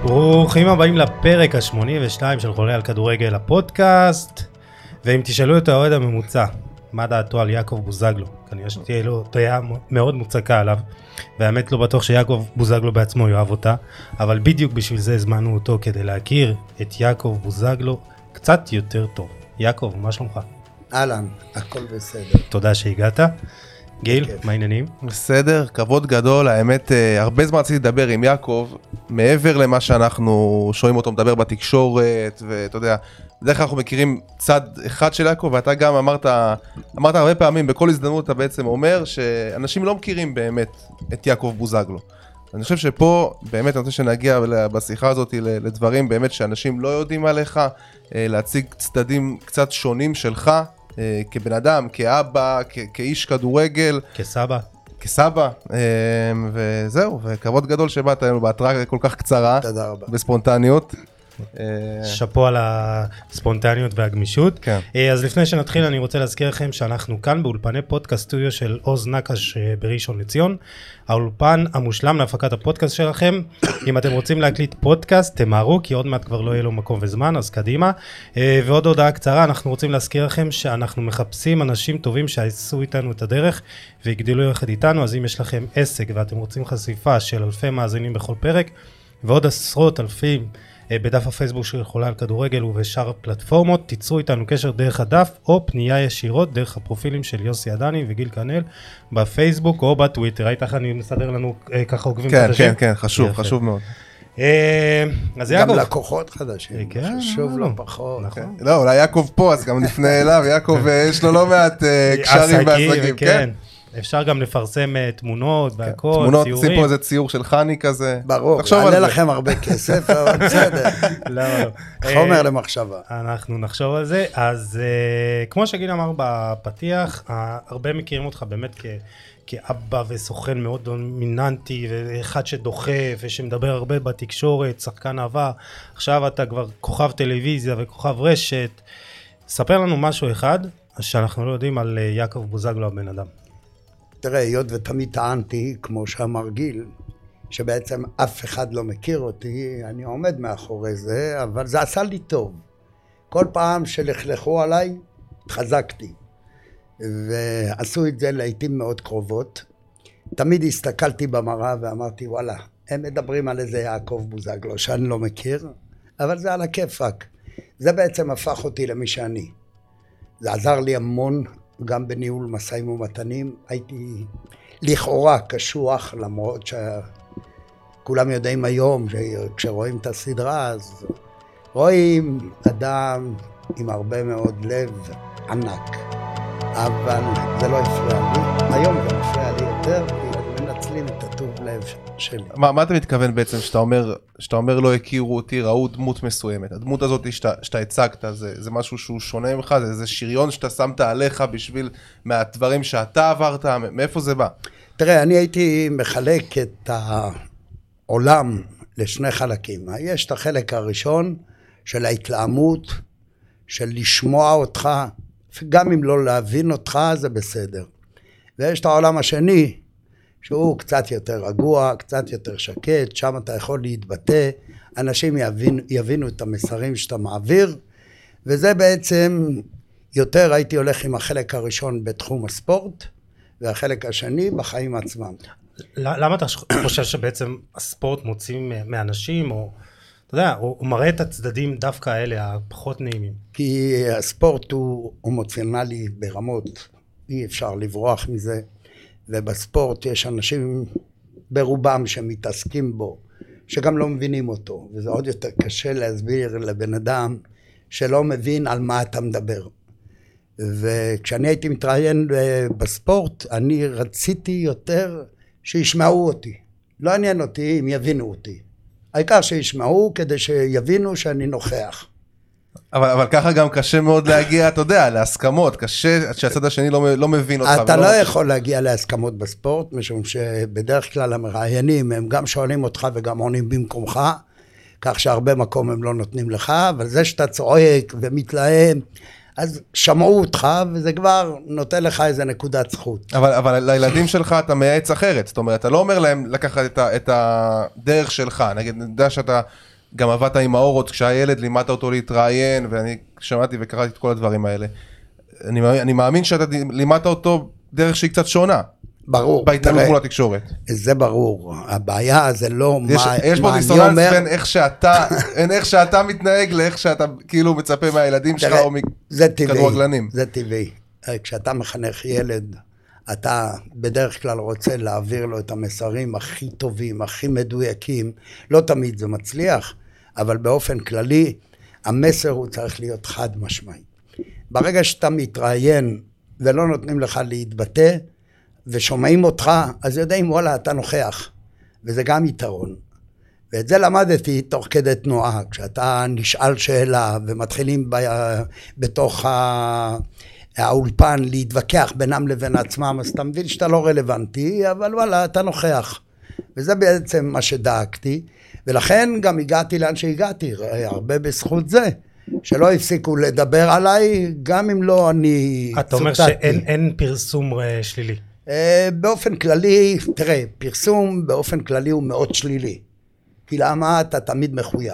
ברוכים הבאים לפרק ה-82 של חולה על כדורגל הפודקאסט. ואם תשאלו את האוהד הממוצע מה דעתו על יעקב בוזגלו, כנראה שתהיה לו דעה מאוד מוצקה עליו, והאמת לא בטוח שיעקב בוזגלו בעצמו יאהב אותה, אבל בדיוק בשביל זה הזמנו אותו כדי להכיר את יעקב בוזגלו קצת יותר טוב. יעקב, מה שלומך? אהלן, הכל בסדר. תודה שהגעת. גיל, מה העניינים? בסדר, כבוד גדול, האמת, הרבה זמן רציתי לדבר עם יעקב, מעבר למה שאנחנו שומעים אותו מדבר בתקשורת, ואתה יודע, בדרך כלל אנחנו מכירים צד אחד של יעקב, ואתה גם אמרת הרבה פעמים, בכל הזדמנות אתה בעצם אומר, שאנשים לא מכירים באמת את יעקב בוזגלו. אני חושב שפה, באמת אני רוצה שנגיע בשיחה הזאת לדברים באמת שאנשים לא יודעים עליך, להציג צדדים קצת שונים שלך, כבן אדם, כאבא, כאיש כדורגל. כסבא, וזהו, וכבוד גדול שבאת לנו בהתראה כל כך קצרה. תודה רבה. בספונטניות. שפו על הספונטניות והגמישות. כן. אז לפני שנתחיל אני רוצה להזכיר לכם שאנחנו כאן באולפני פודקאסט סטודיו של עוז נקש בראשון לציון, האולפן המושלם להפקת הפודקאסט שלכם. אם אתם רוצים להקליט פודקאסט תמהרו, כי עוד מעט כבר לא יהיה לו מקום וזמן, אז קדימה. ועוד הודעה קצרה, אנחנו רוצים להזכיר לכם שאנחנו מחפשים אנשים טובים שיעשו איתנו את הדרך ויגדלו יחד איתנו. אז אם יש לכם עסק ואתם רוצים חשיפה של אלפי מאזינים בכל פרק ועוד עשרות אלפים בדף הפייסבוק של חולה על כדורגל ובשאר הפלטפורמות, תיצרו איתנו קשר דרך הדף או פנייה ישירות דרך הפרופילים של יוסי עדני וגיל קנל בפייסבוק או בטוויטר. ראית איך אני מסדר לנו ככה עוקבים חדשים? כן, חשוב מאוד. אז יעקב. גם לקוחות חדשים, חשוב לא פחות. לא, אולי יעקב פה, אז גם נפנה אליו, יעקב יש לו לא מעט קשרים ועסקים, כן. אפשר גם לפרסם תמונות והכל, תמונות, שים פה איזה ציור של חני כזה. ברור, עלה לכם הרבה כסף, אבל בסדר. לא. חומר למחשבה. אנחנו נחשוב על זה. אז כמו שגיל אמר בפתיח, הרבה מכירים אותך באמת כאבא וסוכן מאוד דומיננטי, ואחד שדוחף ושמדבר הרבה בתקשורת, שחקן אהבה. עכשיו אתה כבר כוכב טלוויזיה וכוכב רשת. ספר לנו משהו אחד שאנחנו לא יודעים על יעקב בוזגלו הבן אדם. תראה, היות ותמיד טענתי, כמו שאמר גיל, שבעצם אף אחד לא מכיר אותי, אני עומד מאחורי זה, אבל זה עשה לי טוב. כל פעם שלכלכו עליי, התחזקתי. ועשו את זה לעתים מאוד קרובות. תמיד הסתכלתי במראה ואמרתי, וואלה, הם מדברים על איזה יעקב בוזגלו, שאני לא מכיר, אבל זה על הכיפק. זה בעצם הפך אותי למי שאני. זה עזר לי המון, גם בניהול משאים ומתנים. הייתי לכאורה קשוח, למרות שכולם יודעים היום שכשרואים את הסדרה אז רואים אדם עם הרבה מאוד לב ענק, אבל זה לא הפריע לי. היום זה מפריע לי יותר, כי מנצלים את הטוב לב שלי. מה אתה מתכוון בעצם שאתה אומר לא הכירו אותי, ראו דמות מסוימת? הדמות הזאת שאתה הצגת, זה משהו שהוא שונה ממך? זה שריון שאתה שמת עליך בשביל מהדברים שאתה עברת? מאיפה זה בא? תראה, אני הייתי מחלק את העולם לשני חלקים. יש את החלק הראשון של ההתלהמות, של לשמוע אותך, גם אם לא להבין אותך זה בסדר. ויש את העולם השני, שהוא קצת יותר רגוע, קצת יותר שקט, שם אתה יכול להתבטא, אנשים יבינו את המסרים שאתה מעביר, וזה בעצם יותר הייתי הולך עם החלק הראשון בתחום הספורט, והחלק השני בחיים עצמם. למה אתה חושב שבעצם הספורט מוציא מאנשים, או אתה יודע, הוא מראה את הצדדים דווקא האלה, הפחות נעימים? כי הספורט הוא אמוציונלי ברמות, אי אפשר לברוח מזה, ובספורט יש אנשים ברובם שמתעסקים בו, שגם לא מבינים אותו, וזה עוד יותר קשה להסביר לבן אדם שלא מבין על מה אתה מדבר. וכשאני הייתי מתראיין בספורט, אני רציתי יותר שישמעו אותי. לא עניין אותי אם יבינו אותי. העיקר שישמעו כדי שיבינו שאני נוכח. אבל ככה גם קשה מאוד להגיע, אתה יודע, להסכמות. קשה שהצד השני לא מבין אותך. אתה לא יכול להגיע להסכמות בספורט, משום שבדרך כלל המראיינים הם גם שואלים אותך וגם עונים במקומך, כך שהרבה מקום הם לא נותנים לך, אבל זה שאתה צועק ומתלהם, אז שמעו אותך, וזה כבר נותן לך איזה נקודת זכות. אבל לילדים שלך אתה מייעץ אחרת, זאת אומרת, אתה לא אומר להם לקחת את הדרך שלך, נגיד, נדע שאתה גם עבדת עם האורות, כשהילד לימדת אותו להתראיין, ואני שמעתי וקראתי את כל הדברים האלה. אני מאמין שאתה לימדת אותו דרך שהיא קצת שונה. ברור. בהתנהלות מול התקשורת. זה ברור. הבעיה זה לא מה אני אומר. יש פה דיסוננס בין איך שאתה מתנהג לאיך שאתה כאילו מצפה מהילדים שלך או מכדורגלנים. זה טבעי. כשאתה מחנך ילד, אתה בדרך כלל רוצה להעביר לו את המסרים הכי טובים, הכי מדויקים. לא תמיד זה מצליח, אבל באופן כללי, המסר הוא צריך להיות חד משמעי. ברגע שאתה מתראיין ולא נותנים לך להתבטא, ושומעים אותך, אז יודעים, וואלה, אתה נוכח. וזה גם יתרון. ואת זה למדתי תוך כדי תנועה. כשאתה נשאל שאלה, ומתחילים בתוך האולפן להתווכח בינם לבין עצמם, אז אתה מבין שאתה לא רלוונטי, אבל וואלה, אתה נוכח. וזה בעצם מה שדאגתי, ולכן גם הגעתי לאן שהגעתי, הרבה בזכות זה. שלא הפסיקו לדבר עליי, גם אם לא אני אתה אומר שאין פרסום שלילי. באופן כללי, תראה, פרסום באופן כללי הוא מאוד שלילי. כי למה אתה תמיד מחויב.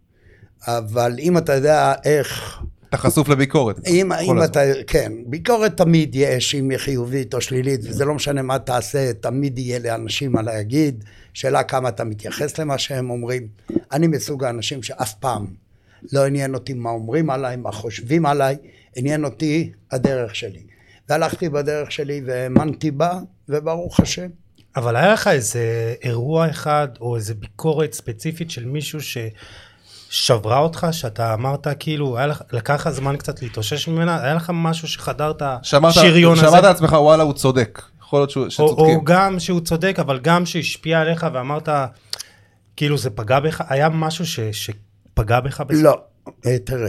אבל אם אתה יודע איך... אתה חשוף לביקורת. אם אתה, כן, ביקורת תמיד יש, אם היא חיובית או שלילית, וזה לא משנה מה תעשה, תמיד יהיה לאנשים על להגיד, שאלה כמה אתה מתייחס למה שהם אומרים. אני מסוג האנשים שאף פעם לא עניין אותי מה אומרים עליי, מה חושבים עליי, עניין אותי הדרך שלי. והלכתי בדרך שלי והאמנתי בה, וברוך השם. אבל היה לך איזה אירוע אחד, או איזה ביקורת ספציפית של מישהו ששברה אותך, שאתה אמרת כאילו, לקח זמן קצת להתאושש ממנה, היה לך משהו שחדרת שריון הזה? שמעת לעצמך, וואלה, הוא צודק. יכול להיות שצודקים. או גם שהוא צודק, אבל גם שהשפיע עליך, ואמרת, כאילו זה פגע בך, היה משהו שפגע בך? לא, תראה,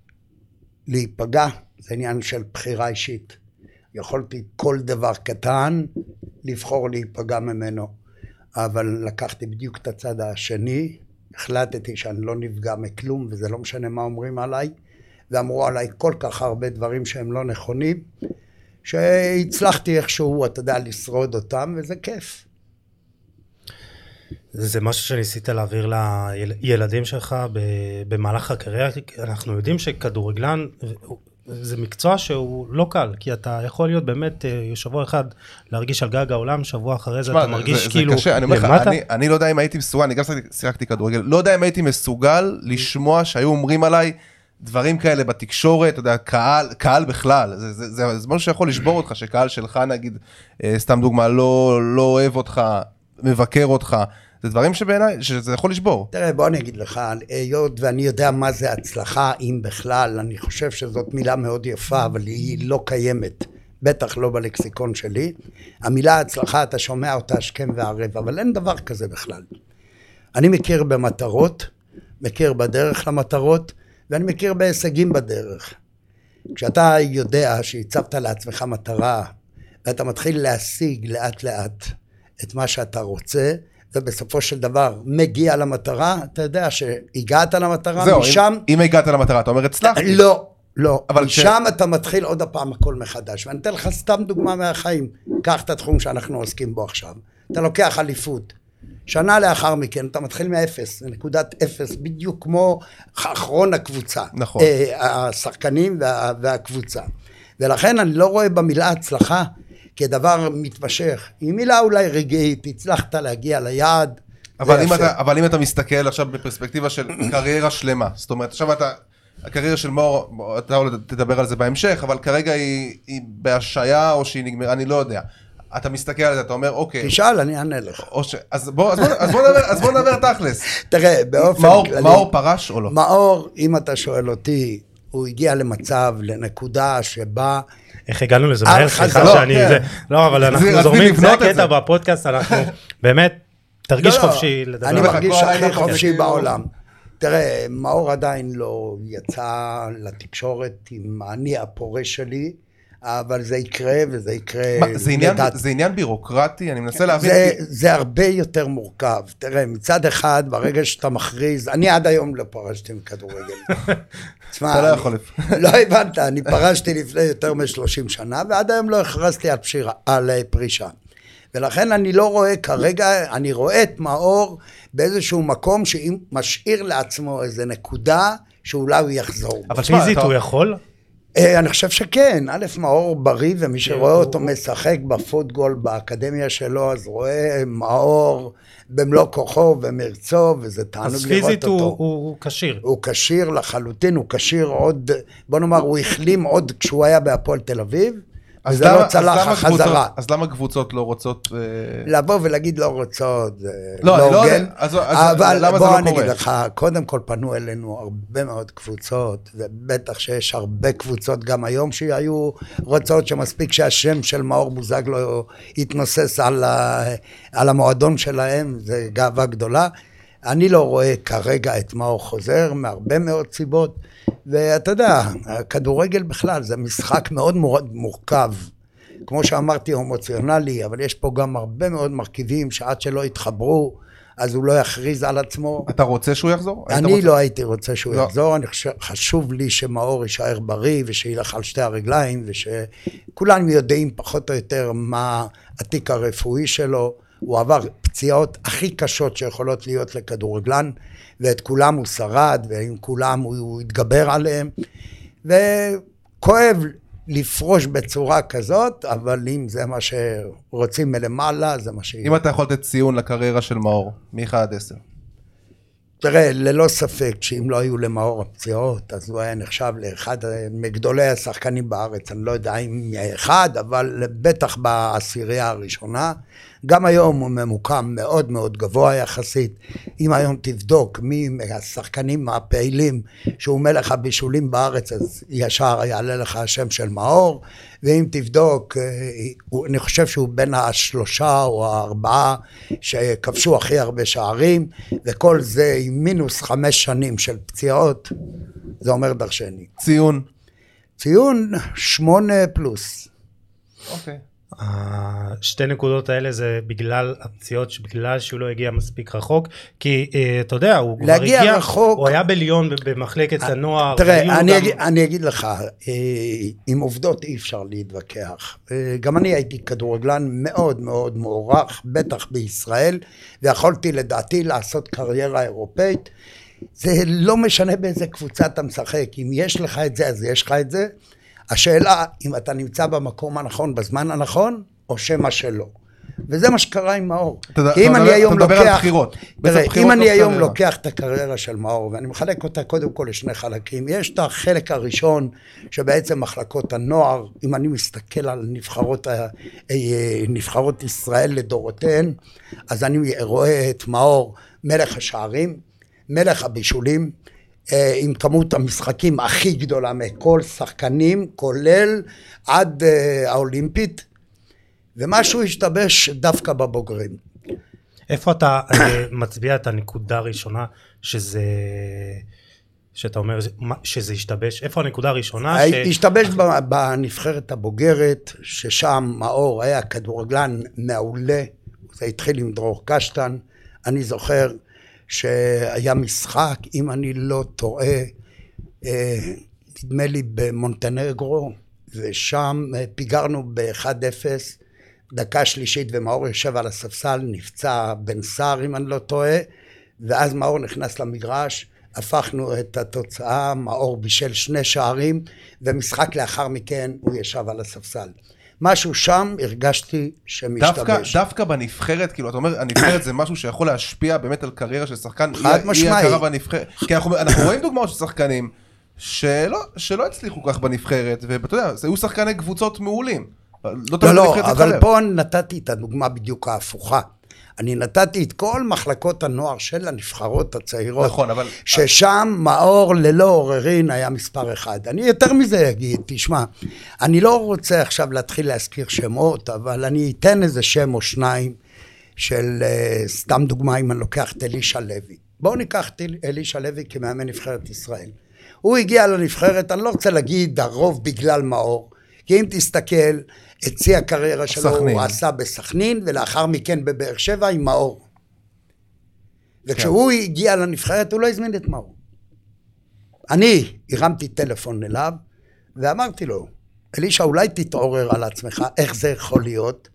להיפגע זה עניין של בחירה אישית. יכולתי כל דבר קטן לבחור להיפגע ממנו, אבל לקחתי בדיוק את הצד השני, החלטתי שאני לא נפגע מכלום, וזה לא משנה מה אומרים עליי, ואמרו עליי כל כך הרבה דברים שהם לא נכונים, שהצלחתי איכשהו, אתה יודע, לשרוד אותם, וזה כיף. זה משהו שניסית להעביר לילדים שלך במהלך הקריירה, אנחנו יודעים שכדורגלן זה מקצוע שהוא לא קל, כי אתה יכול להיות באמת שבוע אחד להרגיש על גג העולם, שבוע אחרי זה אתה מרגיש כאילו למטה. אני לא יודע אם הייתי מסוגל, אני גם שיחקתי כדורגל, לא יודע אם הייתי מסוגל לשמוע שהיו אומרים עליי דברים כאלה בתקשורת, אתה יודע, קהל בכלל, זה משהו שיכול לשבור אותך, שקהל שלך נגיד, סתם דוגמה, לא אוהב אותך, מבקר אותך, זה דברים שבעיניי, שזה יכול לשבור. תראה, בוא אני אגיד לך, היות ואני יודע מה זה הצלחה, אם בכלל, אני חושב שזאת מילה מאוד יפה, אבל היא לא קיימת, בטח לא בלקסיקון שלי. המילה הצלחה, אתה שומע אותה השכם והערב, אבל אין דבר כזה בכלל. אני מכיר במטרות, מכיר בדרך למטרות, ואני מכיר בהישגים בדרך. כשאתה יודע שהצבת לעצמך מטרה, ואתה מתחיל להשיג לאט לאט את מה שאתה רוצה, ובסופו של דבר מגיע למטרה, אתה יודע שהגעת למטרה, זהו, משם... אם הגעת למטרה, אתה אומר, הצלחתי. לא, משם אתה מתחיל עוד הפעם הכל מחדש, ואני אתן לך סתם דוגמה מהחיים, קח את התחום שאנחנו עוסקים בו עכשיו, אתה לוקח אליפות, שנה לאחר מכן, אתה מתחיל מאפס, נקודת אפס, בדיוק כמו אחרון הקבוצה, נכון. השחקנים והקבוצה, ולכן אני לא רואה במילה הצלחה, כדבר מתמשך, היא מילה אולי רגעית, הצלחת להגיע ליעד. אבל אם אתה מסתכל עכשיו בפרספקטיבה של קריירה שלמה, זאת אומרת, עכשיו הקריירה של מאור, אתה תדבר על זה בהמשך, אבל כרגע היא בהשעיה או שהיא נגמרה, אני לא יודע. אתה מסתכל על זה, אתה אומר, אוקיי. תשאל, אני אענה לך. אז בוא נדבר תכלס. תראה, באופן כללי. מאור פרש או לא? מאור, אם אתה שואל אותי, הוא הגיע למצב, לנקודה שבה... איך הגענו לזה מהר? סליחה שאני... לא, אבל אנחנו זורמים, זה הקטע בפודקאסט, אנחנו באמת, תרגיש חופשי לדבר. אני מרגיש הכי חופשי בעולם. תראה, מאור עדיין לא יצא לתקשורת עם אני הפורש שלי, אבל זה יקרה וזה יקרה... זה עניין בירוקרטי? אני מנסה להבין... זה הרבה יותר מורכב. תראה, מצד אחד, ברגע שאתה מכריז, אני עד היום לא פרשתי מכדורגל. אתה לא יכול... לא הבנת, אני פרשתי לפני יותר מ-30 שנה, ועד היום לא הכרזתי על פרישה. ולכן אני לא רואה כרגע, אני רואה את מאור באיזשהו מקום שמשאיר לעצמו איזה נקודה שאולי הוא יחזור. אבל פיזית הוא יכול? אני חושב שכן, א' מאור בריא, ומי שרואה אותו משחק בפוטגול באקדמיה שלו, אז רואה מאור במלוא כוחו ומרצו, וזה תענוג לראות אותו. אז פיזית הוא קשיר. הוא קשיר לחלוטין, הוא קשיר עוד, בוא נאמר, הוא החלים עוד כשהוא היה בהפועל תל אביב, וזה לא צלח החזרה. אז למה קבוצות לא רוצות... לבוא ולהגיד לא רוצות, לא הוגן. אבל בוא אני אגיד לך, קודם כל פנו אלינו הרבה מאוד קבוצות, ובטח שיש הרבה קבוצות גם היום שהיו רוצות שמספיק שהשם של מאור בוזגלו יתנוסס על המועדון שלהם, זה גאווה גדולה. אני לא רואה כרגע את מאור חוזר מהרבה מאוד סיבות, ואתה יודע, הכדורגל בכלל זה משחק מאוד מורכב, כמו שאמרתי אמוציונלי, אבל יש פה גם הרבה מאוד מרכיבים שעד שלא יתחברו, אז הוא לא יכריז על עצמו. אתה רוצה שהוא יחזור? אני לא הייתי רוצה שהוא יחזור, חשוב לי שמאור יישאר בריא ושילך על שתי הרגליים, ושכולנו יודעים פחות או יותר מה התיק הרפואי שלו, הוא עבר פציעות הכי קשות שיכולות להיות לכדורגלן, ואת כולם הוא שרד, ועם כולם הוא התגבר עליהם, וכואב לפרוש בצורה כזאת, אבל אם זה מה שרוצים מלמעלה, זה מה שיהיה. אם אתה יכול לתת ציון לקריירה של מאור, מ-1 עד 10. תראה, ללא ספק שאם לא היו למאור הפציעות, אז הוא היה נחשב לאחד מגדולי השחקנים בארץ, אני לא יודע אם אחד, אבל בטח בעשירייה הראשונה. גם היום הוא ממוקם מאוד מאוד גבוה יחסית. אם היום תבדוק מי מהשחקנים הפעילים שהוא מלך הבישולים בארץ, אז ישר יעלה לך השם של מאור, ואם תבדוק, אני חושב שהוא בין 3 או 4 שכבשו הכי הרבה שערים, וכל זה עם מינוס 5 שנים של פציעות, זה אומר דרשני. ציון? ציון 8+. אוקיי. השתי נקודות האלה זה בגלל הפציעות, בגלל שהוא לא הגיע מספיק רחוק, כי אתה יודע, הוא כבר הגיע, הוא היה בליון במחלקת הנוער. תראה, אני אגיד לך, עם עובדות אי אפשר להתווכח. גם אני הייתי כדורגלן מאוד מאוד מוערך, בטח בישראל, ויכולתי לדעתי לעשות קריירה אירופאית. זה לא משנה באיזה קבוצה אתה משחק, אם יש לך את זה, אז יש לך את זה. השאלה, אם אתה נמצא במקום הנכון, בזמן הנכון, או שמה שלא. וזה מה שקרה עם מאור. אתה מדבר על בחירות. אם אני היום לוקח את הקריירה של מאור, ואני מחלק אותה קודם כל לשני חלקים, יש את החלק הראשון, שבעצם מחלקות הנוער, אם אני מסתכל על נבחרות ישראל לדורותיהן, אז אני רואה את מאור מלך השערים, מלך הבישולים, עם כמות המשחקים הכי גדולה מכל שחקנים, כולל עד האולימפית, ומשהו השתבש דווקא בבוגרים. איפה אתה מצביע את הנקודה הראשונה שאתה אומר שזה השתבש? איפה הנקודה הראשונה? השתבש בנבחרת הבוגרת, ששם מאור היה כדורגלן מעולה, זה התחיל עם דרור קשטן, אני זוכר, שהיה משחק, אם אני לא טועה, נדמה לי במונטנגרו, ושם פיגרנו ב-1-0, דקה שלישית, ומאור יושב על הספסל, נפצע בן סער, אם אני לא טועה, ואז מאור נכנס למגרש, הפכנו את התוצאה, מאור בישל 2 שערים, ומשחק לאחר מכן הוא ישב על הספסל. משהו שם הרגשתי שמשתבש. דווקא בנבחרת, כאילו, אתה אומר, הנבחרת זה משהו שיכול להשפיע באמת על קריירה של שחקן. חד משמעי. כי אנחנו רואים דוגמאות של שחקנים שלא הצליחו כך בנבחרת, ואתה יודע, היו שחקני קבוצות מעולים. לא, אבל פה נתתי את הדוגמה בדיוק ההפוכה. אני נתתי את כל מחלקות הנוער של הנבחרות הצעירות, נכון, אבל ששם מאור ללא עוררין היה מספר 1. אני יותר מזה אגיד, תשמע, אני לא רוצה עכשיו להתחיל להזכיר שמות, אבל אני אתן איזה שם או שניים של, סתם דוגמה, אם אני לוקח את אלישע לוי. בואו ניקח את אלישע לוי כמאמן נבחרת ישראל. הוא הגיע לנבחרת, אני לא רוצה להגיד הרוב בגלל מאור, כי אם תסתכל, את שיא הקריירה שלו הוא עשה בסכנין, ולאחר מכן בבאר שבע עם מאור. וכשהוא הגיע לנבחרת, הוא לא הזמין את מאור. אני הרמתי טלפון אליו, ואמרתי לו, אלישע, אולי תתעורר על עצמך, איך זה יכול להיות,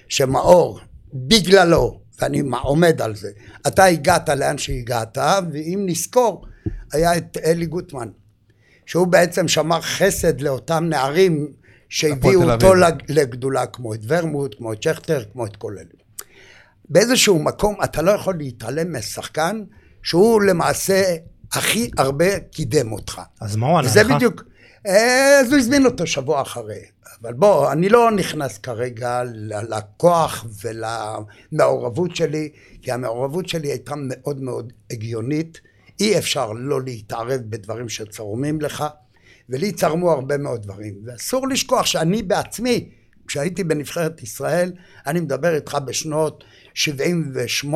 שמאור, בגללו, ואני עומד על זה, אתה הגעת לאן שהגעת, ואם נזכור, היה את אלי גוטמן, שהוא בעצם שמר חסד לאותם נערים שהביאו אותו לגדולה, כמו את ורמוט, כמו את שכטר, כמו את כל אלה. באיזשהו מקום אתה לא יכול להתעלם משחקן שהוא למעשה הכי הרבה קידם אותך. אז מה הוא ענה לך? זה בדיוק, אז הוא הזמין אותו שבוע אחרי. אבל בוא, אני לא נכנס כרגע לכוח ולמעורבות שלי, כי המעורבות שלי הייתה מאוד מאוד הגיונית. אי אפשר לא להתערב בדברים שצורמים לך, ולי צרמו הרבה מאוד דברים. ואסור לשכוח שאני בעצמי, כשהייתי בנבחרת ישראל, אני מדבר איתך בשנות 78-9,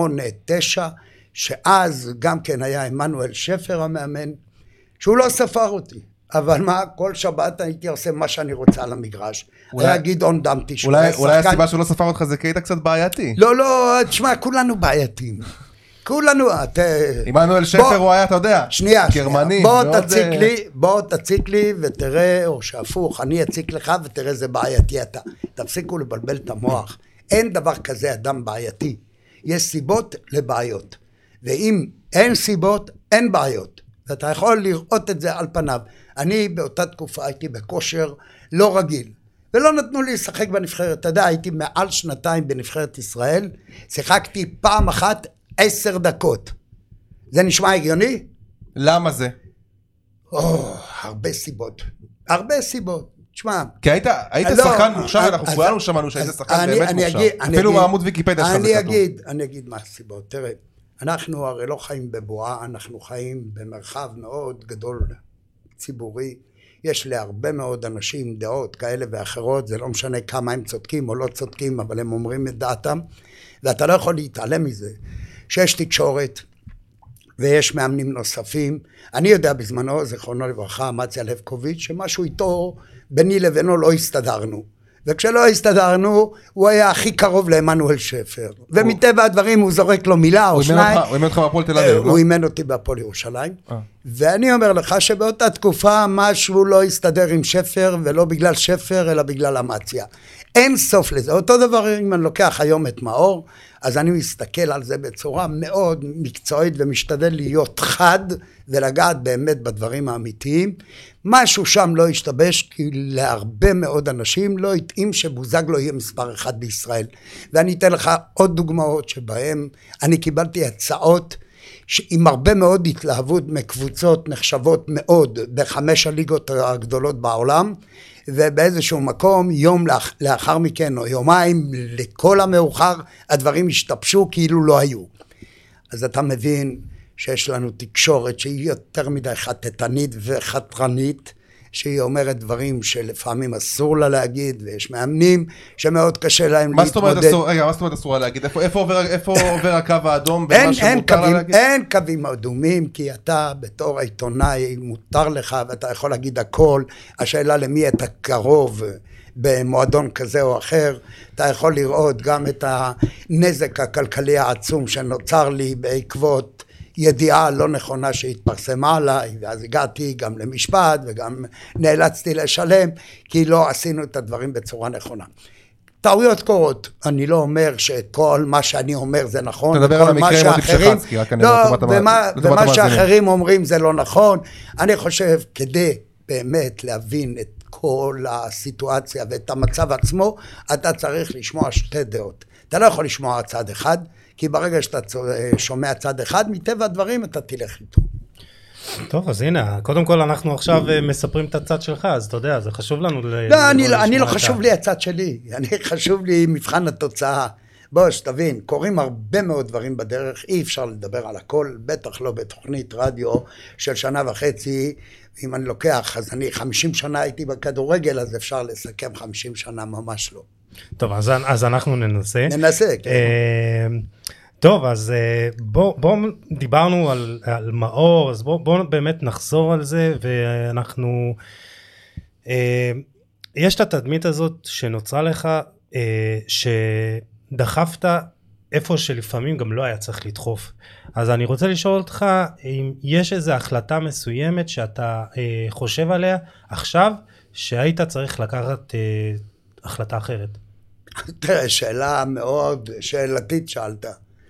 שאז גם כן היה עמנואל שפר המאמן, שהוא לא ספר אותי. אבל מה, כל שבת הייתי עושה מה שאני רוצה על המגרש. היה גדעון דמתי. אולי הסיבה שהוא לא ספר אותך זה כי היית קצת בעייתי. לא, תשמע, כולנו בעייתיים. כולנו, עמנואל שפר הוא היה, אתה יודע, גרמני. בוא תציק לי ותראה, או שהפוך, אני אציק לך ותראה זה בעייתי אתה. תפסיקו לבלבל את המוח. אין דבר כזה אדם בעייתי. יש סיבות לבעיות. ואם אין סיבות, אין בעיות. ואתה יכול לראות את זה על פניו. אני באותה תקופה הייתי בכושר לא רגיל. ולא נתנו לי לשחק בנבחרת. אתה יודע, הייתי מעל שנתיים בנבחרת ישראל. שיחקתי פעם אחת 10 דקות. זה נשמע הגיוני? למה זה? הרבה סיבות. הרבה סיבות. תשמע. כי היית שחקן מוכשר, אנחנו כולנו שמענו שהיית שחקן באמת מוכשר. אפילו מעמוד ויקיפדיה שלך זה כתוב. אני אגיד מה הסיבות. תראה, אנחנו הרי לא חיים בבועה, אנחנו חיים במרחב מאוד גדול ציבורי. יש להרבה מאוד אנשים דעות כאלה ואחרות, זה לא משנה כמה הם צודקים או לא צודקים, אבל הם אומרים את דעתם, ואתה לא יכול להתעלם מזה. שיש תקשורת ויש מאמנים נוספים. אני יודע בזמנו, זכרונו לברכה, מציה לבקוביץ', שמשהו איתו ביני לבינו לא הסתדרנו. וכשלא הסתדרנו, הוא היה הכי קרוב לעמנואל שפר. ומטבע הדברים הוא זורק לו מילה או שניים. הוא אימן אותך בהפועל תל אביב, לא? הוא אימן אותי בהפועל ירושלים. ואני אומר לך שבאותה תקופה משהו לא הסתדר עם שפר, ולא בגלל שפר, אלא בגלל המציה. אין סוף לזה. אותו דבר אם אני לוקח היום את מאור, אז אני מסתכל על זה בצורה מאוד מקצועית ומשתדל להיות חד ולגעת באמת בדברים האמיתיים. משהו שם לא השתבש כי להרבה מאוד אנשים לא התאים שבוזגלו יהיה מספר 1 בישראל. ואני אתן לך עוד דוגמאות שבהם אני קיבלתי הצעות עם הרבה מאוד התלהבות מקבוצות נחשבות מאוד ב5 הליגות הגדולות בעולם, ובאיזשהו מקום יום לאחר מכן או יומיים לכל המאוחר הדברים השתבשו כאילו לא היו. אז אתה מבין שיש לנו תקשורת שהיא יותר מדי חטטנית וחתרנית, שהיא אומרת דברים שלפעמים אסור לה להגיד, ויש מאמנים שמאוד קשה להם להתמודד. מה זאת אומרת אסור לה להגיד? איפה עובר הקו האדום בין מה שמותר לה להגיד? אין קווים אדומים, כי אתה בתור עיתונאי מותר לך, ואתה יכול להגיד הכל. השאלה למי אתה קרוב במועדון כזה או אחר. אתה יכול לראות גם את הנזק הכלכלי העצום שנוצר לי בעקבות ידיעה לא נכונה שהתפרסמה עליי, ואז הגעתי גם למשפט וגם נאלצתי לשלם, כי לא עשינו את הדברים בצורה נכונה. טעויות קורות, אני לא אומר שכל מה שאני אומר זה נכון, תדבר על המקרה עם מוטי פשחצקי, רק אני ומה שאחרים אומרים זה לא נכון. אני חושב כדי באמת להבין את כל הסיטואציה ואת המצב עצמו, אתה צריך לשמוע שתי דעות. אתה לא יכול לשמוע צד אחד, כי ברגע שאתה שומע צד אחד, מטבע הדברים אתה תלך איתו. טוב, אז הנה, קודם כל אנחנו עכשיו מספרים את הצד שלך, אז אתה יודע, זה חשוב לנו. לא, אני לא חשוב לי הצד שלי, חשוב לי מבחן התוצאה. בוא, שתבין, קורים הרבה מאוד דברים בדרך, אי אפשר לדבר על הכל, בטח לא בתוכנית רדיו של 1.5 שנה, אם אני לוקח, אז אני 50 שנה הייתי בכדורגל, אז אפשר לסכם 50 שנה, ממש לא. טוב, אז אנחנו ננסה. ננסה, כן. טוב, אז בואו דיברנו על מאור, אז בואו באמת נחזור על זה, ואנחנו, יש את התדמית הזאת שנוצרה לך, שדחפת איפה שלפעמים גם לא היה צריך לדחוף. אז אני רוצה לשאול אותך, אם יש איזו החלטה מסוימת שאתה חושב עליה עכשיו, שהיית צריך לקחת החלטה אחרת. תראה, שאלה מאוד שאלתית שאלת.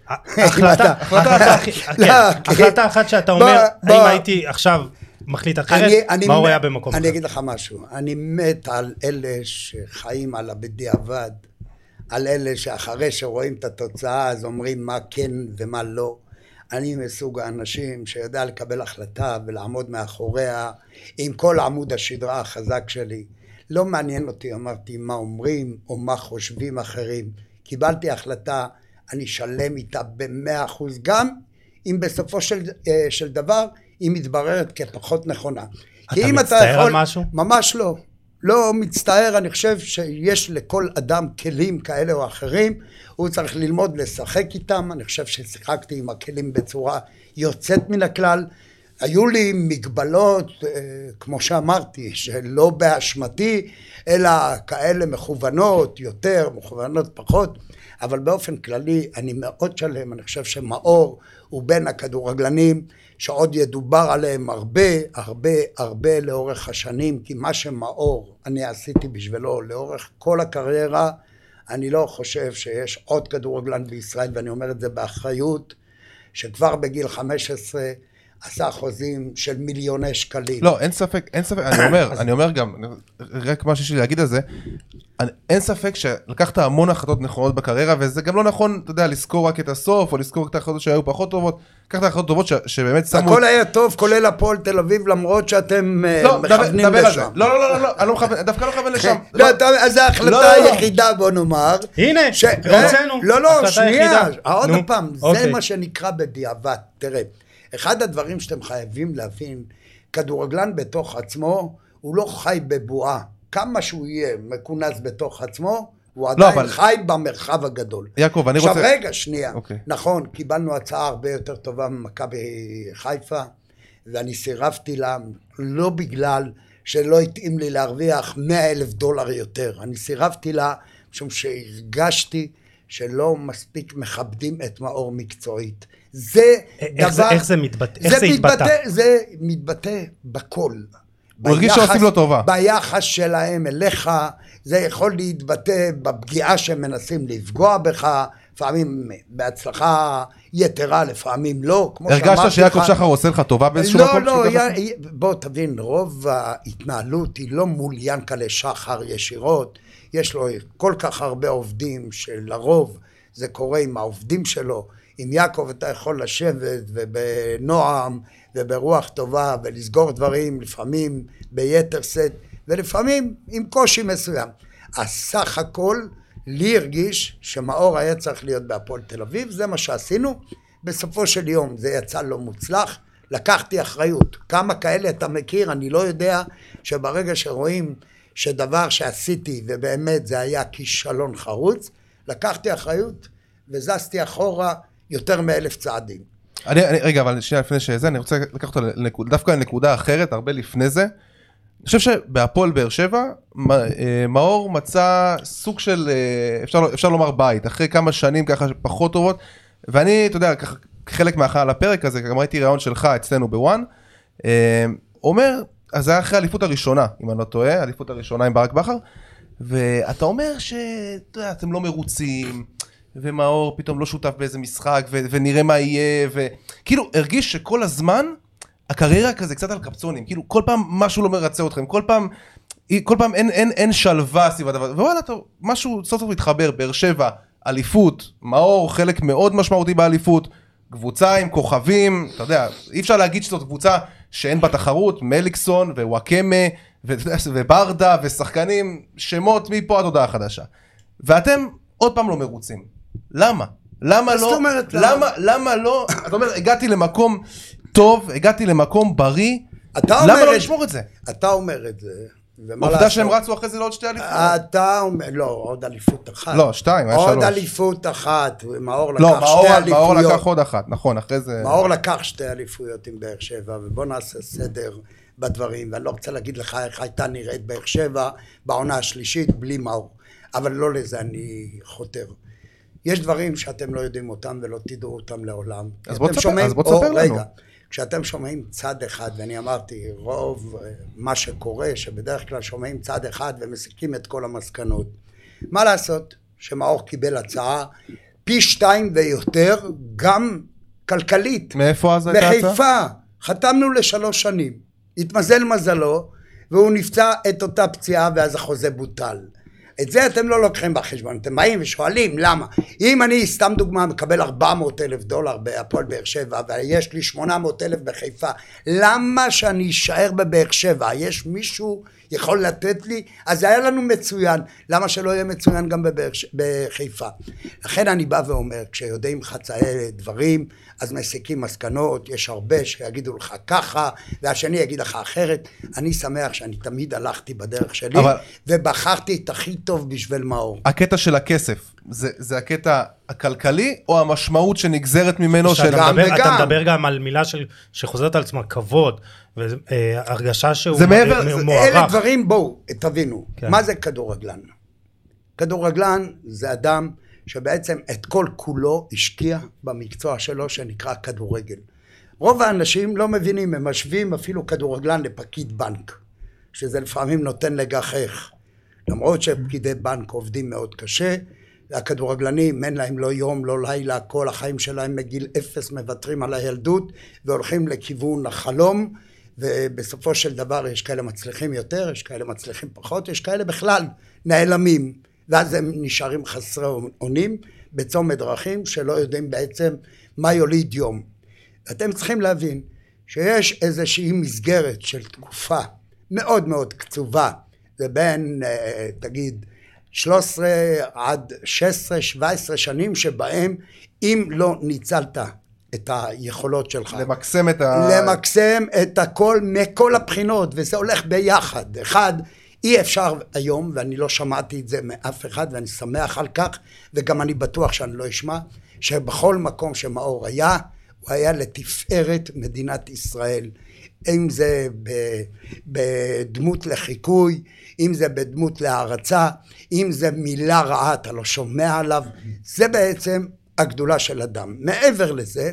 החלטה אחת שאתה אומר, האם הייתי עכשיו מחליט אחרת, מאור היה במקום אחר. אני אגיד לך משהו, אני מת על אלה שחיים על הבדיעבד, על אלה שאחרי שרואים את התוצאה אז אומרים מה כן ומה לא. אני מסוג האנשים שיודע לקבל החלטה ולעמוד מאחוריה עם כל עמוד השדרה החזק שלי. לא מעניין אותי, אמרתי, מה אומרים או מה חושבים אחרים. קיבלתי החלטה, אני שלם איתה ב100%, גם אם בסופו של דבר היא מתבררת כפחות נכונה. אתה מצטער על משהו? ממש לא. לא מצטער, אני חושב שיש לכל אדם כלים כאלה או אחרים, הוא צריך ללמוד לשחק איתם, אני חושב ששיחקתי עם הכלים בצורה יוצאת מן הכלל, היו לי מגבלות, כמו שאמרתי, שלא באשמתי, אלא כאלה מכוונות יותר, מכוונות פחות, אבל באופן כללי אני מאוד שלם, אני חושב שמאור הוא בין הכדורגלנים, שעוד ידובר עליהם הרבה לאורך השנים, כי מה שמאור אני עשיתי בשבילו לאורך כל הקריירה, אני לא חושב שיש עוד כדורגלן בישראל, ואני אומר את זה באחריות, שכבר בגיל 15 עשה חוזים של מיליוני שקלים. לא, אין ספק, אני אומר גם, רק מה שיש לי להגיד על זה, אין ספק שלקחת המון החלטות נכונות בקריירה, וזה גם לא נכון, אתה יודע, לזכור רק את הסוף, או לזכור את ההחלטות שהיו פחות טובות, לקחת החלטות טובות שבאמת שמו... הכל היה טוב, כולל הפועל תל אביב, למרות שאתם מכוונים לשם. לא, דווקא לא מכוון לשם. אז ההחלטה היחידה, בוא נאמר... הנה, רצינו. לא, שנייה, עוד פעם, זה מה שנקרא בדיעבד, תראה. אחד הדברים שאתם חייבים להבין, כדורגלן בתוך עצמו, הוא לא חי בבועה. כמה שהוא יהיה מכונס בתוך עצמו, הוא עדיין חי במרחב הגדול. יעקב, אני רוצה... עכשיו רגע, שנייה. נכון, קיבלנו הצעה הרבה יותר טובה ממכבי חיפה, ואני סירבתי לה, לא בגלל שלא התאים לי להרוויח $100,000 יותר. אני סירבתי לה, משום שהרגשתי שלא מספיק מכבדים את מאור מקצועית. זה דבר... איך זה מתבטא? איך זה התבטא? זה מתבטא בכל. הוא הרגיש שעושים לו טובה. ביחס שלהם אליך, זה יכול להתבטא בפגיעה שהם מנסים לפגוע בך, לפעמים בהצלחה יתרה, לפעמים לא. הרגשת שיעקב שחר עושה לך טובה באיזשהו מקום? לא, בוא תבין, רוב ההתנהלות היא לא מול ינקלה שחר ישירות, יש לו כל כך הרבה עובדים שלרוב זה קורה עם העובדים שלו. עם יעקב אתה יכול לשבת ובנועם וברוח טובה ולסגור דברים, לפעמים ביתר סט ולפעמים עם קושי מסוים. הסך הכל לי הרגיש שמאור היה צריך להיות בהפועל תל אביב, זה מה שעשינו. בסופו של יום זה יצא לא מוצלח, לקחתי אחריות. כמה כאלה אתה מכיר, אני לא יודע, שברגע שרואים שדבר שעשיתי ובאמת זה היה כישלון חרוץ, לקחתי אחריות וזזתי אחורה יותר מ1,000 צעדים. רגע, אבל שנייה לפני שזה, אני רוצה לקחת דווקא לנקודה אחרת, הרבה לפני זה. אני חושב שבהפועל באר שבע, מאור מצא סוג של, אפשר לומר בית, אחרי כמה שנים ככה פחות טובות, ואני, אתה יודע, חלק מההכנה לפרק הזה, גם ראיתי רעיון שלך אצלנו בוואן, אומר, אז זה היה אחרי האליפות הראשונה, אם אני לא טועה, האליפות הראשונה עם ברק בכר, ואתה אומר שאתם לא מרוצים, ומאור פתאום לא שותף באיזה משחק, ונראה מה יהיה, וכאילו הרגיש שכל הזמן, הקריירה כזה קצת על קפצונים, כאילו כל פעם משהו לא מרצה אתכם, כל פעם אין שלווה סביב הדבר, ווואלה, משהו סוף סוף מתחבר, באר שבע, אליפות, מאור חלק מאוד משמעותי באליפות, קבוצה עם כוכבים, אתה יודע, אי אפשר להגיד שזאת קבוצה שאין בה תחרות, מליקסון ווואקמה, וברדה ושחקנים, שמות מפה עד הודעה חדשה. ואתם עוד פעם לא מרוצים. למה? למה לא? אתה אומר, הגעתי למקום טוב, הגעתי למקום בריא, למה לא לשמור את זה? אתה אומר את זה, עובדה שהם רצו אחרי זה לעוד 2 אליפות. אתה אומר, לא, עוד אליפות אחת. לא, 2, היה 3. עוד אליפות אחת, מאור לקח 2 אליפויות. מאור לקח עוד אחת, נכון, אחרי זה... מאור לקח 2 אליפויות עם באר שבע, ובוא נעשה סדר בדברים, ואני לא רוצה להגיד לך איך הייתה נראית באר שבע בעונה השלישית בלי מאור, אבל לא לזה אני חותר. יש דברים שאתם לא יודעים אותם ולא תדעו אותם לעולם. אז בוא תספר לנו. כשאתם שומעים צד אחד, ואני אמרתי, רוב מה שקורה, שבדרך כלל שומעים צד אחד ומסיקים את כל המסקנות. מה לעשות? שמאור קיבל הצעה פי 2 ויותר, גם כלכלית. מאיפה אז הייתה הצעה? בחיפה, חתמנו ל3 שנים, התמזל מזלו, והוא נפצע את אותה פציעה ואז החוזה בוטל. את זה אתם לא לוקחים בחשבון, אתם באים ושואלים למה. אם אני סתם דוגמה מקבל $400,000 בהפועל באר שבע ויש לי 800,000 בחיפה, למה שאני אשאר בבאר שבע? יש מישהו יכול לתת לי? אז היה לנו מצוין, למה שלא יהיה מצוין גם בחיפה? לכן אני בא ואומר, כשיודעים חצאי דברים אז מסיקים מסקנות, יש הרבה שיגידו לך ככה והשני יגיד לך אחרת. אני שמח שאני תמיד הלכתי בדרך שלי ובחרתי את הכי טוב בשביל מאור. הקטע של הכסף, זה הקטע הכלכלי או המשמעות שנגזרת ממנו? אתה מדבר גם על מילה שחוזרת על עצמה, כבוד, והרגשה שהוא מוערך. אלה דברים, בואו, תבינו, מה זה כדורגלן? כדורגלן זה אדם שבעצם את כל כולו השקיע במקצוע שלו שנקרא כדורגל. רוב האנשים לא מבינים, הם משווים אפילו כדורגלן לפקיד בנק, שזה לפעמים נותן לגחך. למרות שפקידי בנק עובדים מאוד קשה, הכדורגלנים אין להם לא יום לא לילה, כל החיים שלהם מגיל 0 מוותרים על הילדות והולכים לכיוון החלום, ובסופו של דבר יש כאלה מצליחים יותר, יש כאלה מצליחים פחות, יש כאלה בכלל נעלמים, ואז הם נשארים חסרי אונים בצומת דרכים שלא יודעים בעצם מה יוליד יום. אתם צריכים להבין שיש איזושהי מסגרת של תקופה מאוד מאוד קצובה, זה בין תגיד 13 עד 16, 17 שנים שבהם אם לא ניצלת את היכולות שלך למקסם את הכל מכל הבחינות, וזה הולך ביחד. אחד, אי אפשר היום, ואני לא שמעתי את זה מאף אחד ואני שמח על כך, וגם אני בטוח שאני לא אשמע, שבכל מקום שמאור היה, הוא היה לתפארת מדינת ישראל, אם זה בדמות לחיקוי, אם זה בדמות להערצה, אם זה מילה רעה אתה לא שומע עליו. זה בעצם הגדולה של אדם. מעבר לזה,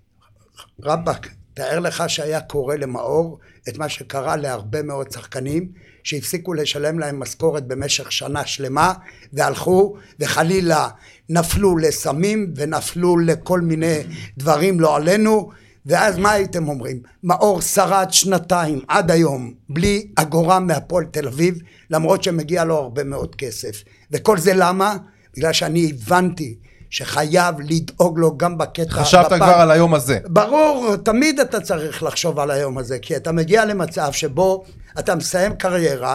רבק, תאר לך שהיה קורא למאור את מה שקרה להרבה מאוד שחקנים שהפסיקו לשלם להם משכורת במשך שנה שלמה והלכו וחלילה נפלו לסמים ונפלו לכל מיני דברים לא עלינו, ואז מה הייתם אומרים? מאור שרד 2 עד היום בלי אגורה מהפועל תל אביב, למרות שמגיע לו הרבה מאוד כסף. וכל זה למה? בגלל שאני הבנתי שחייב לדאוג לו גם בקטע. חשבת כבר על היום הזה? ברור, תמיד אתה צריך לחשוב על היום הזה, כי אתה מגיע למצב שבו אתה מסיים קריירה,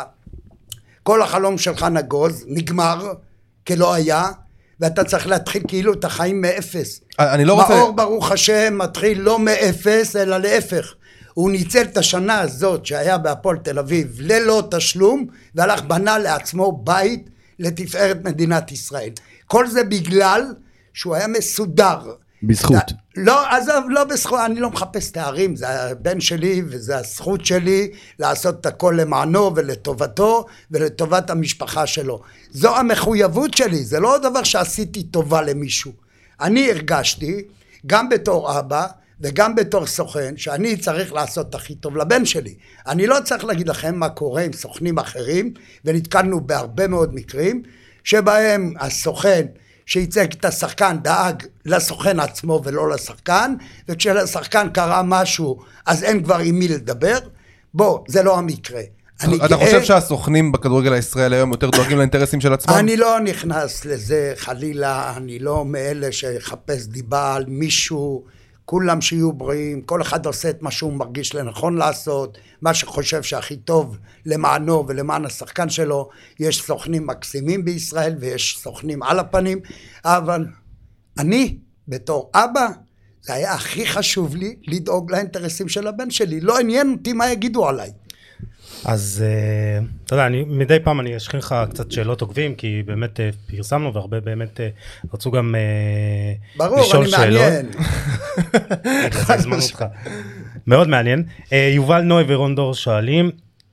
כל החלום שלך נגוז, נגמר, כלא היה, ואתה צריך להתחיל כאילו את החיים מאפס. אני לא רוצה... מאור ברוך השם מתחיל לא מאפס אלא להפך. הוא ניצל את השנה הזאת שהיה בהפועל תל אביב ללא תשלום, והלך בנה לעצמו בית לתפארת מדינת ישראל. כל זה בגלל שהוא היה מסודר. בזכות. לא, עזוב, לא בזכות, אני לא מחפש תארים, זה הבן שלי וזה הזכות שלי לעשות את הכל למענו ולטובתו ולטובת המשפחה שלו. זו המחויבות שלי, זה לא דבר שעשיתי טובה למישהו. אני הרגשתי, גם בתור אבא וגם בתור סוכן, שאני צריך לעשות הכי טוב לבן שלי. אני לא צריך להגיד לכם מה קורה עם סוכנים אחרים, ונתקלנו בהרבה מאוד מקרים, שבהם הסוכן שייצג את השחקן דאג לסוכן עצמו ולא לשחקן, וכשלשחקן קרה משהו אז אין כבר עם מי לדבר. בוא, זה לא המקרה. אתה חושב שהסוכנים בכדורגל הישראלי היום יותר דואגים לאינטרסים של עצמם? אני לא נכנס לזה חלילה, אני לא מאלה שחפש דיבה על מישהו, כולם שיהיו בריאים, כל אחד עושה את מה שהוא מרגיש לנכון לעשות, מה שחושב שהכי טוב למענו ולמען השחקן שלו. יש סוכנים מקסימים בישראל ויש סוכנים על הפנים, אבל אני בתור אבא, זה היה הכי חשוב לי לדאוג לאינטרסים של הבן שלי, לא עניין אותי מה יגידו עליי. אז אתה יודע, מדי פעם אני אשכין לך קצת שאלות עוקבים, כי באמת פרסמנו והרבה באמת רצו גם לשאול שאלות. ברור, אני מעניין. הזמנו אותך. מאוד מעניין. יובל נוי ורון דור שואלים,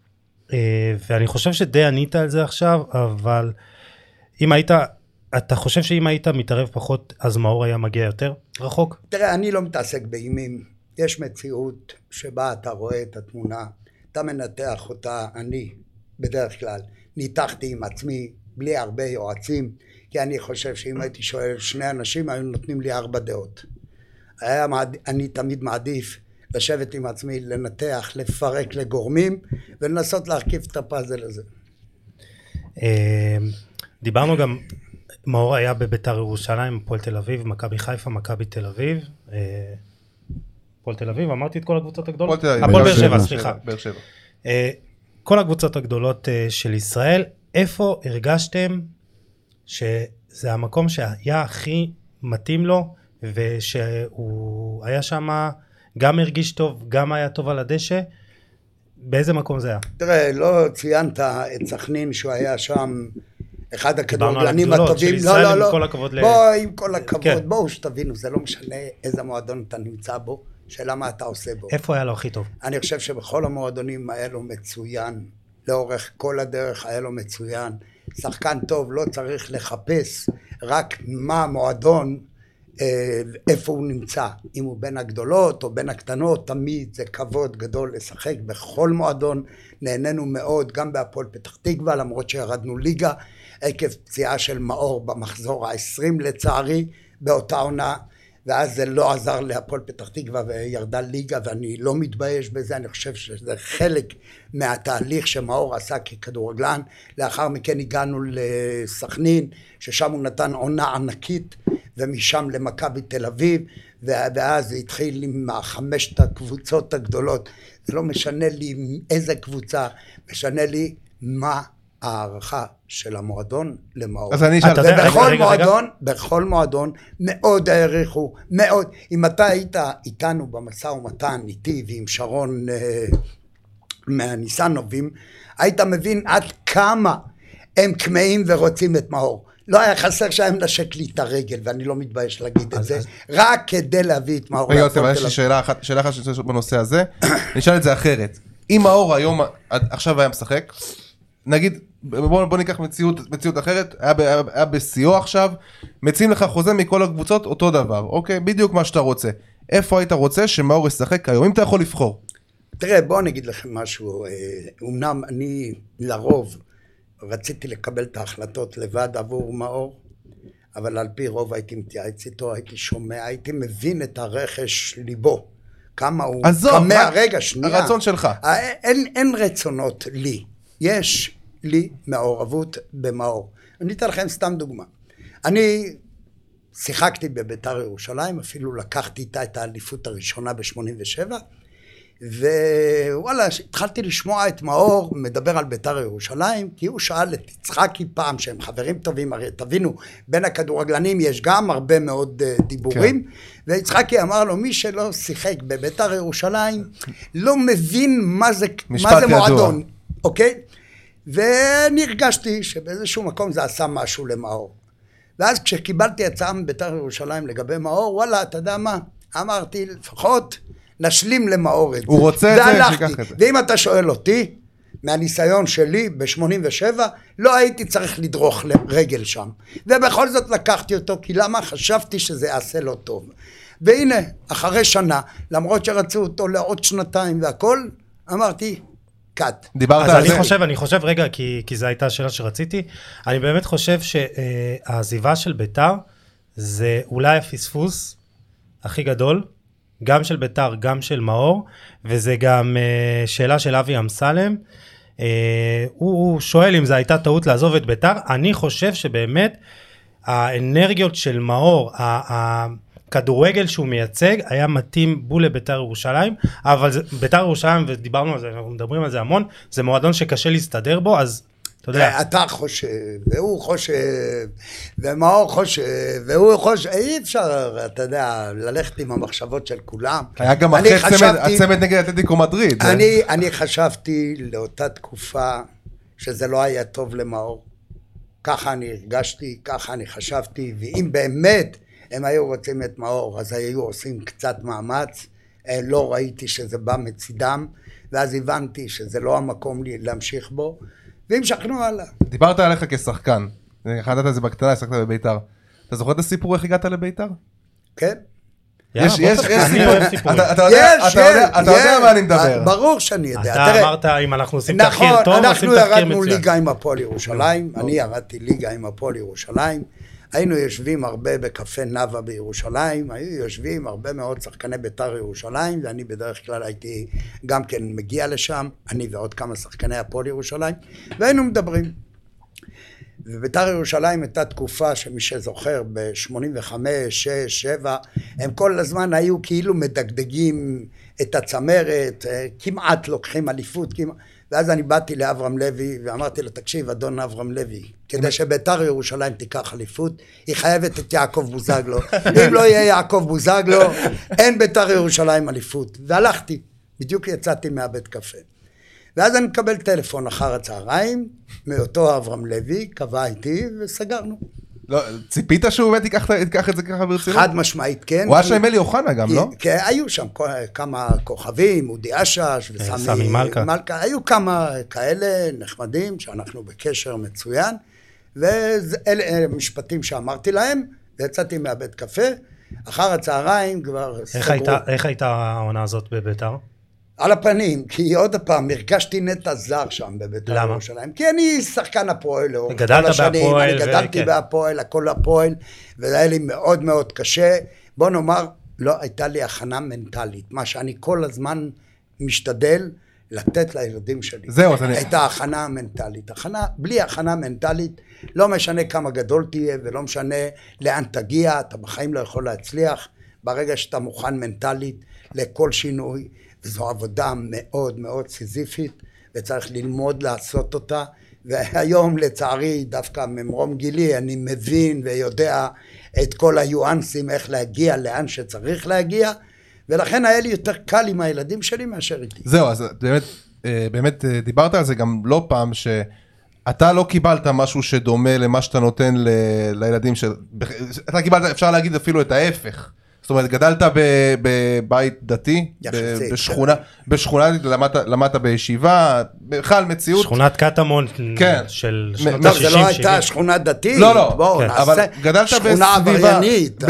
ואני חושב שדי ענית על זה עכשיו, אבל אם היית, אתה חושב שאם היית מתערב פחות, אז מאור היה מגיע יותר רחוק? תראה, אני לא מתעסק באימים. יש מציאות שבה אתה רואה את התמונה, אתה מנתח אותה. אני בדרך כלל ניתחתי עם עצמי בלי הרבה יועצים, כי אני חושב שאם הייתי שואל שני אנשים, היו נותנים לי 4 דעות. אני תמיד מעדיף לשבת עם עצמי, לנתח, לפרק לגורמים, ולנסות להרכיב את הפאזל הזה. דיברנו גם, מאור היה בביתר ירושלים, הפועל תל אביב, מכבי חיפה, מכבי תל אביב, הפועל תל אביב, אמרתי את כל הקבוצות הגדולות? הפועל באר שבע, סליחה. כל הקבוצות הגדולות של ישראל, איפה הרגשתם שזה המקום שהיה הכי מתאים לו, ושהוא היה שם, גם הרגיש טוב, גם היה טוב על הדשא? באיזה מקום זה היה? תראה, לא ציינת את סכנין שהוא היה שם אחד הכדורגלנים הטובים. לא, לא, לא. בוא, עם כל הכבוד, בואו שתבינו, זה לא משנה איזה מועדון אתה נמצא בו, שאלה מה אתה עושה בו. איפה היה לו הכי טוב? אני חושב שבכל המועדונים היה לו מצוין, לאורך כל הדרך היה לו מצוין. שחקן טוב לא צריך לחפש רק מה המועדון, איפה הוא נמצא, אם הוא בין הגדולות או בין הקטנות, תמיד זה כבוד גדול לשחק בכל מועדון. נהנינו מאוד גם בהפועל פתח תקווה, למרות שירדנו ליגה עקב פציעה של מאור במחזור ה-20 לצערי באותה עונה, ואז זה לא עזר להפועל פתח תקווה וירדה ליגה, ואני לא מתבייש בזה. אני חושב שזה חלק מהתהליך שמאור עשה ככדורגלן. לאחר מכן הגענו לסכנין, ששם הוא נתן עונה ענקית, ומשם למכבי תל אביב, ואז זה התחיל עם 5 הקבוצות הגדולות. זה לא משנה לי איזה קבוצה, משנה לי מה הערכה של המועדון למאור. אז אני אשאל, בכל מועדון מאוד העריכו, מאוד. אם אתה היית איתנו במשא ומתן איתי ועם שרון מהניסנובים, היית מבין עד כמה הם כמאים ורוצים את מאור. לא היה חסר שהם נשק לי את הרגל, ואני לא מתבייש להגיד את זה, רק כדי להביא את מאור. רגע, יש לי שאלה אחת שאני רוצה בנושא הזה, נשאל את זה אחרת. אם מאור היום, עכשיו היה משחק, נגיד, בוא ניקח מציאות אחרת, היה בסיוע עכשיו, מציעים לך חוזה מכל הקבוצות אותו דבר, אוקיי? בדיוק מה שאתה רוצה. איפה היית רוצה שמאור ישחק היום, אם אתה יכול לבחור? תראה, בוא נגיד לכם משהו, אמנם אני לרוב רציתי לקבל את ההחלטות לבד עבור מאור, אבל על פי רוב הייתי מתייעץ איתו, הייתי שומע, הייתי מבין את הרכש ליבו, כמה הוא... עזוב, רגע, שנייה. הרצון שלך. אין רצונות לי, יש לי מעורבות במאור. אני אתן לכם סתם דוגמה. אני שיחקתי בביתר ירושלים, אפילו לקחתי איתה את האליפות הראשונה ב-87, ווואלה, התחלתי לשמוע את מאור מדבר על ביתר ירושלים, כי הוא שאל את יצחקי פעם, שהם חברים טובים, הרי תבינו, בין הכדורגלנים יש גם הרבה מאוד דיבורים, כן. ויצחקי אמר לו, מי שלא שיחק בביתר ירושלים, לא מבין מה זה מועדון, אוקיי? ואני הרגשתי שבאיזשהו מקום זה עשה משהו למאור. ואז כשקיבלתי הצעה מביתר ירושלים לגבי מאור, וואלה, אתה יודע מה? אמרתי, לפחות נשלים למאור את זה. הוא רוצה את זה, שיקח את זה. ואם אתה שואל אותי, מהניסיון שלי ב-87, לא הייתי צריך לדרוך לרגל שם. ובכל זאת לקחתי אותו, כי למה? חשבתי שזה יעשה לו טוב. והנה, אחרי שנה, למרות שרצו אותו לעוד 2 והכל, אמרתי, קאט. דיברת על זה? אני חושב רגע, כי זו הייתה השאלה שרציתי, אני באמת חושב שהעזיבה של ביתר, זה אולי הפספוס הכי גדול, גם של ביתר, גם של מאור, וזה גם שאלה של אבי אמסלם, הוא שואל אם זו הייתה טעות לעזוב את ביתר, אני חושב שבאמת האנרגיות של מאור, הכדורגל שהוא מייצג, היה מתאים בול לביתר ירושלים, אבל ביתר ירושלים, ודיברנו על זה, אנחנו מדברים על זה המון, זה מועדון שקשה להסתדר בו, אז אתה יודע. אתה חושב, והוא חושב, ומאור חושב, והוא חושב, אי אפשר, אתה יודע, ללכת עם המחשבות של כולם. היה גם אחרי הצמד נגד אתלטיקו מדריד. אני חשבתי לאותה תקופה שזה לא היה טוב למאור. ככה אני הרגשתי, ככה אני חשבתי, ואם באמת הם היו רוצים את מאור, אז היו עושים קצת מאמץ, לא ראיתי שזה בא מצידם, ואז הבנתי שזה לא המקום לי להמשיך בו, והם שכנו הלאה. דיברת עליך כשחקן, חדדת את זה בקטנה, שחקת בביתר. אתה זוכר את הסיפור איך הגעת לביתר? כן. יש סיפור. אתה יודע מה אני מדבר. ברור שאני יודע. אתה אמרת אם אנחנו עושים תחקיר טוב, אנחנו ירדנו ליגה עם הפועל ירושלים, אני ירדתי ליגה עם הפועל ירושלים, היינו יושבים הרבה בקפה נאווה בירושלים, היו יושבים הרבה מאוד שחקני בית"ר ירושלים, ואני בדרך כלל הייתי גם כן מגיע לשם, אני ועוד כמה שחקני הפועל ירושלים, והיינו מדברים. ובית"ר ירושלים הייתה תקופה שמי שזוכר ב-85, 6, 7, הם כל הזמן היו כאילו מדגדגים את הצמרת, כמעט לוקחים אליפות, ואז אני באתי לאברהם לוי ואמרתי לו, תקשיב אדון אברהם לוי, כדי שבית"ר ירושלים תיקח אליפות, היא חייבת את יעקב בוזגלו, אם לא יהיה יעקב בוזגלו, אין בית"ר ירושלים אליפות, והלכתי, בדיוק יצאתי מהבית קפה. ואז אני מקבל טלפון אחר הצהריים, מאותו אברהם לוי, קבע איתי וסגרנו. לא, ציפית שהוא באמת ייקח את זה ככה ברצינות? חד משמעית, כן. הוא היה שם אלי אוחנה גם, לא? כן, היו שם כמה כוכבים, אודי אשש וסמי מלכה. היו כמה כאלה נחמדים, שאנחנו בקשר מצוין, ואלה משפטים שאמרתי להם, ויצאתי מהבית קפה, אחר הצהריים כבר סגרו. איך הייתה העונה הזאת בבית"ר? על הפנים, כי עוד פעם, הרגשתי נטע זר שם בבית"ר ירושלים, כי אני שחקן הפועל, גדלת בהפועל, אני גדלתי בהפועל, הכל הפועל, וזה היה לי מאוד מאוד קשה, בוא נאמר, לא הייתה לי הכנה מנטלית, מה שאני כל הזמן משתדל לתת לילדים שלי. זהו, הייתה הכנה מנטלית, בלי הכנה מנטלית, לא משנה כמה גדול תהיה, ולא משנה לאן תגיע, אתה בחיים לא יכול להצליח, ברגע שאתה מוכן מנטלית לכל שינוי, וזו עבודה מאוד מאוד סיזיפית, וצריך ללמוד לעשות אותה, והיום לצערי דווקא ממרום גילי אני מבין ויודע את כל היואנסים איך להגיע לאן שצריך להגיע, ולכן היה לי יותר קל עם הילדים שלי מאשר איתי. זהו, אז באמת דיברת על זה גם לא פעם, שאתה לא קיבלת משהו שדומה למה שאתה נותן לילדים, אתה קיבלת, אפשר להגיד אפילו את ההפך, זאת אומרת, גדלת בבית דתי, בשכונה, למדת בישיבה, בכלל מציאות. שכונת קטמון של שנות ה-60. זה לא הייתה שכונה דתית? לא, אבל גדלת שכונה עבריינית.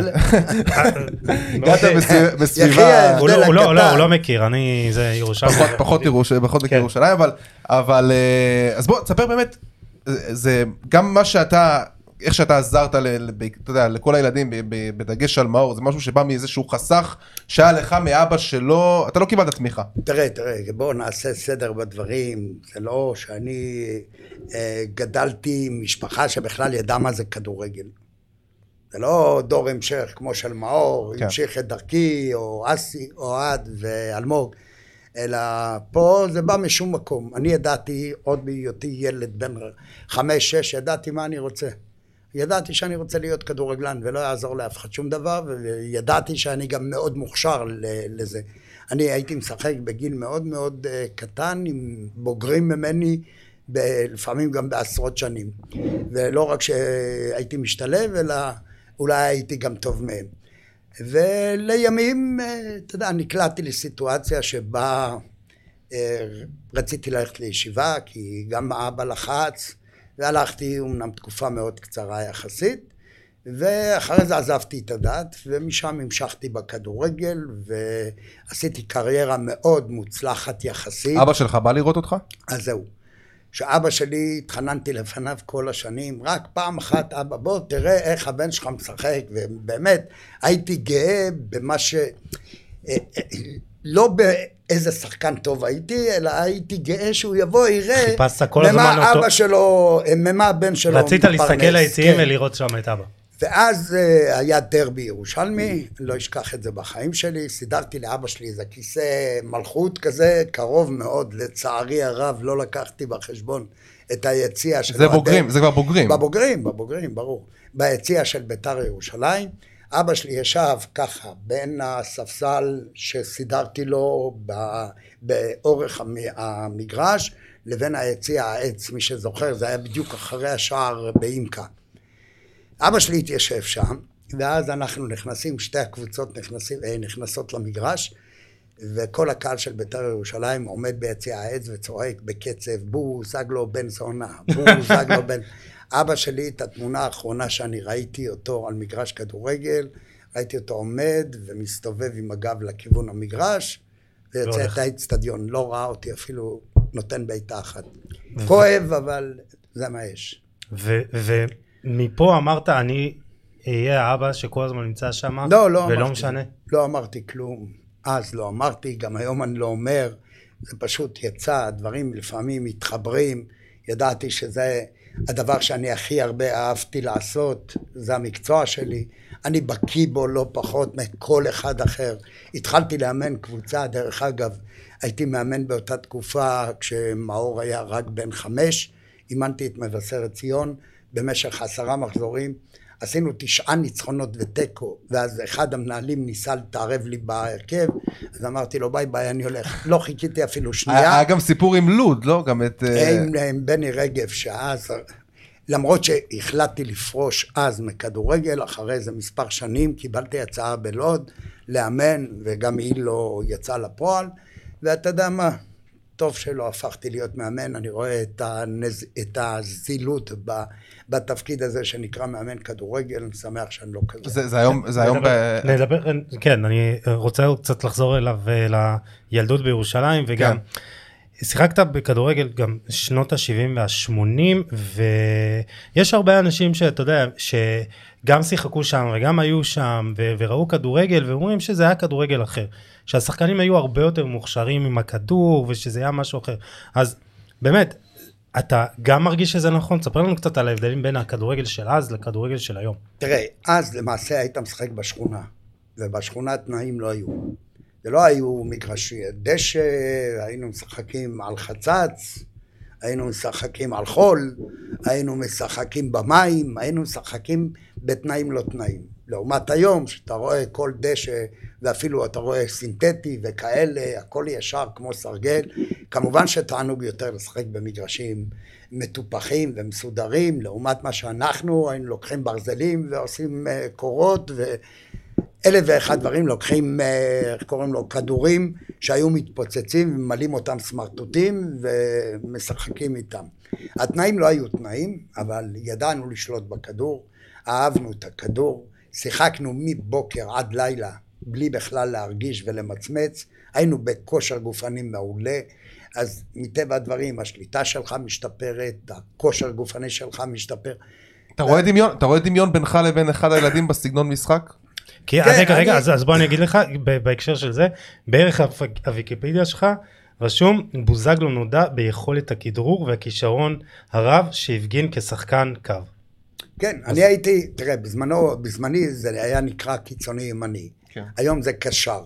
גדלת בסביבה. הוא לא מכיר, זה ירושלים. פחות מכיר ירושלים, אבל, אז בוא, תספר באמת, זה גם מה שאתה, איך שאתה עזרת, אתה יודע, לכל הילדים, בדגש על מאור, זה משהו שבא מאיזשהו חסך, שהיה לך מאבא שלו, אתה לא קיבלת תמיכה. תראה, בואו נעשה סדר בדברים, זה לא שאני גדלתי משפחה שבכלל ידע מה זה כדורגל. זה לא דור המשך כמו של מאור, המשיך את דרכי, או אסי, או עד ואלמוג, אלא פה זה בא משום מקום. אני ידעתי, עוד בהיותי ילד בן 5-6, ידעתי מה אני רוצה. ידעתי שאני רוצה להיות כדורגלן ולא יעזור לאף אחד שום דבר, וידעתי שאני גם מאוד מוכשר לזה. אני הייתי משחק בגיל מאוד מאוד קטן עם בוגרים ממני, לפעמים גם בעשרות שנים. ולא רק שהייתי משתלב, אלא אולי הייתי גם טוב מהם. ולימים, אתה יודע, נקלעתי לסיטואציה שבה רציתי ללכת לישיבה, כי גם האבא לחץ, והלכתי אומנם תקופה מאוד קצרה יחסית, ואחרי זה עזבתי את הדת, ומשם המשכתי בכדורגל, ועשיתי קריירה מאוד מוצלחת יחסית. אבא שלך בא לראות אותך? אז זהו. שאבא שלי, התחננתי לפניו כל השנים, רק פעם אחת, אבא, בוא תראה איך הבן שלך משחק, ובאמת הייתי גאה במה ש... לא באיזה שחקן טוב הייתי, אלא הייתי גאה שהוא יבוא, יראה ממה אבא שלו, ממה הבן שלו מתפרנס. רצית להסתכל ליציעים ולראות שם את אבא. ואז היה דרבי ירושלמי, לא אשכח את זה בחיים שלי, סידרתי לאבא שלי איזה כיסא מלכות כזה, קרוב מאוד, לצערי הרב לא לקחתי בחשבון את היציאה של... זה בוגרים, זה כבר בוגרים. בבוגרים, ברור. ביציאה של בית"ר ירושלים, אבא שלי ישב ככה בין הספסל שסידרתי לו באורך המגרש, לבין היציע העץ, מי שזוכר, זה היה בדיוק אחרי השער באימקה. אבא שלי התיישב שם, ואז אנחנו נכנסים, שתי הקבוצות נכנסות למגרש, וכל הקהל של בית"ר ירושלים עומד ביציע העץ וצועק בקצב, בו זגלו בן זונה, בו זגלו בן... אבא שלי, את התמונה האחרונה שאני ראיתי אותו על מגרש כדורגל, ראיתי אותו עומד ומסתובב עם הגב לכיוון המגרש, ויוצא את האצטדיון, לא ראה אותי אפילו נותן בעיטה אחת. כואב, אבל זה מה יש. מפה אמרת, אני אהיה האבא שכל הזמן נמצא שם, ולא משנה. לא אמרתי כלום, אז לא אמרתי, גם היום אני לא אומר, זה פשוט יצא, הדברים לפעמים מתחברים, ידעתי שזה הדבר שאני הכי הרבה אהבתי לעשות, זה המקצוע שלי, אני בקיא בו לא פחות מכל אחד אחר. התחלתי לאמן קבוצה, דרך אגב, הייתי מאמן באותה תקופה כשמאור היה רק בן 5, אימנתי את מבשרת ציון במשך 10 מחזורים, עשינו 9 ניצחונות וטקו, ואז אחד המנהלים ניסה להתערב לי בהרכב, אז אמרתי לו ביי ביי אני הולך, לא חיכיתי אפילו שנייה. היה גם סיפור עם לוד, לא? גם את... עם בני רגב, שאז, למרות שהחלטתי לפרוש אז מכדורגל, אחרי זה מספר שנים קיבלתי הצעה בלוד לאמן, וגם היא לא יצאה לפועל, ואתה יודע מה, טוב שלא הפכתי להיות מאמן, אני רואה את הזילות בתפקיד הזה שנקרא מאמן כדורגל, אני שמח שאני לא כזה. זה היום נדבר, כן, אני רוצה קצת לחזור אליו לילדות בירושלים, וגם שיחקת בכדורגל גם שנות ה-70 וה-80, ויש הרבה אנשים שאתה יודע, שגם שיחקו שם וגם היו שם, וראו כדורגל, ואומרים שזה היה כדורגל אחר. שהשחקנים היו הרבה יותר מוכשרים עם הכדור, ושזה היה משהו אחר. אז באמת, אתה גם מרגיש שזה נכון? תספר לנו קצת על ההבדלים בין הכדורגל של אז לכדורגל של היום. תראה, אז למעשה היית משחק בשכונה, ובשכונה תנאים לא היו. זה לא היו מגרשי דשא, היינו משחקים על חצץ, היינו משחקים על חול, היינו משחקים במים, היינו משחקים בתנאים לא תנאים. לעומת היום, שאתה רואה כל דשא, ואפילו אתה רואה סינתטי וכאלה, הכל ישר כמו סרגל, כמובן שתענוג יותר לשחק במגרשים מטופחים ומסודרים, לעומת מה שאנחנו היינו לוקחים ברזלים ועושים קורות, ואלף ואחד דברים, לוקחים, איך קוראים לו, כדורים שהיו מתפוצצים וממלאים אותם סמרטוטים ומשחקים איתם. התנאים לא היו תנאים, אבל ידענו לשלוט בכדור, אהבנו את הכדור, שיחקנו מבוקר עד לילה בלי בכלל להרגיש ולמצמץ, היינו בכושר גופני מעולה, אז מטבע הדברים השליטה שלך משתפרת, הכושר גופני שלך משתפר. אתה רואה דמיון בינך לבין אחד הילדים בסגנון משחק? כי רגע, אז בוא אני אגיד לך, בהקשר של זה, בערך הוויקיפדיה שלך, רשום, בוזגלו נודע ביכולת הכדרור והכישרון הרב שהפגין כשחקן קו. כן, אני הייתי, תראה, בזמני זה היה נקרא קיצוני ימני, היום זה קשר.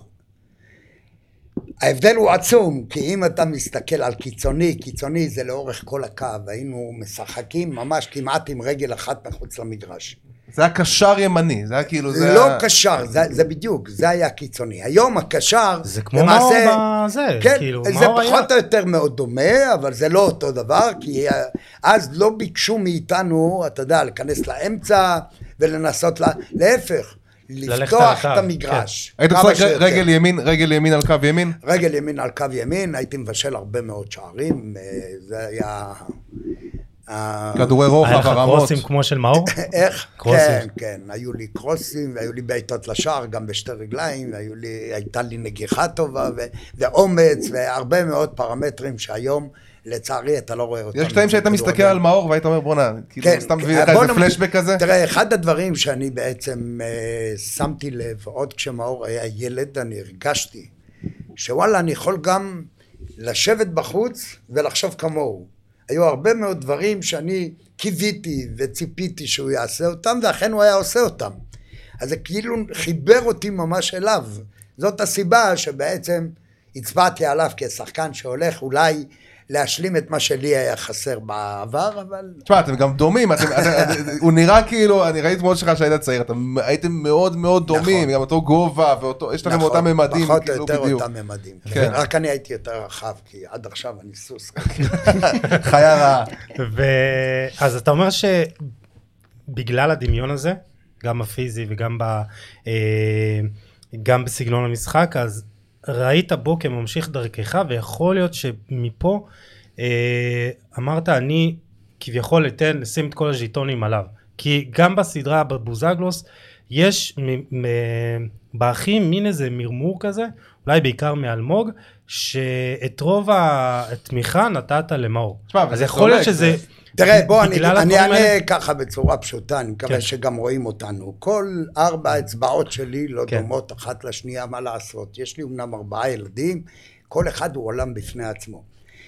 ההבדל הוא עצום, כי אם אתה מסתכל על קיצוני זה לאורך כל הקו, היינו משחקים ממש כמעט עם רגל אחת מחוץ למגרש. זה היה קשר ימני, זה היה כאילו... זה לא קשר, זה בדיוק, זה היה קיצוני. היום הקשר... זה כמו מאור בזה, כן, זה פחות או יותר מאוד דומה, אבל זה לא אותו דבר, כי אז לא ביקשו מאיתנו, אתה יודע, להיכנס לאמצע ולנסות להפך. לפתוח את המגרש. היית משחק רגל ימין על קו ימין? רגל ימין על קו ימין, הייתי מבשל הרבה מאוד שערים, זה היה... כדורי רוחב, הרמות. היה לך קרוסים כמו של מאור? איך? כן, היו לי קרוסים, והיו לי בעיטות לשער, גם בשתי רגליים, הייתה לי נגיחה טובה, ואומץ, והרבה מאוד פרמטרים שהיום, לצערי, אתה לא רואה אותם. יש קטעים שהיית מסתכל על מאור, והיית אומר, בוא'נה, כאילו סתם מביא לך איזה פלשבק כזה? תראה, אחד הדברים שאני בעצם שמתי לב, עוד כשמאור היה ילד, אני הרגשתי, שוואלה, אני יכול גם לשבת בחוץ ולחשוב כמוהו. היו הרבה מאוד דברים שאני קיוויתי וציפיתי שהוא יעשה אותם, ואכן הוא היה עושה אותם. אז זה כאילו חיבר אותי ממש אליו. זאת הסיבה שבעצם הצבעתי עליו כשחקן שהולך אולי להשלים את מה שלי היה חסר בעבר, אבל... תשמע, אתם גם דומים, הוא נראה כאילו, אני ראיתי מאוד שלך שהיית צעיר, אתם הייתם מאוד מאוד דומים, גם אותו גובה, יש לכם אותם ממדים, פחות או יותר אותם ממדים, רק אני הייתי יותר רחב, כי עד עכשיו אני סוס. חיה רעה. אז אתה אומר שבגלל הדמיון הזה, גם הפיזי וגם בסגנון המשחק, אז ראית בו כממשיך דרכך, ויכול להיות שמפה אמרת, אני כביכול נשים את כל הז'יטונים עליו. כי גם בסדרה בבוזגלוס, יש באחים מין איזה מרמור כזה, אולי בעיקר מאלמוג, שאת רוב התמיכה נתת למאור. אז יכול להיות שזה... תראה, בוא, אני אענה ככה בצורה פשוטה, אני מקווה שגם רואים אותנו. כל 4 אצבעות שלי לא דומות אחת לשנייה, מה לעשות? יש לי אמנם 4 ילדים, כל אחד הוא עולם בפני עצמו.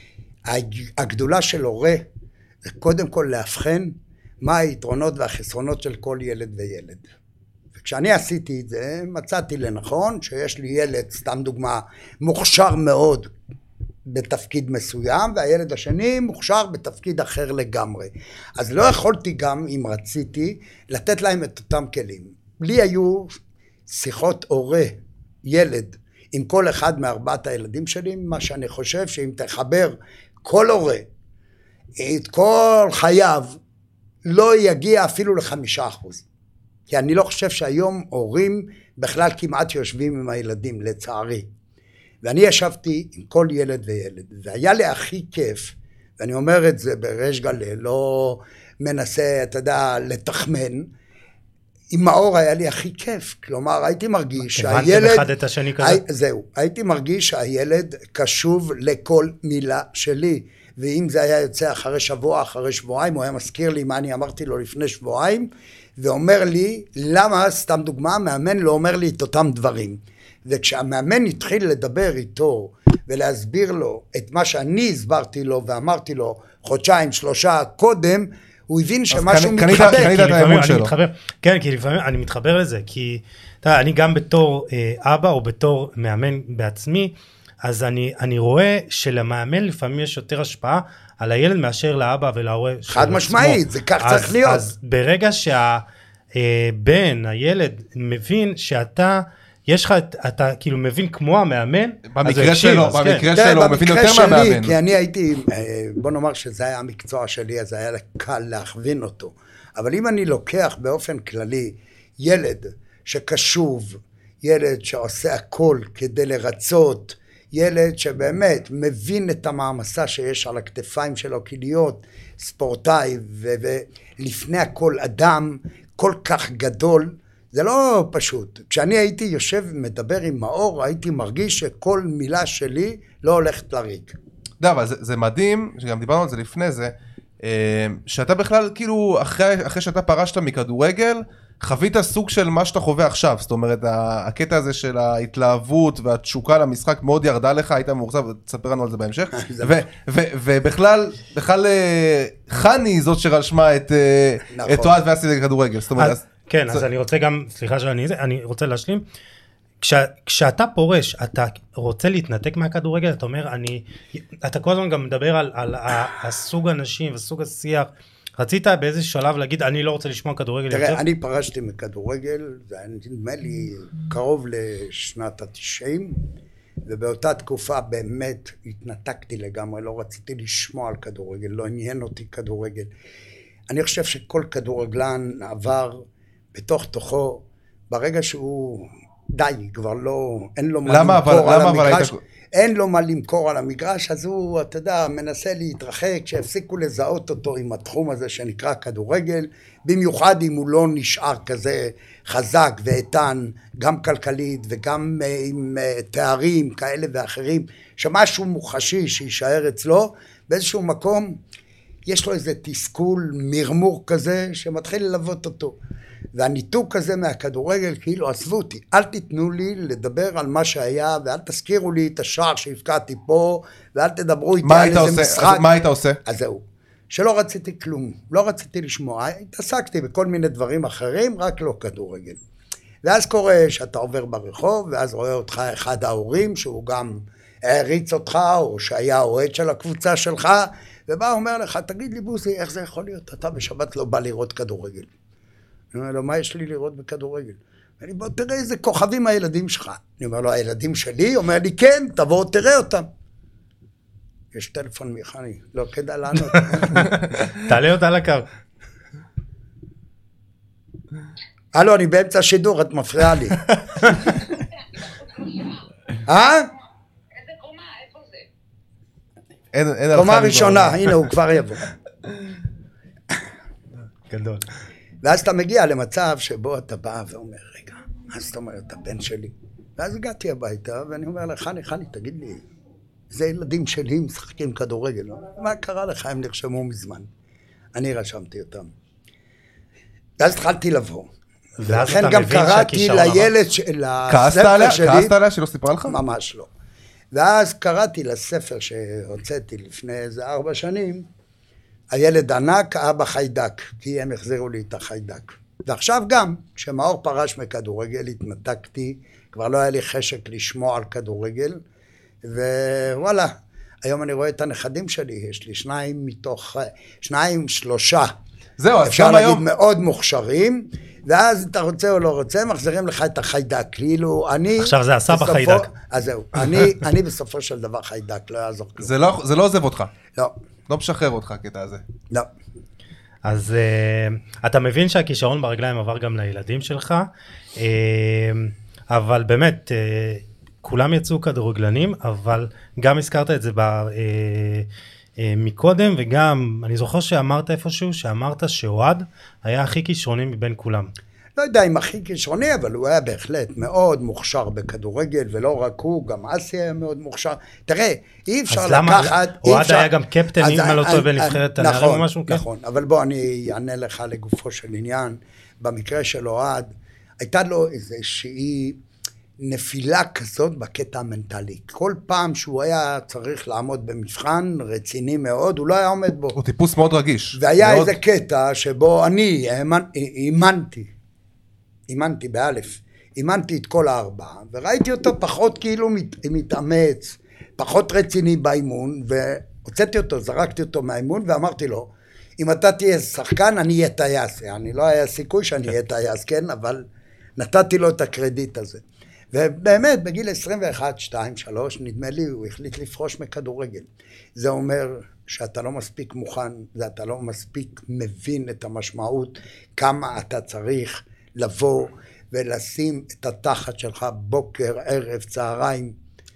הגדולה של הורה, זה קודם כל להבחן מה היתרונות והחסרונות של כל ילד וילד. וכשאני עשיתי את זה, מצאתי לנכון שיש לי ילד, סתם דוגמה, מוכשר מאוד, בתפקיד מסוים, והילד השני מוכשר בתפקיד אחר לגמרי. אז לא יכולתי גם, אם רציתי, לתת להם את אותם כלים. לי היו שיחות הורה, ילד, עם כל אחד מ4 הילדים שלי, מה שאני חושב שאם תחבר כל הורה, את כל חייו, לא יגיע אפילו ל5%. כי אני לא חושב שהיום הורים בכלל כמעט יושבים עם הילדים, לצערי. ואני ישבתי עם כל ילד וילד, והיה לי הכי כיף, ואני אומר את זה בריש גלי, לא מנסה, אתה יודע, לתחמן, עם מאור היה לי הכי כיף, כלומר הייתי מרגיש שהילד... הבנתם אחד את השני כזה? זהו, הייתי מרגיש שהילד קשוב לכל מילה שלי, ואם זה היה יוצא אחרי שבוע, אחרי שבועיים, הוא היה מזכיר לי מה אני אמרתי לו לפני שבועיים, ואומר לי, למה, סתם דוגמה, מאמן לא אומר לי את אותם דברים. וכשהמאמן התחיל לדבר איתו ולהסביר לו את מה שאני הסברתי לו ואמרתי לו 1-3 חודשים קודם, הוא הבין שמשהו מתחבר. כן, כי לפעמים אני מתחבר לזה, כי אני גם בתור אבא או בתור מאמן בעצמי, אז אני רואה שלמאמן לפעמים יש יותר השפעה על הילד מאשר לאבא ולהורה. חד משמעית, זה כך צריך להיות. אז ברגע שהבן, הילד, מבין שאתה, יש לך, אתה כאילו מבין כמו המאמן, במקרה שלו, הוא מבין יותר מהמאמן. כי אני הייתי, בוא נאמר שזה היה המקצוע שלי, אז היה קל להכווין אותו. אבל אם אני לוקח באופן כללי ילד שקשוב, ילד שעושה הכל כדי לרצות, ילד שבאמת מבין את המעמסה שיש על הכתפיים שלו, כי להיות ספורטאי ולפני הכל אדם כל כך גדול, זה לא פשוט. כשאני הייתי יושב ומדבר עם מאור, הייתי מרגיש שכל מילה שלי לא הולכת לריק. אבל זה מדהים, שגם דיברנו על זה לפני זה, שאתה בכלל, כאילו, אחרי שאתה פרשת מכדורגל, חווית סוג של מה שאתה חווה עכשיו, זאת אומרת, הקטע הזה של ההתלהבות והתשוקה למשחק מאוד ירדה לך, היית מאוכזב, תספר לנו על זה בהמשך, ובכלל, חני זאת שרשמה את אוהד ועשי לכדורגל, זאת אומרת, כן, אז אני רוצה גם, סליחה אני רוצה להשלים, כשאתה פורש, אתה רוצה להתנתק מהכדורגל, אתה אומר, אתה כל הזמן גם מדבר על הסוג האנשים וסוג השיח, רצית באיזה שלב להגיד, אני לא רוצה לשמוע כדורגל יותר? תראה, אני פרשתי מכדורגל, זה נדמה לי קרוב לשנת ה-90, ובאותה תקופה באמת התנתקתי לגמרי, לא רציתי לשמוע על כדורגל, לא עניין אותי כדורגל. אני חושב שכל כדורגלן עבר בתוך תוכו, ברגע שהוא די, כבר לא, אין לו מה למכור על המגרש, אין לו מה למכור על המגרש, אז הוא, אתה יודע, מנסה להתרחק, שהפסיקו לזהות אותו עם התחום הזה שנקרא כדורגל, במיוחד אם הוא לא נשאר כזה חזק ואיתן, גם כלכלית וגם עם תארים כאלה ואחרים, שמשהו מוחשי שישאר אצלו, באיזשהו מקום יש לו איזה תסכול, מרמור כזה, שמתחיל ללוות אותו. והניתוק הזה מהכדורגל, כאילו עזבו אותי, אל תיתנו לי לדבר על מה שהיה, ואל תזכירו לי את השער שהפקעתי פה, ואל תדברו איתי על איזה משחק. מה היית עושה? אז זהו, שלא רציתי כלום, לא רציתי לשמוע, התעסקתי בכל מיני דברים אחרים, רק לא כדורגל. ואז קורה שאתה עובר ברחוב, ואז רואה אותך אחד ההורים, שהוא גם העריץ אותך, או שהיה אוהד של הקבוצה שלך, ובא אומר לך, תגיד לי בוסי, איך זה יכול להיות? אתה בשבת לא בא לראות כדורגל. אני אומר לו, מה יש לי לראות בכדורגל? אני בוא, תראה איזה כוכבים הילדים שלך. אני אומר לו, הילדים שלי? אומר לי, כן, תבוא, תראה אותם. יש טלפון מכני, לא כדאי לענות. תעלה אותה לקו. הלו, אני באמצע שידור, את מפריעה לי. איזה קומה? איפה זה? קומה ראשונה, הנה הוא כבר יבוא. גדול. ואז אתה מגיע למצב שבו אתה בא ואומר, רגע, מה זאת אומרת, הבן שלי? ואז הגעתי הביתה, ואני אומר לה, חני, תגיד לי, זה ילדים שלי משחקים כדורגל, מה קרה לך? הם נרשמו מזמן. אני רשמתי אותם. ואז התחלתי לבוא. ולכן גם קראתי לילד, לספר שלי... כעסת עליה שלא סיפרה לך? ממש לא. ואז קראתי לספר שהוצאתי לפני איזה 4 שנים, הילד ענק, אבא חיידק, כי הם החזירו לי את החיידק. ועכשיו גם, כשמאור פרש מכדורגל, התנתקתי, כבר לא היה לי חשק לשמוע על כדורגל, ווואלה, היום אני רואה את הנכדים שלי, יש לי 3 זהו, אז אפשר גם להגיד היום... מאוד מוכשרים, ואז אתה רוצה או לא רוצה, מחזירים לך את החיידק, כאילו אני... עכשיו זה הסבא חיידק. אז זהו, אני בסופו של דבר חיידק, לא יעזור כלום. זה לא עוזב אותך. לא. לא משחרר אותך הקטע הזה. לא. אז אתה מבין שהכישרון ברגליים עבר גם לילדים שלך, אבל באמת, כולם יצאו כדורגלנים, אבל גם הזכרת את זה מקודם, וגם אני זוכר שאמרת איפשהו, שאמרת שאוהד היה הכי כישרוני מבין כולם. לא יודע אם הכי כישרוני, אבל הוא היה בהחלט מאוד מוכשר בכדורגל, ולא רק הוא, גם אסי היה מאוד מוכשר. תראה, אי אפשר לקחת... אוהד היה גם קפטן, אם לא טוב בנבחרת הנערים או משהו? נכון, אבל בוא אני אענה לך לגופו של עניין. במקרה של אוהד, הייתה לו איזושהי נפילה כזאת בקטע המנטלי. כל פעם שהוא היה צריך לעמוד במבחן רציני מאוד, הוא לא היה עומד בו. הוא טיפוס מאוד רגיש. והיה איזה קטע שבו אני אימנתי באלף, אימנתי את כל 4, וראיתי אותו פחות כאילו מתאמץ, פחות רציני באימון, והוצאתי אותו, זרקתי אותו מהאימון, ואמרתי לו, אם אתה תהיה שחקן, אני אהיה טייס. אני לא היה סיכוי שאני אהיה טייס, כן, אבל נתתי לו את הקרדיט הזה. ובאמת, בגיל 21, 2, 3, נדמה לי, הוא החליט לפרוש מכדורגל. זה אומר שאתה לא מספיק מוכן, ואתה לא מספיק מבין את המשמעות, כמה אתה צריך לבוא ולשים את התחת שלך בוקר, ערב, צהריים,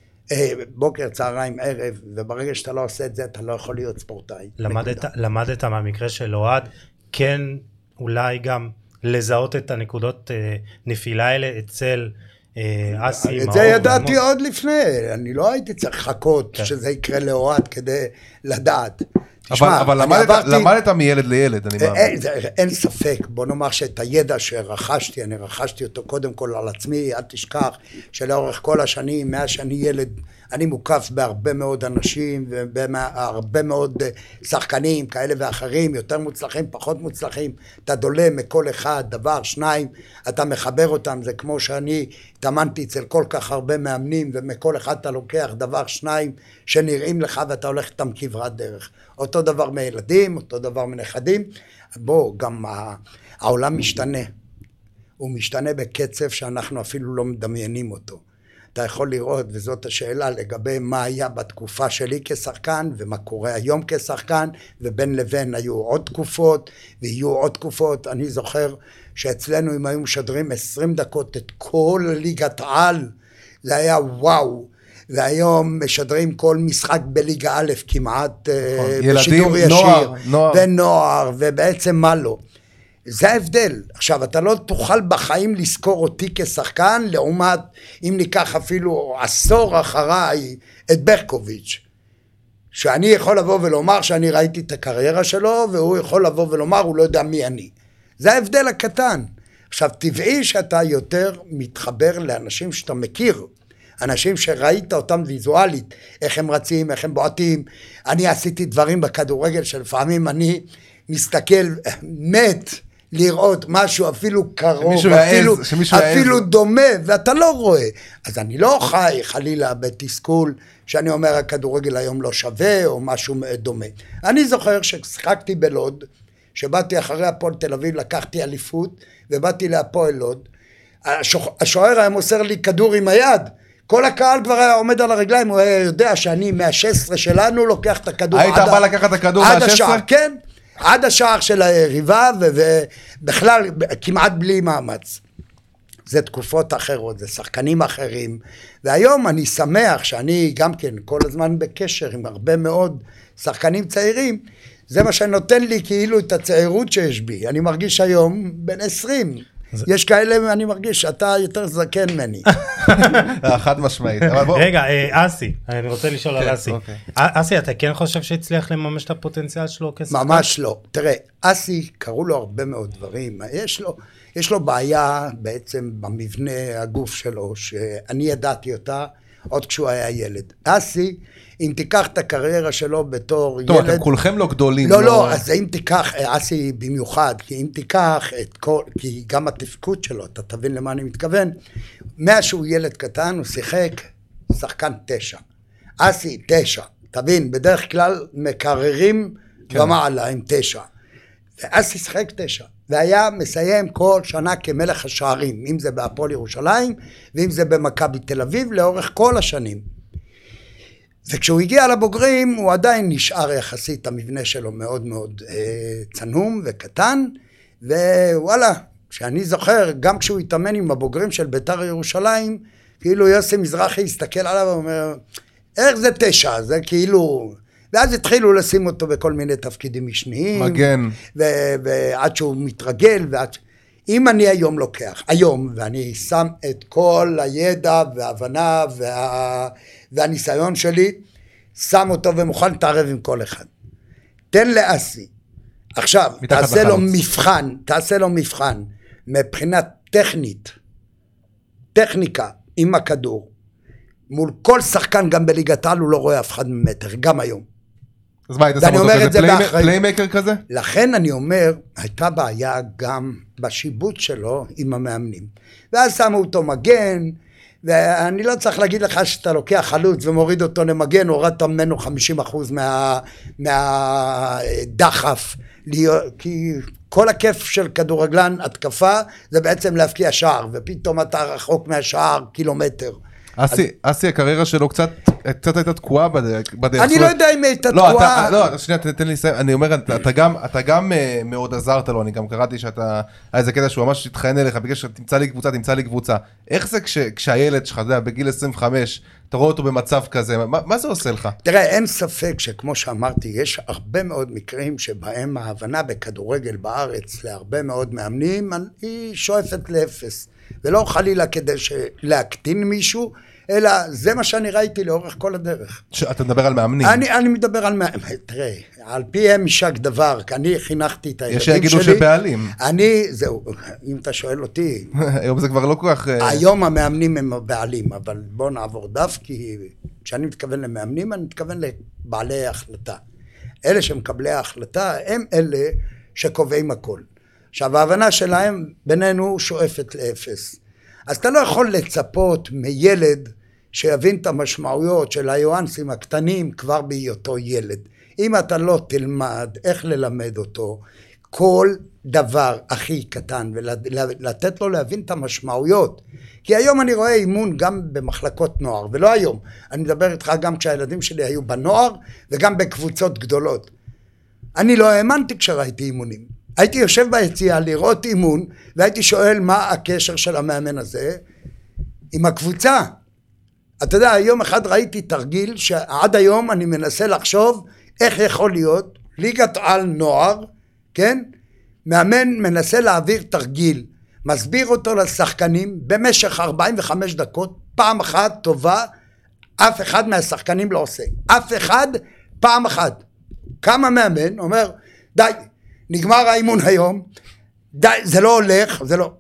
בוקר, צהריים, ערב, וברגע שאתה לא עושה את זה, אתה לא יכול להיות ספורטאי. למדת מהמקרה של אוהד, כן אולי גם לזהות את הנקודות נפילה האלה אצל אסי, את זה ידעתי עוד לפני, אני לא הייתי צריך לחכות שזה יקרה לאוהד כדי לדעת. אבל למדת מילד לילד, אני מאמין. אין ספק, בוא נאמר שאת הידע שרכשתי, אני רכשתי אותו קודם כל על עצמי, אל תשכח שלאורך כל השנים, מאז שאני ילד, אני מוקף בהרבה מאוד אנשים, ובהרבה מאוד שחקנים כאלה ואחרים, יותר מוצלחים, פחות מוצלחים, אתה דולה מכל אחד, דבר, 2, אתה מחבר אותם, זה כמו שאני התאמנתי אצל כל כך הרבה מאמנים, ומכל אחד אתה לוקח דבר, 2, שנראים לך ואתה הולך איתם כברת דרך. אותו דבר מילדים, אותו דבר מנכדים, בוא, גם העולם משתנה, הוא משתנה בקצב שאנחנו אפילו לא מדמיינים אותו. אתה יכול לראות, וזאת השאלה לגבי מה היה בתקופה שלי כשחקן, ומה קורה היום כשחקן, ובין לבין היו עוד תקופות, ויהיו עוד תקופות. אני זוכר שאצלנו אם היו משדרים 20 דקות את כל ליגת העל, זה היה וואו. והיום משדרים כל משחק בליגה א' כמעט בשידור ישיר, ונוער, ובעצם מה לא. זה ההבדל. עכשיו, אתה לא תוכל בחיים לזכור אותי כשחקן, לעומת אם ניקח אפילו עשור אחריי את ברקוביץ', שאני יכול לבוא ולומר שאני ראיתי את הקריירה שלו, והוא יכול לבוא ולומר הוא לא יודע מי אני. זה ההבדל הקטן. עכשיו, טבעי שאתה יותר מתחבר לאנשים שאתה מכיר, אנשים שראית אותם ויזואלית, איך הם רצים, איך הם בועטים. אני עשיתי דברים בכדורגל שלפעמים אני מסתכל מת לראות משהו אפילו קרוב, אפילו דומה, ואתה לא רואה. אז אני לא חי חלילה בתסכול שאני אומר הכדורגל היום לא שווה או משהו דומה. אני זוכר ששחקתי בלוד, שבאתי אחרי הפועל תל אביב, לקחתי אליפות ובאתי להפועל לוד, השוער היה מוסר לי כדור עם היד, כל הקהל כבר היה עומד על הרגליים, הוא היה יודע שאני מה-16 שלנו לוקח את הכדור. היית בא לקחת את הכדור מה-16? עד השער, כן, עד השער של היריבה, ובכלל כמעט בלי מאמץ. זה תקופות אחרות, זה שחקנים אחרים, והיום אני שמח שאני גם כן כל הזמן בקשר עם הרבה מאוד שחקנים צעירים, זה מה שנותן לי כאילו את הצעירות שיש בי. אני מרגיש היום בן 20, יש כאלה, אני מרגיש שאתה יותר זקן ממני. חד משמעית. רגע, אסי, אני רוצה לשאול על אסי. אסי, אתה כן חושב שהצליח לממש את הפוטנציאל שלו כשחקן? ממש לא. תראה, אסי, קראו לו הרבה מאוד דברים. יש לו בעיה בעצם במבנה הגוף שלו, שאני ידעתי אותה עוד כשהוא היה ילד. אסי, אם תיקח את הקריירה שלו בתור ילד... טוב, אתם כולכם לא גדולים. לא, אז אם תיקח, אסי במיוחד, כי אם תיקח את כל... כי גם התפקוד שלו, אתה תבין למה אני מתכוון, שהוא ילד קטן, הוא שיחק שחקן 9. אסי 9, תבין, בדרך כלל מקררים ומעלה עם 9. ואסי שיחק 9. והיה מסיים כל שנה כמלך השערים, אם זה בהפועל ירושלים, ואם זה במכבי תל אביב, לאורך כל השנים. וכשהוא הגיע לבוגרים, הוא עדיין נשאר יחסית, המבנה שלו מאוד מאוד צנום וקטן, ווואלה, שאני זוכר, גם כשהוא התאמן עם הבוגרים של בית"ר ירושלים, כאילו יוסי מזרחי הסתכל עליו ואומר, איך זה 9? זה כאילו... ואז התחילו לשים אותו בכל מיני תפקידים משניים. מגן. ועד שהוא מתרגל, אם אני היום לוקח, ואני שם את כל הידע וההבנה והניסיון שלי, שם אותו ומוכן להתערב עם כל אחד. תן לאסי. עכשיו, תעשה לו מבחן, מבחינה טכניקה עם הכדור, מול כל שחקן גם בליגת העל הוא לא רואה אף אחד ממטר, גם היום. אז מה, היית שם אותו כזה פליימקר כזה? לכן אני אומר, הייתה בעיה גם בשיבוט שלו עם המאמנים. ואז שמו אותו מגן, ואני לא צריך להגיד לך שאתה לוקח חלוץ ומוריד אותו למגן, הורדת ממנו 50% מהדחף, כי כל הכיף של כדורגלן התקפה זה בעצם להפקיע שער, ופתאום אתה רחוק מהשער קילומטר. אסי, הקריירה שלו קצת הייתה תקועה בדרך. אני לא יודע אם הייתה תקועה. לא, שנייה, תן לי לסיים. אני אומר, אתה גם מאוד עזרת לו, אני גם קראתי שאתה, היה איזה קטע שהוא ממש התחיין אליך, בגלל שתמצא לי קבוצה. איך זה כשהילד שלך, בגיל 25, אתה רואה אותו במצב כזה, מה זה עושה לך? תראה, אין ספק שכמו שאמרתי, יש הרבה מאוד מקרים שבהם ההבנה בכדורגל בארץ להרבה מאוד מאמנים, היא שואפת לאפס. ולא חלילה כדי להקטין מישהו, אלא זה מה שאני ראיתי לאורך כל הדרך. אתה מדבר על מאמנים? אני מדבר על מאמנים, תראה, על פיהם משק דבר, אני חינכתי את הילדים שלי. יש שיגידו שבעלים. זהו, אם אתה שואל אותי. היום זה כבר לא כל כך... היום המאמנים הם הבעלים, אבל בוא נעבור דף, כי כשאני מתכוון למאמנים, אני מתכוון לבעלי ההחלטה. אלה שמקבלי ההחלטה, הם אלה שקובעים הכל. עכשיו, ההבנה שלהם בינינו שואפת לאפס. אז אתה לא יכול לצפות מילד שיבין את המשמעויות של היואנסים הקטנים כבר בהיותו ילד. אם אתה לא תלמד איך ללמד אותו, כל דבר הכי קטן, ולתת לו להבין את המשמעויות. כי היום אני רואה אימון גם במחלקות נוער, ולא היום. אני מדבר איתך גם כשהילדים שלי היו בנוער, וגם בקבוצות גדולות. אני לא האמנתי כשראיתי אימונים. הייתי יושב ביציאה לראות אימון, והייתי שואל מה הקשר של המאמן הזה עם הקבוצה. אתה יודע, יום אחד ראיתי תרגיל שעד היום אני מנסה לחשוב איך יכול להיות ליגת על נוער, כן? מאמן מנסה להעביר תרגיל, מסביר אותו לשחקנים במשך 45 דקות, פעם אחת טובה, אף אחד מהשחקנים לא עושה. אף אחד, פעם אחת. כמה מאמן אומר, די, נגמר האימון היום, די, זה לא הולך, זה לא...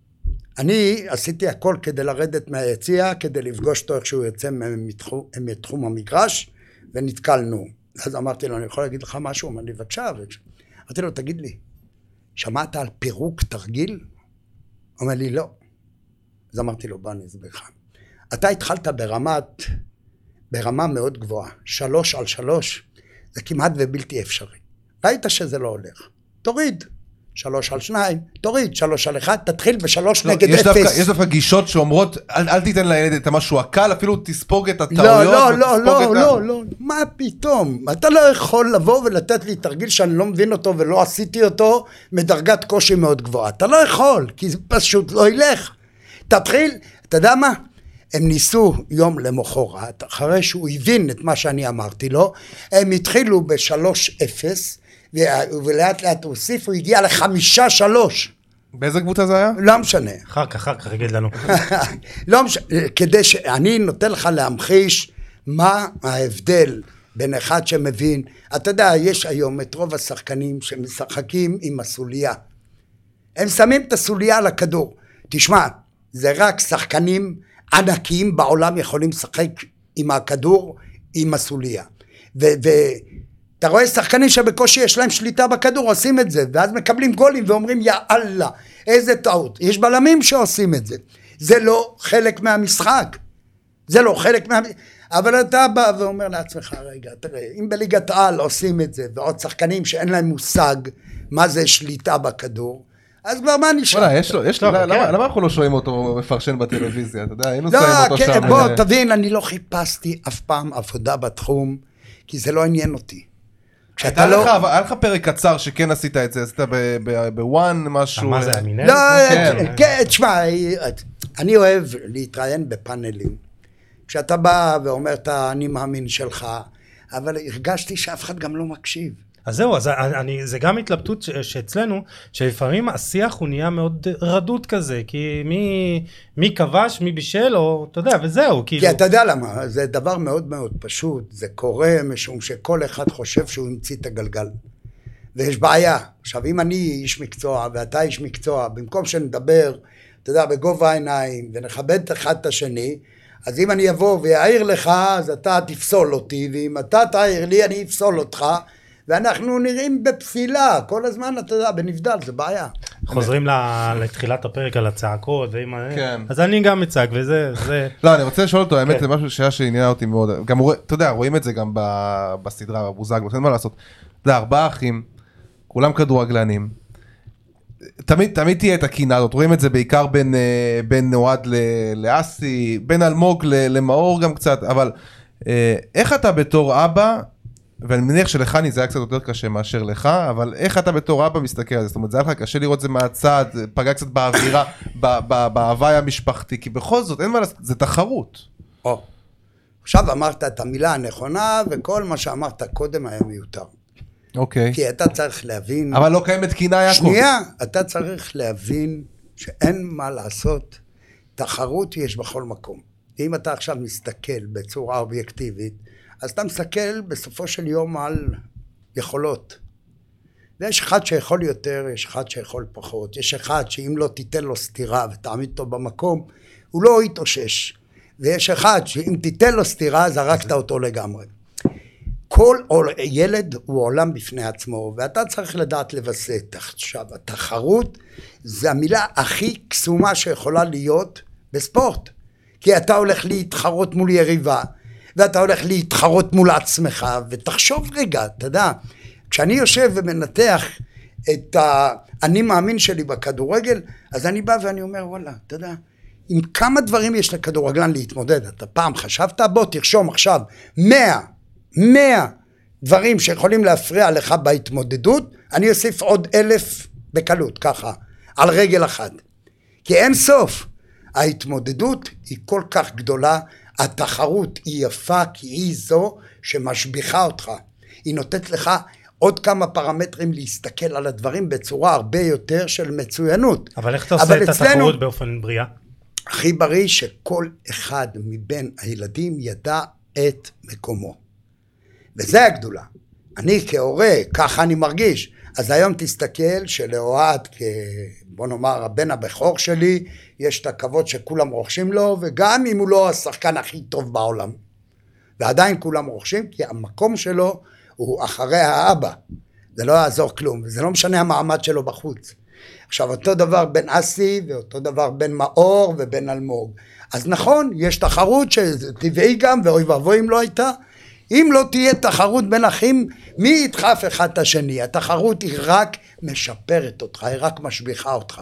אני עשיתי הכל כדי לרדת מהיציאה, כדי לפגוש אותו איך שהוא יוצא מתחום המגרש, ונתקלנו. אז אמרתי לו, אני יכול להגיד לך משהו? אמר לי, בבקשה. אמרתי לו, תגיד לי, שמעת על פירוק תרגיל? אומר לי, לא. אז אמרתי לו, בוא אני אסביר לך. אתה התחלת ברמה מאוד גבוהה, 3 על 3, זה כמעט ובלתי אפשרי. ראית שזה לא הולך. תוריד 3 על 2, תוריד 3 על 1, תתחיל ב3 נגד 0. יש דווקא גישות שאומרות, אל תיתן לילד את המשהו הקל, אפילו תספוג את הטעויות. לא, מה פתאום? אתה לא יכול לבוא ולתת לי תרגיל שאני לא מבין אותו ולא עשיתי אותו, מדרגת קושי מאוד גבוהה. אתה לא יכול, כי זה פשוט לא ילך. תתחיל, אתה יודע מה? הם ניסו יום למחרת, אחרי שהוא הבין את מה שאני אמרתי לו, הם התחילו ב3-0, ולאט לאט הוסיף, הוא הגיע ל5-3. באיזה קבוצה זה היה? לא משנה. אחר כך, יגיד לנו. לא משנה, כדי שאני נותן לך להמחיש מה ההבדל בין אחד שמבין, אתה יודע, יש היום את רוב השחקנים שמשחקים עם הסוליה. הם שמים את הסוליה על הכדור. תשמע, זה רק שחקנים ענקיים בעולם יכולים לשחק עם הכדור, עם הסוליה. ואתה רואה שחקנים שבקושי יש להם שליטה בכדור, עושים את זה, ואז מקבלים גולים ואומרים, יא אללה, איזה טעות. יש בלמים שעושים את זה. זה לא חלק מהמשחק. זה לא חלק אבל אתה בא ואומר לעצמך, רגע, תראה, אם בליגת העל עושים את זה, ועוד שחקנים שאין להם מושג מה זה שליטה בכדור, אז כבר מה נשאר? וואלה, יש לו, למה אנחנו לא שומעים אותו מפרשן בטלוויזיה? אתה יודע, היינו שמים אותו שם. בוא, תבין, אני לא חיפשתי אף פעם עבודה בתחום, כי זה לא עניין אותי. היה לך פרק קצר שכן עשית את זה, עשית בוואן משהו. מה זה, המינל? לא, כן, תשמע, אני אוהב להתראיין בפאנלים. כשאתה בא ואומר את אני מאמין שלך, אבל הרגשתי שאף אחד גם לא מקשיב. אז זהו, זה גם התלבטות שאצלנו, שלפעמים השיח הוא נהיה מאוד רדוד כזה, כי מי כבש, מי בישל, או אתה יודע, וזהו. כי אתה יודע למה, זה דבר מאוד מאוד פשוט, זה קורה משום שכל אחד חושב שהוא המציא את הגלגל. ויש בעיה. עכשיו, אם אני איש מקצוע ואתה איש מקצוע, במקום שנדבר, אתה יודע, בגובה העיניים, ונכבד אחד את השני, אז אם אני אבוא ויעיר לך, אז אתה תפסול אותי, ואם אתה תעיר לי, אני אפסול אותך, ואנחנו נראים בפסילה, כל הזמן, אתה יודע, בנבדל, זה בעיה. חוזרים לתחילת הפרק על הצעקות, אז אני גם מצעק, וזה... לא, אני רוצה לשאול אותו, האמת, זה משהו שעניין אותי מאוד, גם, אתה יודע, רואים את זה גם בסדרה, בבוזגלו, אין מה לעשות. אתה יודע, 4 אחים, כולם כדורגלנים, תמיד תהיה את הקינה הזאת, רואים את זה בעיקר בין אוהד לאסי, בין אלמוג למאור גם קצת, אבל איך אתה בתור אבא, ואני מניח שלחני זה היה קצת יותר קשה מאשר לך, אבל איך אתה בתור אבא מסתכל על זה? זאת אומרת, זה היה לך קשה לראות זה מהצד, פגע קצת באווירה, בהוואי המשפחתי, כי בכל זאת, אין מה לעשות, זה תחרות. עכשיו אמרת את המילה הנכונה, וכל מה שאמרת קודם היה מיותר. אוקיי. כי אתה צריך להבין... אבל לא קיימת קינה יעקב. שנייה, אתה צריך להבין שאין מה לעשות, תחרות יש בכל מקום. אם אתה עכשיו מסתכל בצורה אובייקטיבית, אז אתה מסתכל בסופו של יום על יכולות. ויש אחד שיכול יותר, יש אחד שיכול פחות. יש אחד שאם לא תיתן לו סתירה ותעמיד אותו במקום, הוא לא יתאושש. ויש אחד שאם תיתן לו סתירה, זרקת אותו לגמרי. כל ילד הוא עולם בפני עצמו, ואתה צריך לדעת לבסט. עכשיו, התחרות זה המילה הכי קסומה שיכולה להיות בספורט. כי אתה הולך להתחרות מול יריבה, ואתה הולך להתחרות מול עצמך, ותחשוב רגע, אתה יודע, כשאני יושב ומנתח את אני מאמין שלי בכדורגל, אז אני בא ואני אומר, וואלה, אתה יודע, עם כמה דברים יש לכדורגלן להתמודד, אתה פעם חשבת, בוא תרשום עכשיו 100 דברים שיכולים להפריע לך בהתמודדות, אני אוסיף עוד 1,000 בקלות, ככה, על רגל אחת. כי אין סוף, ההתמודדות היא כל כך גדולה, התחרות היא יפה כי היא זו שמשביחה אותך. היא נותנת לך עוד כמה פרמטרים להסתכל על הדברים בצורה הרבה יותר של מצוינות. אבל איך אתה עושה את התחרות באופן בריאה? הכי בריא שכל אחד מבין הילדים ידע את מקומו. וזה הגדולה. אני כהורה, ככה אני מרגיש. אז היום תסתכל שלאוהד, בוא נאמר, הבן הבכור שלי, יש את הכבוד שכולם רוכשים לו, וגם אם הוא לא השחקן הכי טוב בעולם. ועדיין כולם רוכשים, כי המקום שלו הוא אחרי האבא. זה לא יעזור כלום, וזה לא משנה המעמד שלו בחוץ. עכשיו, אותו דבר בין אסי, ואותו דבר בין מאור ובין אלמוג. אז נכון, יש תחרות שטבעי גם, ואוי ואבוי אם לא הייתה. אם לא תהיה תחרות בין אחים, מי ידחף אחד את השני? התחרות היא רק משפרת אותך, היא רק משביחה אותך.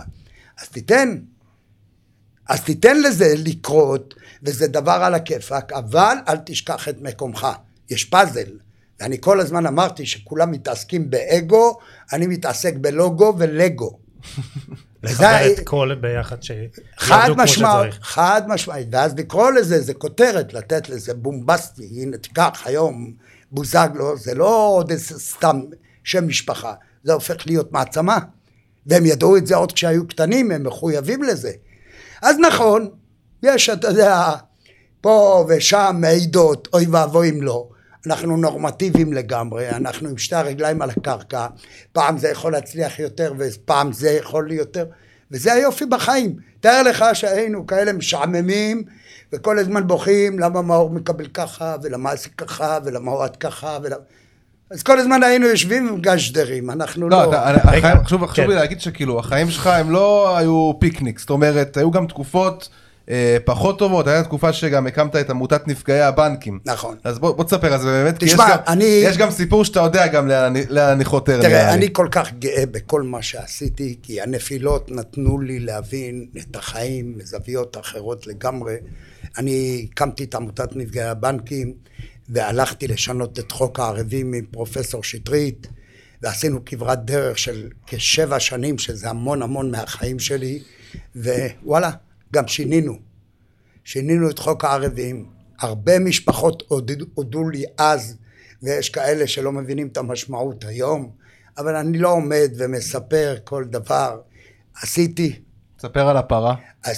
אז תיתן לזה לקרות, וזה דבר על הכיפק, אבל אל תשכח את מקומך. יש פאזל, ואני כל הזמן אמרתי שכולם מתעסקים באגו, אני מתעסק בלוגו ולגו. לחבר את כל ביחד שיעבדו כמו שצריך. חד משמעית, ואז לקרוא לזה, זה כותרת, לתת לזה בומבסטי, הנה תיקח היום בוזגלו, זה לא עוד סתם שם משפחה, זה הופך להיות מעצמה, והם ידעו את זה עוד כשהיו קטנים, הם מחויבים לזה. אז נכון, יש, אתה יודע, פה ושם מעידות, אוי ואבוי אם לא, אנחנו נורמטיביים לגמרי, אנחנו עם שתי הרגליים על הקרקע, פעם זה יכול להצליח יותר ופעם זה יכול יותר, וזה היופי בחיים. תאר לך שהיינו כאלה משעממים וכל הזמן בוכים למה מאור מקבל ככה ולמה זה ככה ולמה הוא עד ככה אז כל הזמן היינו יושבים עם גשדרים, אנחנו לא... חשוב לי להגיד שכאילו החיים שלך הם לא היו פיקניק, זאת אומרת היו גם תקופות פחות טובות, הייתה תקופה שגם הקמת את עמותת נפגעי הבנקים. נכון. אז בוא תספר, אז באמת, תשמע, יש גם סיפור שאתה יודע גם לאן אני חותר. תראה, אני כל כך גאה בכל מה שעשיתי, כי הנפילות נתנו לי להבין את החיים מזוויות אחרות לגמרי. אני הקמתי את עמותת נפגעי הבנקים, והלכתי לשנות את חוק הערבים עם פרופסור שטרית, ועשינו כברת דרך של כ7 שנים, שזה המון המון מהחיים שלי, ווואלה, גם שינינו את חוק הערבים, הרבה משפחות הודו לי אז, ויש כאלה שלא מבינים את המשמעות היום, אבל אני לא עומד ומספר כל דבר, עשיתי. תספר על הפרה.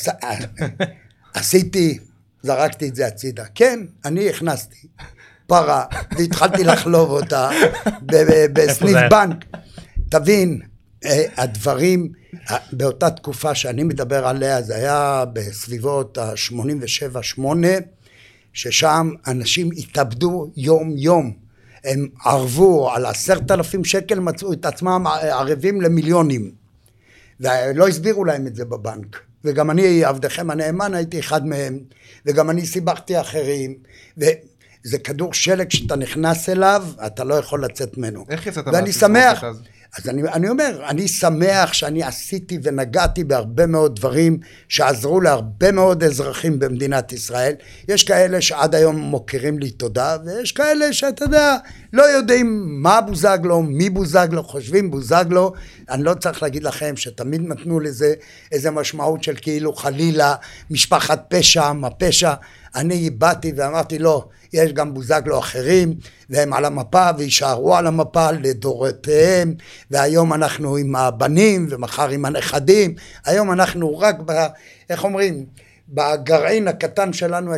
עשיתי, זרקתי את זה הצידה, כן, אני הכנסתי פרה, והתחלתי לחלוב אותה בסניף בנק, תבין, הדברים באותה תקופה שאני מדבר עליה זה היה בסביבות ה-87-8 ששם אנשים התאבדו יום יום, הם ערבו על 10,000 שקל, מצאו את עצמם ערבים למיליונים ולא הסבירו להם את זה בבנק, וגם אני עבדכם הנאמן הייתי אחד מהם, וגם אני סיבכתי אחרים, וזה כדור שלג שאתה נכנס אליו אתה לא יכול לצאת ממנו. איך יצאת ואני שמח אז אני אומר, אני שמח שאני עשיתי ונגעתי בהרבה מאוד דברים שעזרו להרבה מאוד אזרחים במדינת ישראל. יש כאלה שעד היום מוכרים לי תודה, ויש כאלה שאתה יודע, לא יודעים מה בוזגלו, מי בוזגלו, חושבים בוזגלו. אני לא צריך להגיד לכם שתמיד נתנו לזה איזה משמעות של כאילו חלילה, משפחת פשע, מה פשע. אני באתי ואמרתי לא, יש גם בוזגלו אחרים, והם על המפה וישארו על המפה לדורותיהם, והיום אנחנו עם הבנים ומחר עם הנכדים, היום אנחנו רק איך אומרים, בגרעין הקטן שלנו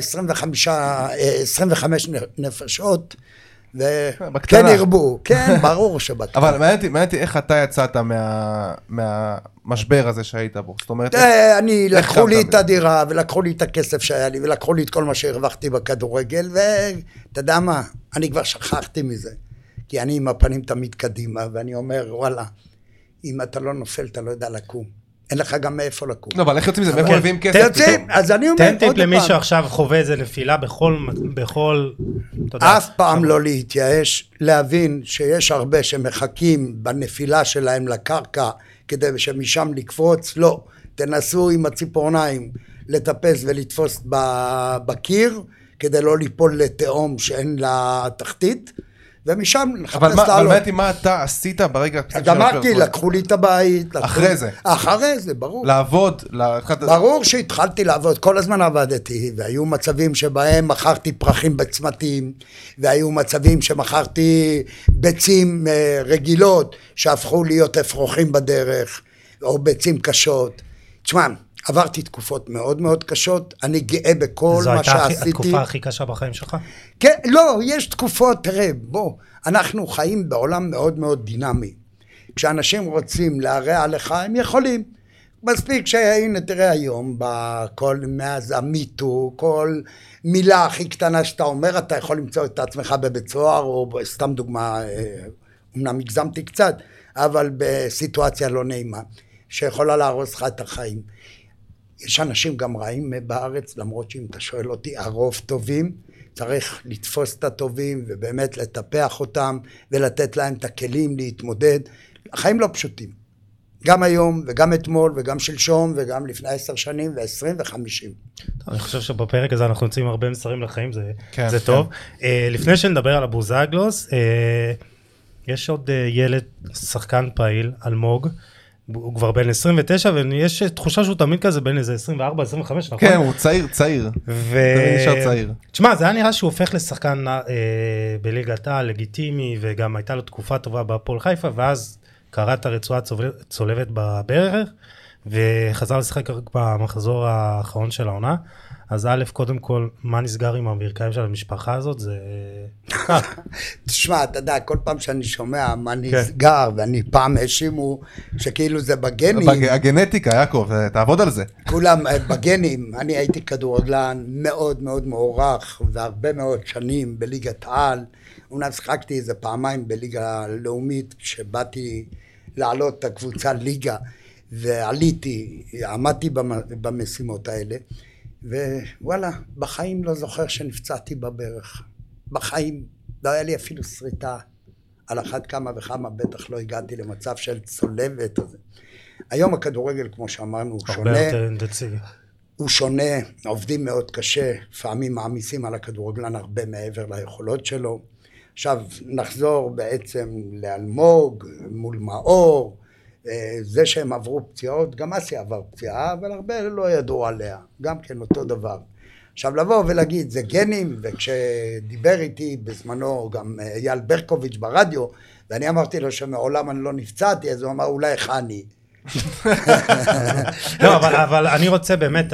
25 נפשות, וכן ירבו, כן, ברור שבקטנה. אבל מעניין אותי איך אתה יצאת מהמשבר הזה שהיית בו, זאת אומרת... אני, לקחו לי את הדירה, ולקחו לי את הכסף שהיה לי, ולקחו לי את כל מה שהרווחתי בכדורגל, ואתה יודע מה, אני כבר שכחתי מזה, כי אני עם הפנים תמיד קדימה, ואני אומר, וואלה, אם אתה לא נופל, אתה לא יודע לקום. אין לך גם מאיפה לקום. לא, אבל איך יוצאים מזה? מאיפה מביאים כסף? אז אני אומר, תן טיפ למי שעכשיו חווה איזה נפילה בכל... אף פעם לא להתייאש, להבין שיש הרבה שמחכים בנפילה שלהם לקרקע, כדי שמשם לקפוץ, לא. תנסו עם הציפורניים לטפס ולתפוס בקיר, כדי לא ליפול לתאום שאין לה תחתית, ומשם לחפש לעלות. אבל מעניין מה אתה עשית ברגע... גמרתי, לקחו לי את הבית. אחרי זה? אחרי זה, ברור. לעבוד? ברור שהתחלתי לעבוד, כל הזמן עבדתי, והיו מצבים שבהם מכרתי פרחים בצמתים, והיו מצבים שמכרתי ביצים רגילות, שהפכו להיות אפרוחים בדרך, או ביצים קשות. תשמע, עברתי תקופות מאוד מאוד קשות, אני גאה בכל מה שעשיתי. זו הייתה התקופה הכי קשה בחיים שלך? כן, לא, יש תקופות, תראה, בוא, אנחנו חיים בעולם מאוד מאוד דינמי. כשאנשים רוצים להרע לך, הם יכולים. מספיק שהנה, תראה היום, מאז המיטו, כל מילה הכי קטנה שאתה אומר, אתה יכול למצוא את עצמך בבית סוהר, או סתם דוגמה, אמנם הגזמתי קצת, אבל בסיטואציה לא נעימה, שיכולה להרוס לך את החיים. יש אנשים גם רעים בארץ, למרות שאם אתה שואל אותי, הרוב טובים, צריך לתפוס את הטובים ובאמת לטפח אותם ולתת להם את הכלים להתמודד. החיים לא פשוטים. גם היום וגם אתמול וגם שלשום וגם לפני 10 שנים ו20 ו50. אני חושב שבפרק הזה אנחנו יוצאים הרבה מסרים לחיים, זה טוב. לפני שנדבר על הבוזגלוס, יש עוד ילד, שחקן פעיל, אלמוג, הוא כבר בן 29, ויש תחושה שהוא תמיד כזה בין איזה 24, 25, נכון? כן, הוא צעיר. תמיד נשאר צעיר. תשמע, זה היה נראה שהוא הופך לשחקן בליגת העל, לגיטימי, וגם הייתה לו תקופה טובה בהפועל חיפה, ואז קרע את הרצועה צולבת בברך, וחזר לשחק רק במחזור האחרון של העונה. אז א', קודם כל, מה נסגר עם הברכיים של המשפחה הזאת? זה כך. תשמע, אתה יודע, כל פעם שאני שומע מה נסגר, ואני פעם האשימו שכאילו זה בגנים. הגנטיקה, יעקב, תעבוד על זה. כולם בגנים. אני הייתי כדורגלן מאוד מאוד מוערך, והרבה מאוד שנים בליגת העל. אומנם שחקתי איזה פעמיים בליגה לאומית, כשבאתי לעלות את הקבוצה ליגה, ועליתי, עמדתי במשימות האלה. ווואלה, בחיים לא זוכר שנפצעתי בברך. בחיים לא היה לי אפילו שריטה. על אחת כמה וכמה בטח לא הגעתי למצב של צולבת. היום הכדורגל, כמו שאמרנו, הוא שונה. הרבה יותר אינטנסיבי. הוא שונה, עובדים מאוד קשה, לפעמים מעמיסים על הכדורגלן הרבה מעבר ליכולות שלו. עכשיו נחזור בעצם לאלמוג, מול מאור, זה שהם עברו פציעות, גם אסי עבר פציעה, אבל הרבה לא ידעו עליה, גם כן אותו דבר. עכשיו לבוא ולהגיד, זה גנים, וכשדיבר איתי בזמנו גם אייל ברקוביץ' ברדיו, ואני אמרתי לו שמעולם אני לא נפצעתי, אז הוא אמר, אולי איך אני. לא, אבל אני רוצה באמת,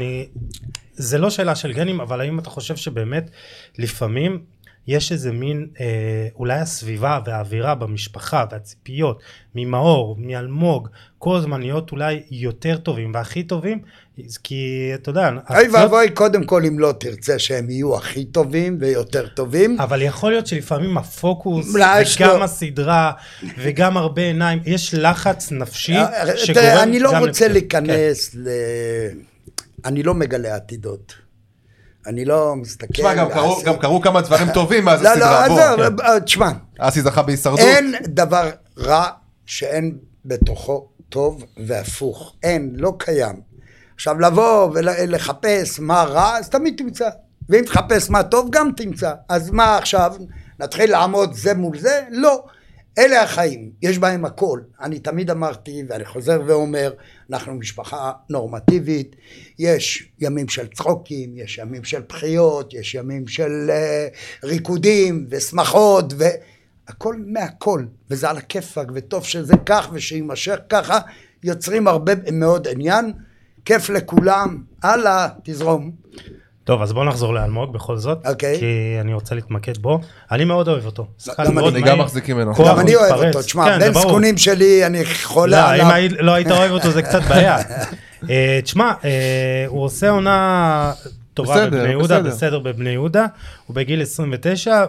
זה לא שאלה של גנים, אבל האם אתה חושב שבאמת לפעמים יש איזה מין, אולי הסביבה והאווירה במשפחה והציפיות ממאור, מאלמוג, כל הזמן להיות אולי יותר טובים והכי טובים, כי אתה יודע... אוי ואבוי, קודם כל אם לא תרצה שהם יהיו הכי טובים ויותר טובים. אבל יכול להיות שלפעמים הפוקוס וגם הסדרה וגם הרבה עיניים, יש לחץ נפשי שגורם... אני לא רוצה להיכנס ל... אני לא מגלה עתידות. אני לא מסתכל... תשמע, גם קראו כמה דברים טובים מאז הסדרה. לא, תשמע. אסי זכה בהישרדות. אין דבר רע שאין בתוכו טוב והפוך. אין, לא קיים. עכשיו לבוא ולחפש מה רע, אז תמיד תמצא. ואם תחפש מה טוב, גם תמצא. אז מה עכשיו? נתחיל לעמוד זה מול זה? לא. אלה החיים, יש בהם הכל. אני תמיד אמרתי, ואני חוזר ואומר, אנחנו משפחה נורמטיבית, יש ימים של צחוקים, יש ימים של בחיות, יש ימים של ריקודים ושמחות, והכל מהכל, וזה על הכיפק, וטוב שזה כך ושימשך ככה, יוצרים הרבה מאוד עניין, כיף לכולם, הלאה, תזרום. טוב, אז בוא נחזור לאלמוג בכל זאת, כי אני רוצה להתמקד בו. אני מאוד אוהב אותו. אני גם מחזיק ממנו. גם אני אוהב אותו. תשמע, בין זקונים שלי אני חולה עליו. אם לא היית אוהב אותו זה קצת בעיה. תשמע, הוא עושה עונה טובה בבני יהודה, בסדר בבני יהודה, הוא בגיל 29,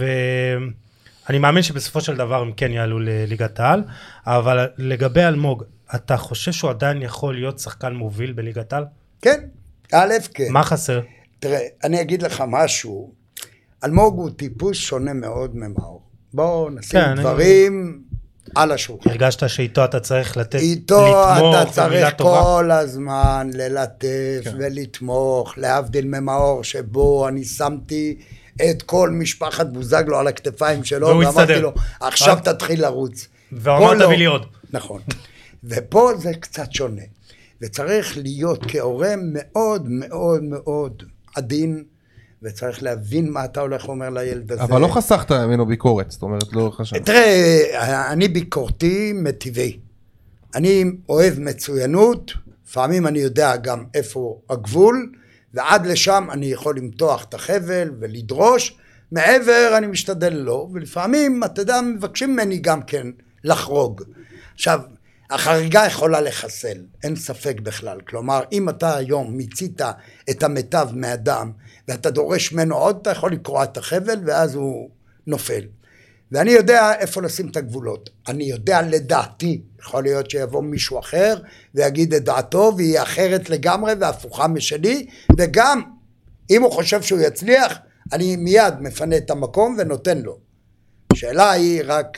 ואני מאמין שבסופו של דבר הם כן יעלו לליגת העל, אבל לגבי אלמוג, אתה חושב שהוא עדיין יכול להיות שחקן מוביל בליגת העל? כן. א', כן. מה חסר? תראה, אני אגיד לך משהו, אלמוג הוא טיפוס שונה מאוד ממאור. בואו נשים דברים על השולחן. הרגשת שאיתו אתה צריך לתת, איתו אתה צריך כל הזמן ללטף ולתמוך, להבדיל ממאור שבו אני שמתי את כל משפחת בוזגלו על הכתפיים שלו, ואמרתי לו, עכשיו תתחיל לרוץ. ואמרת בי לי עוד. נכון. ופה זה קצת שונה. וצריך להיות כהורה מאוד מאוד מאוד עדין, וצריך להבין מה אתה הולך ואומר לילד הזה. אבל לא חסכת ממנו ביקורת, זאת אומרת, לא חשב. תראה, אני ביקורתי מטבעי. אני אוהב מצוינות, לפעמים אני יודע גם איפה הגבול, ועד לשם אני יכול למתוח את החבל ולדרוש, מעבר אני משתדל לא, ולפעמים, אתה יודע, מבקשים ממני גם כן לחרוג. עכשיו, החריגה יכולה לחסל, אין ספק בכלל. כלומר, אם אתה היום מיצית את המיטב מאדם, ואתה דורש ממנו עוד, אתה יכול לקרוע את החבל, ואז הוא נופל. ואני יודע איפה לשים את הגבולות. אני יודע לדעתי, יכול להיות שיבוא מישהו אחר, ויגיד את דעתו, והיא אחרת לגמרי, והפוכה משלי, וגם, אם הוא חושב שהוא יצליח, אני מיד מפנה את המקום ונותן לו. השאלה היא רק...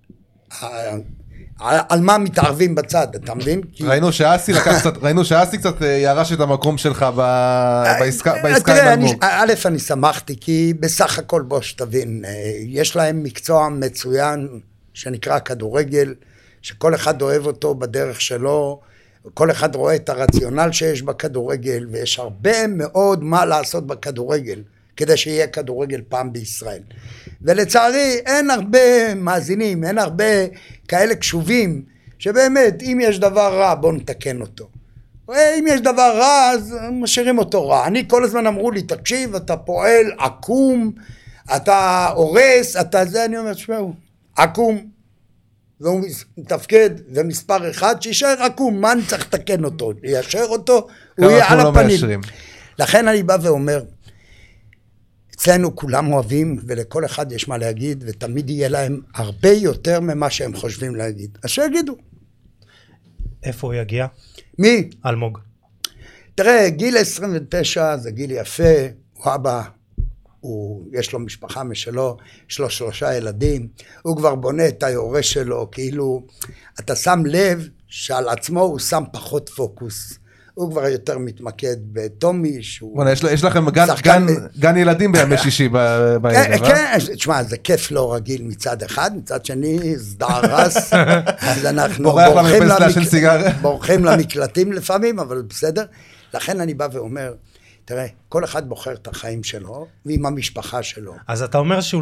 על מה מתערבים בצד, אתה מבין? ראינו שאסי קצת ירש את המקום שלך בעסקה עם אלמוג. א', אני שמחתי, כי בסך הכל בוא שתבין, יש להם מקצוע מצוין שנקרא כדורגל, שכל אחד אוהב אותו בדרך שלו, כל אחד רואה את הרציונל שיש בכדורגל, ויש הרבה מאוד מה לעשות בכדורגל, כדי שיהיה כדורגל פעם בישראל. ולצערי אין הרבה מאזינים, אין הרבה כאלה קשובים, שבאמת אם יש דבר רע בוא נתקן אותו. אם יש דבר רע אז משאירים אותו רע. אני כל הזמן אמרו לי, תקשיב, אתה פועל עקום, אתה הורס, אתה זה, אני אומר, תשמעו, עקום, והוא מתפקד, ומספר אחד, שישאר עקום, מה אני צריך לתקן אותו? ליישר אותו, הוא יהיה על הפנים. לכן אני בא ואומר, אצלנו כולם אוהבים, ולכל אחד יש מה להגיד, ותמיד יהיה להם הרבה יותר ממה שהם חושבים להגיד. אז שיגידו. איפה הוא יגיע? מי? אלמוג. תראה, גיל 29 זה גיל יפה, הוא אבא, יש לו משפחה משלו, יש לו 3 ילדים, הוא כבר בונה את היורש שלו, כאילו, אתה שם לב שעל עצמו הוא שם פחות פוקוס. הוא כבר יותר מתמקד בטומי, שהוא... יש לכם גן ילדים בימי שישי בערב, כן, תשמע, זה כיף לא רגיל מצד אחד, מצד שני, זדערס, אז אנחנו בורחים למקלטים לפעמים, אבל בסדר. לכן אני בא ואומר, תראה, כל אחד בוחר את החיים שלו, ועם המשפחה שלו. אז אתה אומר שהוא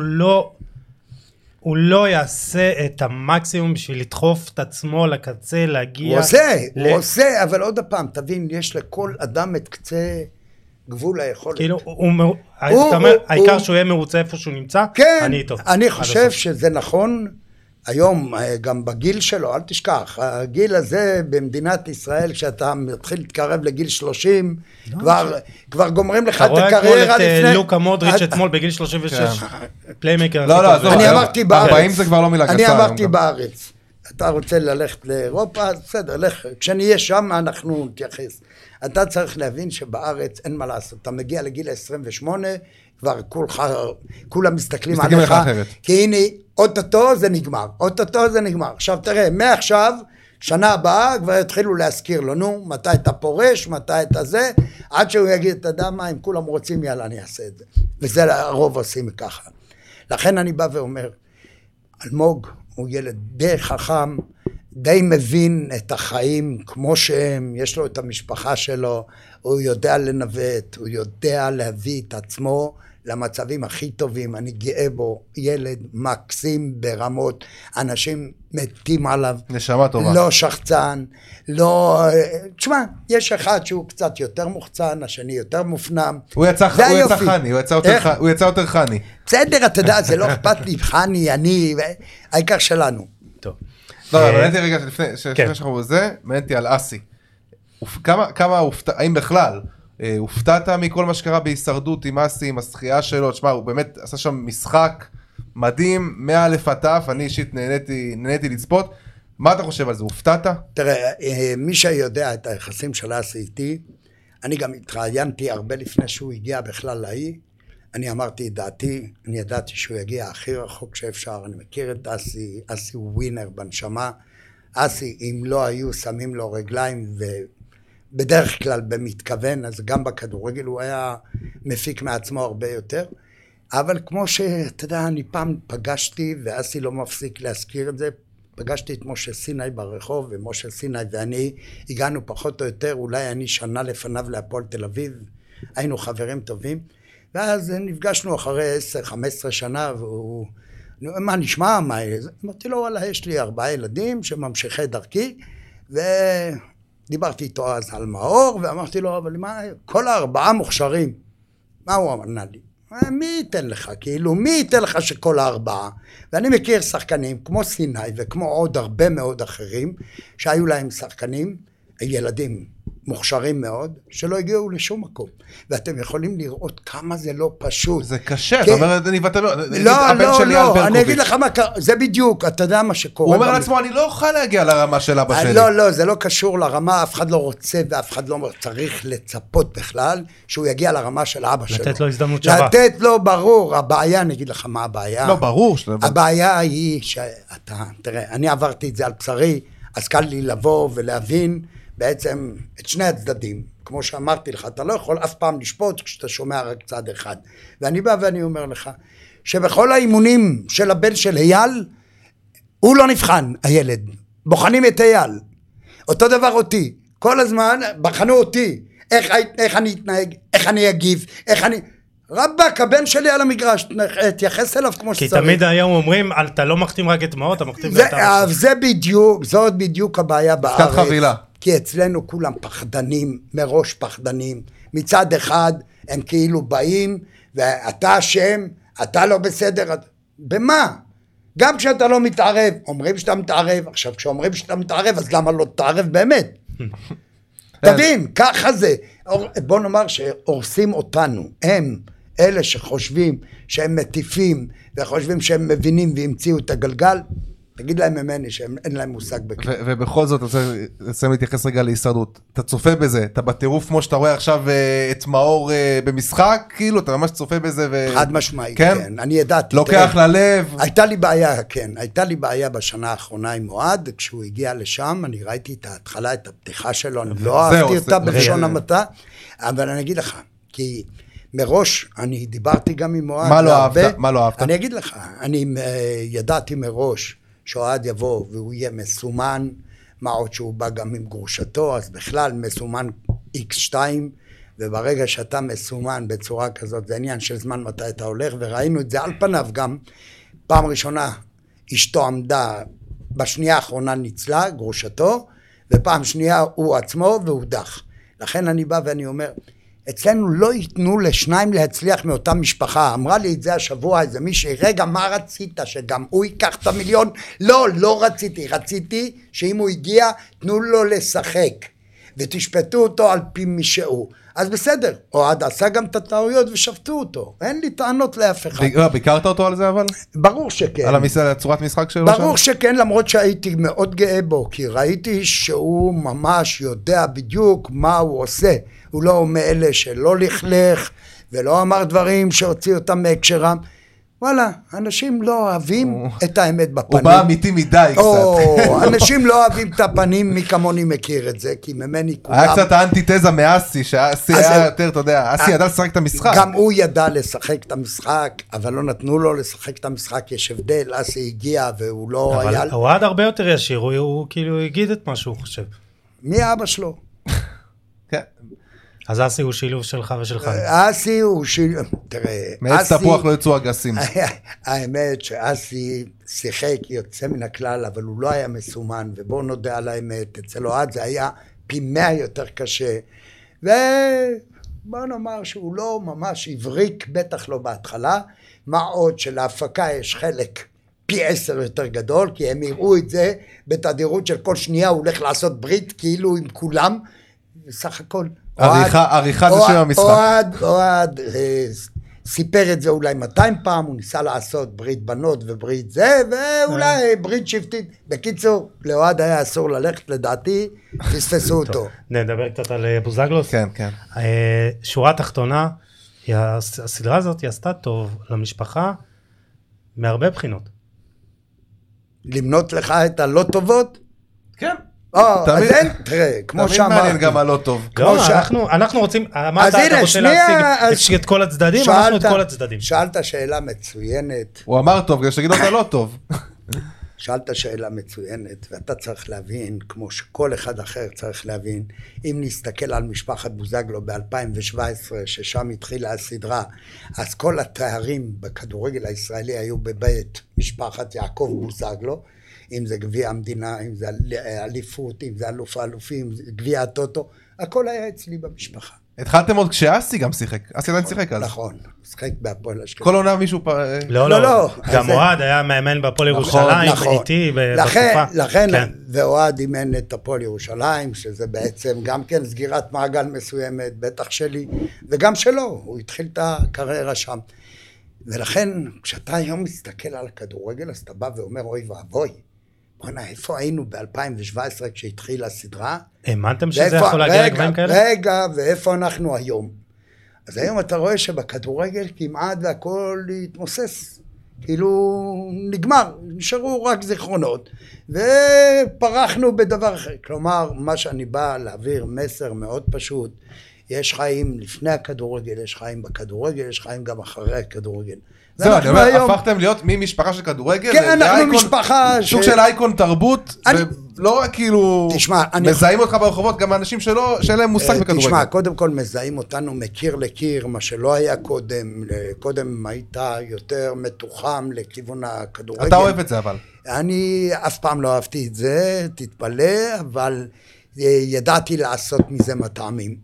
לא יעשה את המקסימום בשביל לדחוף את עצמו לקצה, להגיע... הוא עושה, אבל עוד הפעם, תבין, יש לכל אדם את קצה גבול היכולת. כאילו, אתה אומר, העיקר שהוא יהיה מרוצה איפה שהוא נמצא, אני איתו. אני חושב שזה נכון, היום גם בגיל שלו, אל תשכח, הגיל הזה במדינת ישראל, כשאתה מתחיל להתקרב לגיל 30, כבר גומרים לך את הקריירה לפני... אתה רואה כמו את לוקה מודריץ' אתמול בגיל 36, פליימקר. לא, אני אמרתי בארץ. 40 זה כבר לא מילה גסה. אני אמרתי בארץ. אתה רוצה ללכת לאירופה, בסדר, לך. כשנהיה שם אנחנו נתייחס. אתה צריך להבין שבארץ אין מה לעשות. אתה מגיע לגיל 28, כבר כולם מסתכלים עליך, כי הנה, אוטוטו זה נגמר, עכשיו תראה, מעכשיו, שנה הבאה, כבר יתחילו להזכיר לו, נו, מתי אתה פורש, מתי אתה זה, עד שהוא יגיד, אתה יודע מה, אם כולם רוצים, יאללה, אני אעשה את זה. וזה הרוב עושים ככה. לכן אני בא ואומר, אלמוג הוא ילד די חכם, די מבין את החיים כמו שהם, יש לו את המשפחה שלו, הוא יודע לנווט, הוא יודע להביא את עצמו למצבים הכי טובים, אני גאה בו, ילד מקסים ברמות, אנשים מתים עליו, נשמה טובה. לא שחצן, לא, תשמע, יש אחד שהוא קצת יותר מוחצן, השני יותר מופנם, הוא יצא חני, הוא יצא יותר חני. בסדר, אתה יודע, זה לא אכפת לי, חני, אני, העיקר שלנו. טוב. לא, מעניינתי רגע, לפני שאנחנו בזה, מעניינתי על אסי. כמה האם בכלל, הופתעת מכל מה שקרה בהישרדות עם אסי, עם השחייה שלו, תשמע, הוא באמת עשה שם משחק מדהים, מאלף עד תף, אני אישית נהניתי לצפות. מה אתה חושב על זה? הופתעת? תראה, מי שיודע את היחסים של אסי איתי, אני גם התראיינתי הרבה לפני שהוא הגיע בכלל לאי, אני אמרתי את דעתי, אני ידעתי שהוא יגיע הכי רחוק שאפשר, אני מכיר את אסי, אסי הוא ווינר בנשמה, אסי אם לא היו שמים לו רגליים ובדרך כלל במתכוון, אז גם בכדורגל הוא היה מפיק מעצמו הרבה יותר, אבל כמו שאתה יודע, אני פעם פגשתי, ואסי לא מפסיק להזכיר את זה, פגשתי את משה סיני ברחוב, ומשה סיני ואני הגענו פחות או יותר, אולי אני שנה לפניו להפועל תל אביב, היינו חברים טובים, ואז נפגשנו אחרי 10-15 שנה, והוא, מה נשמע? מה? אמרתי לו, וואלה, יש לי 4 ילדים שממשיכי דרכי, ודיברתי איתו אז על מאור, ואמרתי לו, אבל מה, כל 4 מוכשרים, מה הוא אמרנה לי? מי ייתן לך? כאילו, מי ייתן לך שכל 4? ואני מכיר שחקנים כמו סיני, וכמו עוד הרבה מאוד אחרים, שהיו להם שחקנים, ילדים, מוכשרים מאוד, שלא הגיעו לשום מקום. ואתם יכולים לראות כמה זה לא פשוט. זה קשה, אתה אומר, לא, אני אגיד לך מה קרה, זה בדיוק, אתה יודע מה שקורה. הוא אומר לעצמו, אני לא אוכל להגיע לרמה של אבא שלי. לא, זה לא קשור לרמה, אף אחד לא רוצה, ואף אחד לא צריך לצפות בכלל, שהוא יגיע לרמה של אבא שלו. לתת לו הזדמנות שווה. לתת לו, ברור, הבעיה, אני אגיד לך מה הבעיה. לא, ברור. הבעיה היא שאתה, תראה, אני עברתי את זה על בשרי, אז קל לי לבוא ולהבין, בעצם את שני הצדדים, כמו שאמרתי לך, אתה לא יכול אף פעם לשפוט כשאתה שומע רק צד אחד. ואני בא ואני אומר לך, שבכל האימונים של הבן של אייל, הוא לא נבחן, הילד. בוחנים את אייל. אותו דבר אותי. כל הזמן בחנו אותי. איך אני אתנהג, איך אני אגיב, איך אני... רבק, הבן שלי על המגרש, תייחס אליו כמו שצריך. כי תמיד היום אומרים, אתה לא מחתים רק את מאות, אתה מחתים זאת בדיוק הבעיה בארץ. חבילה. כי אצלנו כולם פחדנים, מראש פחדנים. מצד אחד הם כאילו באים, ואתה אשם, אתה לא בסדר. במה? גם כשאתה לא מתערב, אומרים שאתה מתערב, עכשיו כשאומרים שאתה מתערב, אז למה לא תתערב באמת? תבין, ככה זה. בוא נאמר שהורסים אותנו, הם אלה שחושבים שהם מטיפים, וחושבים שהם מבינים והמציאו את הגלגל, תגיד להם ממני שאין להם מושג בכלל. ובכל זאת, אני רוצה להתייחס רגע להישרדות. אתה צופה בזה, אתה בטירוף כמו שאתה רואה עכשיו את מאור במשחק, כאילו, אתה ממש צופה בזה. חד משמעי, כן. אני ידעתי. לוקח ללב. הייתה לי בעיה, כן. הייתה לי בעיה בשנה האחרונה עם אוהד, כשהוא הגיע לשם, אני ראיתי את ההתחלה, את הפתיחה שלו, אני לא אהבתי אותה בלשון המעטה, אבל אני אגיד לך, כי מראש, אני דיברתי גם עם אוהד. מה לא אהבת? אני אגיד לך, אני ידעתי מראש, שאוהד יבוא והוא יהיה מסומן, מה עוד שהוא בא גם עם גרושתו, אז בכלל מסומן X2, וברגע שאתה מסומן בצורה כזאת, זה עניין של זמן מתי אתה הולך, וראינו את זה על פניו גם, פעם ראשונה אשתו עמדה, בשנייה האחרונה ניצלה, גרושתו, ופעם שנייה הוא עצמו והודח. לכן אני בא ואני אומר, אצלנו לא ייתנו לשניים להצליח מאותה משפחה. אמרה לי את זה השבוע איזה מישהי, רגע, מה רצית? שגם הוא ייקח את המיליון? לא רציתי. רציתי שאם הוא הגיע, תנו לו לשחק. ותשפטו אותו על פי מי שהוא. אז בסדר, אוהד עשה גם את הטעויות ושפטו אותו. אין לי טענות לאף אחד. ביקרת אותו על זה אבל? ברור שכן. על צורת משחק שלו? ברור שכן, למרות שהייתי מאוד גאה בו, כי ראיתי שהוא ממש יודע בדיוק מה הוא עושה. הוא לא מאלה שלא לכלך, ולא אמר דברים שהוציא אותם מהקשרם. וואלה, אנשים לא אוהבים את האמת בפנים. הוא בא אמיתי מדי קצת. אנשים לא אוהבים את הפנים, מי כמוני מכיר את זה, כי ממני כולם... היה קצת האנטיתזה מאסי, שאסי היה יותר, אתה יודע, אסי ידע לשחק את המשחק. גם הוא ידע לשחק את המשחק, אבל לא נתנו לו לשחק את המשחק, יש הבדל, אסי הגיע והוא לא היה... אבל הוא עד הרבה יותר ישיר, הוא כאילו הגיד את מה שהוא חושב. מי אבא שלו? כן. אז אסי הוא שילוב שלך ושלך. אסי הוא שילוב, תראה, מעץ תפוח לא יצאו אגסים. האמת שאסי שיחק יוצא מן הכלל, אבל הוא לא היה מסומן, ובואו נודה על האמת, אצל אוהד זה היה פי 100 יותר קשה, ובואו נאמר שהוא לא ממש הבריק, בטח לא בהתחלה, מה עוד שלהפקה יש חלק פי 10 יותר גדול, כי הם יראו את זה בתדירות של כל שנייה, הוא הולך לעשות ברית כאילו עם כולם, בסך הכל. עריכה זה שם המשחק. אוהד סיפר את זה אולי 200 פעם, הוא ניסה לעשות ברית בנות וברית זה, ואולי ברית שבטית. בקיצור, לאוהד היה אסור ללכת, לדעתי, פספסו אותו. נדבר קצת על בוזגלוס. כן, כן. שורה תחתונה, הסדרה הזאת היא עשתה טוב למשפחה, מהרבה בחינות. למנות לך את הלא טובות? כן. אז אין, תראה, כמו שאמרתי. תמיד מעניין גם הלא טוב. אנחנו רוצים, אמרת, אתה רוצה להשיג את כל הצדדים, אנחנו את כל הצדדים. שאלת שאלה מצוינת. הוא אמר טוב, כדי שתגיד אותה לא טוב. שאלת שאלה מצוינת, ואתה צריך להבין, כמו שכל אחד אחר צריך להבין, אם נסתכל על משפחת בוזגלו ב-2017, ששם התחילה הסדרה, אז כל התארים בכדורגל הישראלי היו בבית משפחת יעקב בוזגלו, אם זה גביע המדינה, אם זה אליפות, אם זה אלוף האלופים, גביע הטוטו, הכל היה אצלי במשפחה. התחלתם עוד כשאסי גם שיחק, אסי עדיין שיחק אז. נכון, שיחק בהפועל אשקלון. כל עונה מישהו... לא, גם אוהד היה מאמן בהפועל ירושלים, איתי בתקופה. לכן, ואוהד אימן את הפועל ירושלים, שזה בעצם גם כן סגירת מעגל מסוימת, בטח שלי, וגם שלו, הוא התחיל את הקריירה שם. ולכן, כשאתה היום מסתכל על הכדורגל, אז אתה בא ואומר, אוי ואבוי, בוא'נה, איפה היינו ב-2017 כשהתחילה הסדרה? האמנתם שזה יכול להגיע לגבהים כאלה? רגע, ואיפה אנחנו היום? אז היום אתה רואה שבכדורגל כמעט והכל התמוסס, כאילו נגמר, נשארו רק זיכרונות, ופרחנו בדבר אחר. כלומר, מה שאני בא להעביר מסר מאוד פשוט, יש חיים לפני הכדורגל, יש חיים בכדורגל, יש חיים גם אחרי הכדורגל. זהו, אני אומר, הפכתם להיות ממשפחה של כדורגל? כן, אנחנו משפחה סוג של אייקון תרבות לא רק כאילו מזהים אותך ברחובות, גם האנשים שאין להם מושג בכדורגל. תשמע, קודם כל מזהים אותנו מקיר לקיר, מה שלא היה קודם. קודם הייתה יותר מתוחם לכיוון הכדורגל. אתה אוהב את זה אבל. אני אף פעם לא אהבתי את זה, תתפלא, אבל ידעתי לעשות מזה מטעמים.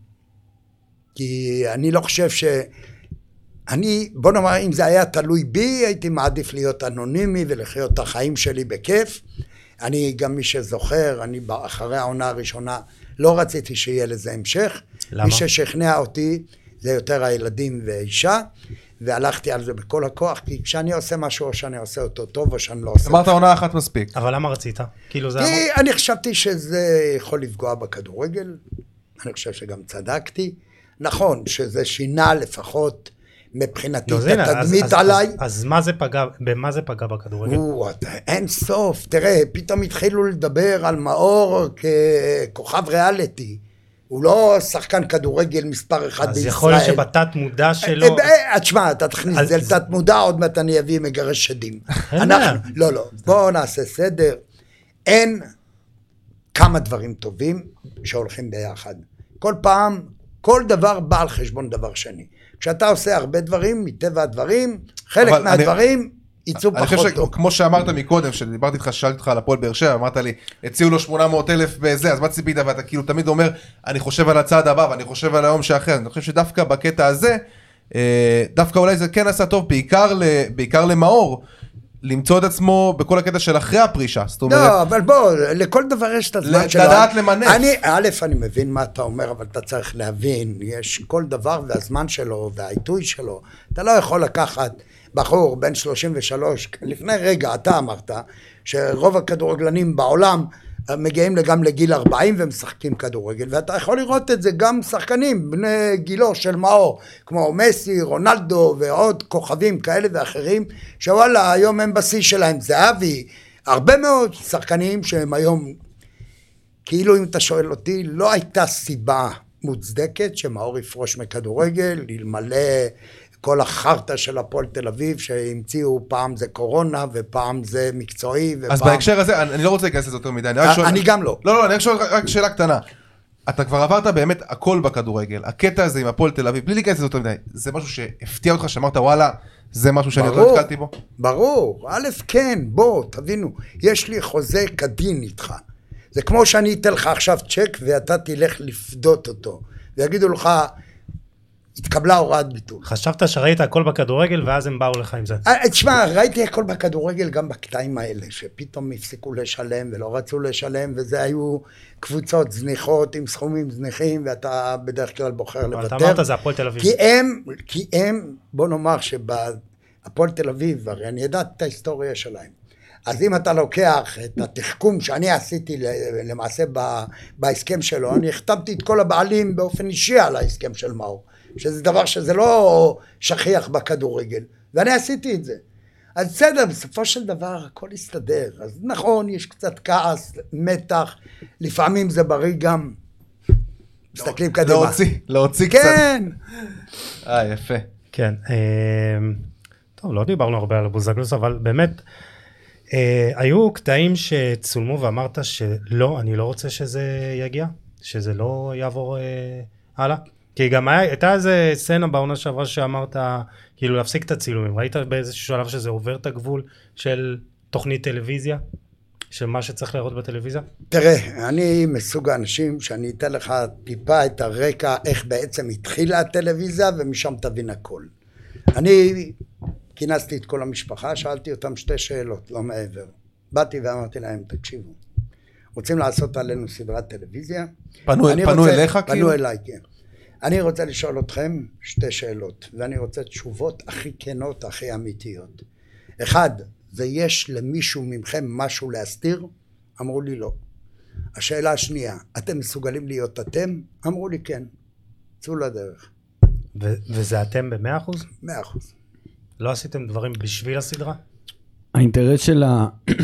כי אני לא חושב בוא נאמר, אם זה היה תלוי בי, הייתי מעדיף להיות אנונימי ולחיות את החיים שלי בכיף. אני גם מי שזוכר, אני אחרי העונה הראשונה לא רציתי שיהיה לזה המשך. למה? מי ששכנע אותי זה יותר הילדים ואישה, והלכתי על זה בכל הכוח, כי כשאני עושה משהו או שאני עושה אותו טוב או שאני לא עושה. אמרת עונה אחת מספיק. אבל למה רצית? כאילו זה כי אני חשבתי שזה יכול לפגוע בכדורגל, אני חושב שגם צדקתי. נכון שזה שינה לפחות מבחינתי את התדמית עליי. אז במה זה פגע בכדורגל? אין סוף, תראה, פתאום התחילו לדבר על מאור ככוכב ריאליטי. הוא לא שחקן כדורגל מספר אחד בישראל. אז יכול להיות שבתת מודע שלו... תשמע, אתה תכניס את זה לתת מודע, עוד מעט אני אביא מגרש שדים. לא, בואו נעשה סדר. אין כמה דברים טובים שהולכים ביחד. כל פעם, כל דבר בא על חשבון דבר שני. כשאתה עושה הרבה דברים, מטבע הדברים, חלק מהדברים ייצאו פחות טוב. כמו שאמרת מקודם, שדיברתי איתך, שאלתי אותך על הפועל באר שבע, אמרת לי, הציעו לו 800,000 בזה, אז מה ציפית? ואתה כאילו תמיד אומר, אני חושב על הצעד הבא, ואני חושב על היום שאחר. אני חושב שדווקא בקטע הזה, דווקא אולי זה כן עשה טוב, בעיקר למאור, למצוא את עצמו בכל הקטע של אחרי הפרישה. לא, אבל בוא, לכל דבר יש את הזמן שלו. לדעת למנף. אני מבין מה אתה אומר, אבל אתה צריך להבין, יש כל דבר והזמן שלו והעיתוי שלו. אתה לא יכול לקחת בחור בן 33, לפני רגע אתה אמרת, שרוב הכדורגלנים בעולם מגיעים גם לגיל 40 ומשחקים כדורגל, ואתה יכול לראות את זה גם שחקנים בני גילו של מאור, כמו מסי, רונלדו ועוד כוכבים כאלה ואחרים, שוואלה היום הם בשיא שלהם, זהבי, הרבה מאוד שחקנים שהם היום, כאילו אם אתה שואל אותי, לא הייתה סיבה מוצדקת שמאור יפרוש מכדורגל, אלמלא כל החרטה של הפועל תל אביב שהמציאו, פעם זה קורונה ופעם זה מקצועי ופעם... אז בהקשר הזה, אני לא רוצה להיכנס לזה יותר מדי. אני גם לא. לא, אני שואל רק שאלה קטנה. אתה כבר עברת באמת הכל בכדורגל. הקטע הזה עם הפועל תל אביב, בלי להיכנס לזה יותר מדי, זה משהו שהפתיע אותך, שאמרת וואלה, זה משהו שאני לא התקלתי בו? ברור, א' כן, בוא, תבינו, יש לי חוזה כדין איתך. זה כמו שאני אתן לך עכשיו צ'ק ואתה תלך לפדות אותו. ויגידו לך, התקבלה הוראת ביטול. חשבת שראית הכל בכדורגל ואז הם באו לך עם זה. תשמע, ראיתי הכל בכדורגל גם בקטעים האלה, שפתאום הפסיקו לשלם ולא רצו לשלם, וזה היו קבוצות זניחות עם סכומים זניחים, ואתה בדרך כלל בוחר לוותר. אתה אמרת זה הפועל תל אביב. כי הם, בוא נאמר שבהפועל תל אביב, הרי אני יודעת את ההיסטוריה שלהם. אז אם אתה לוקח את התחכום שאני עשיתי למעשה בהסכם שלו, אני הכתבתי את כל הבעלים באופן אישי על ההסכם של מאור. שזה דבר שזה לא שכיח בכדורגל, ואני עשיתי את זה. אז בסדר, בסופו של דבר הכל יסתדר. אז נכון, יש קצת כעס, מתח, לפעמים זה בריא גם, מסתכלים קדימה. להוציא קצת. כן. יפה. כן. טוב, לא דיברנו הרבה על בוזגלוס, אבל באמת, היו קטעים שצולמו ואמרת שלא, אני לא רוצה שזה יגיע, שזה לא יעבור הלאה. כי גם הייתה איזה סצנה בעונה שעברה שאמרת, כאילו להפסיק את הצילומים, ראית באיזשהו שלב שזה עובר את הגבול של תוכנית טלוויזיה, של מה שצריך לראות בטלוויזיה? תראה, אני מסוג האנשים שאני אתן לך טיפה את הרקע, איך בעצם התחילה הטלוויזיה, ומשם תבין הכל. אני כינסתי את כל המשפחה, שאלתי אותם 2 שאלות, לא מעבר. באתי ואמרתי להם, תקשיבו, רוצים לעשות עלינו סדרת טלוויזיה? פנו אליך? פנו אליי, כן. אני רוצה לשאול אתכם 2 שאלות, ואני רוצה תשובות הכי כנות, הכי אמיתיות. 1, זה יש למישהו ממכם משהו להסתיר? אמרו לי לא. השאלה השנייה, אתם מסוגלים להיות אתם? אמרו לי כן. צאו לדרך. וזה אתם ב100%? 100%. לא עשיתם דברים בשביל הסדרה? האינטרס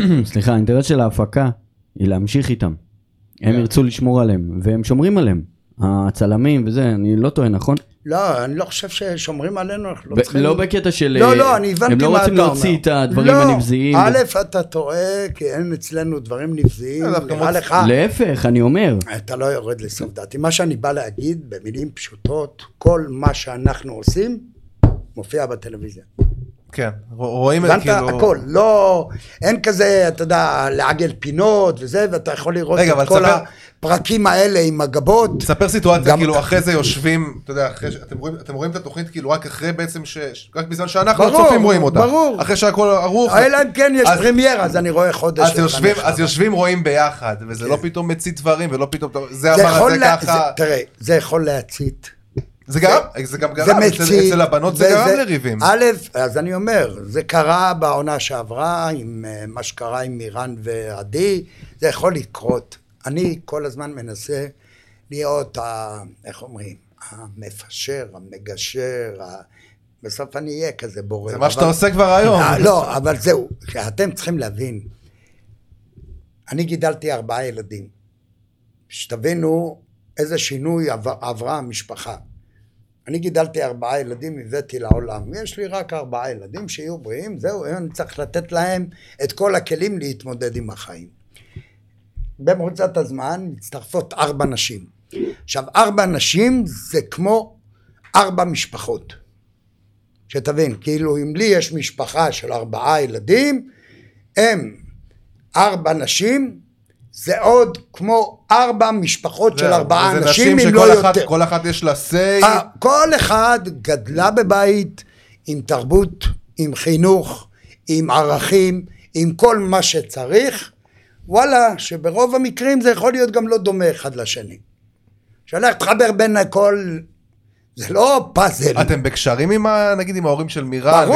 של ההפקה היא להמשיך איתם. הם ירצו לשמור עליהם, והם שומרים עליהם. הצלמים וזה, אני לא טועה, נכון? לא, אני לא חושב ששומרים עלינו, אנחנו לא צריכים... לא בקטע של... לא, אני הבנתי מה אתה אומר. הם לא רוצים להוציא את הדברים הנבזיים. א', אתה טועה, כי אין אצלנו דברים נבזיים, נראה לך... להפך, אני אומר. אתה לא יורד לסוף דעתי. מה שאני בא להגיד, במילים פשוטות, כל מה שאנחנו עושים, מופיע בטלוויזיה. כן, רואים את הבנת הכל, לא, אין כזה, אתה יודע, לעגל פינות וזה, ואתה יכול לראות את כל הפרקים האלה עם הגבות. תספר סיטואציה, כאילו אחרי זה יושבים, אתה יודע, אתם רואים את התוכנית כאילו רק אחרי בעצם, רק בזמן שאנחנו הצופים רואים אותה. ברור, אחרי שהכל ערוך. אלא אם כן יש פרמייר, אז אני רואה חודש. אז יושבים רואים ביחד, וזה לא פתאום מצית דברים, ולא פתאום, זה אמר, זה ככה. תראה, זה יכול להצית. זה גם גרם, אצל הבנות זה גרם לריבים. א', אז אני אומר, זה קרה בעונה שעברה, עם מה שקרה עם מירן ועדי, זה יכול לקרות. אני כל הזמן מנסה להיות, איך אומרים, המפשר, המגשר, בסוף אני אהיה כזה בורר. זה מה שאתה עושה כבר היום. לא, אבל זהו, אתם צריכים להבין, אני גידלתי 4 ילדים, שתבינו איזה שינוי עברה המשפחה. אני גידלתי 4 ילדים, הבאתי לעולם. יש לי רק 4 ילדים שיהיו בריאים, זהו, אני צריך לתת להם את כל הכלים להתמודד עם החיים. במרוצת הזמן מצטרפות 4 נשים. עכשיו, 4 נשים זה כמו 4 משפחות. שתבין, כאילו אם לי יש משפחה של 4 ילדים, הם 4 נשים, זה עוד כמו 4 משפחות של 4 אנשים, אם לא יותר. כל אחת יש לה סי. כל אחד גדלה בבית עם תרבות, עם חינוך, עם ערכים, עם כל מה שצריך. וואלה, שברוב המקרים זה יכול להיות גם לא דומה אחד לשני. שהלך תחבר בין הכל, זה לא פאזל. אתם בקשרים עם, נגיד, עם ההורים של מירן?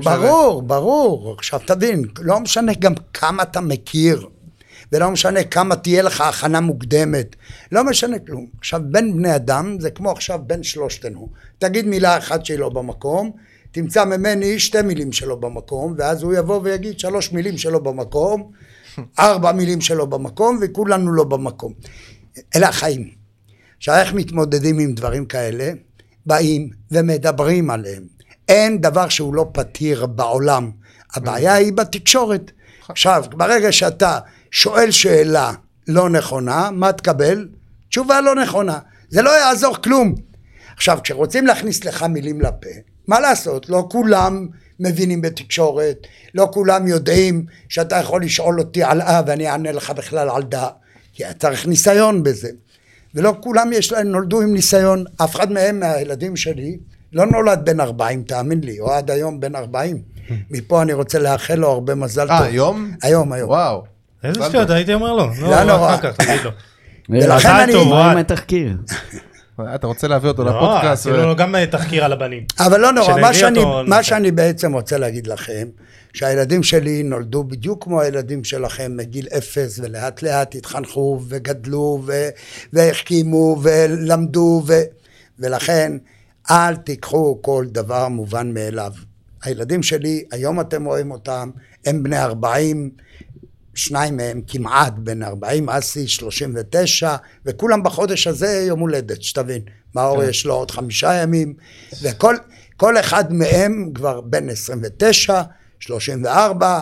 ברור. עכשיו תבין, לא משנה גם כמה אתה מכיר. ולא משנה כמה תהיה לך הכנה מוקדמת, לא משנה כלום. עכשיו, בין בני אדם, זה כמו עכשיו בין שלושתנו. תגיד מילה אחת שלו במקום, תמצא ממני 2 מילים שלו במקום, ואז הוא יבוא ויגיד 3 מילים שלו במקום, 4 מילים שלו במקום, וכולנו לא במקום. אלה החיים. עכשיו, איך מתמודדים עם דברים כאלה? באים ומדברים עליהם. אין דבר שהוא לא פתיר בעולם. הבעיה היא בתקשורת. עכשיו, ברגע שאתה שואל שאלה לא נכונה, מה תקבל? תשובה לא נכונה. זה לא יעזור כלום. עכשיו, כשרוצים להכניס לך מילים לפה, מה לעשות? לא כולם מבינים בתקשורת, לא כולם יודעים שאתה יכול לשאול אותי על ואני אענה לך בכלל על כי אתה צריך ניסיון בזה. ולא כולם נולדו עם ניסיון. אף אחד מהם, מהילדים שלי, לא נולד בן 40, תאמין לי, או עד היום בן 40. מפה אני רוצה לאחל לו הרבה מזל טוב. היום? היום. וואו. איזה שטויות, הייתי אומר לו. לא נורא. ולכן אני... מה תחקיר? אתה רוצה להביא אותו לפודקאסט? לא, גם תחקיר על הבנים. אבל לא נורא, מה שאני בעצם רוצה להגיד לכם, שהילדים שלי נולדו בדיוק כמו הילדים שלכם מגיל 0, ולאט לאט התחנכו וגדלו והחכימו ולמדו, ולכן אל תיקחו כל דבר מובן מאליו. הילדים שלי, היום אתם רואים אותם, הם בני 40, 2 מהם כמעט בן 40, אסי 39, וכולם בחודש הזה יום הולדת, שתבין. מאור יש לו עוד 5 ימים, וכל אחד מהם כבר בן 29, 34,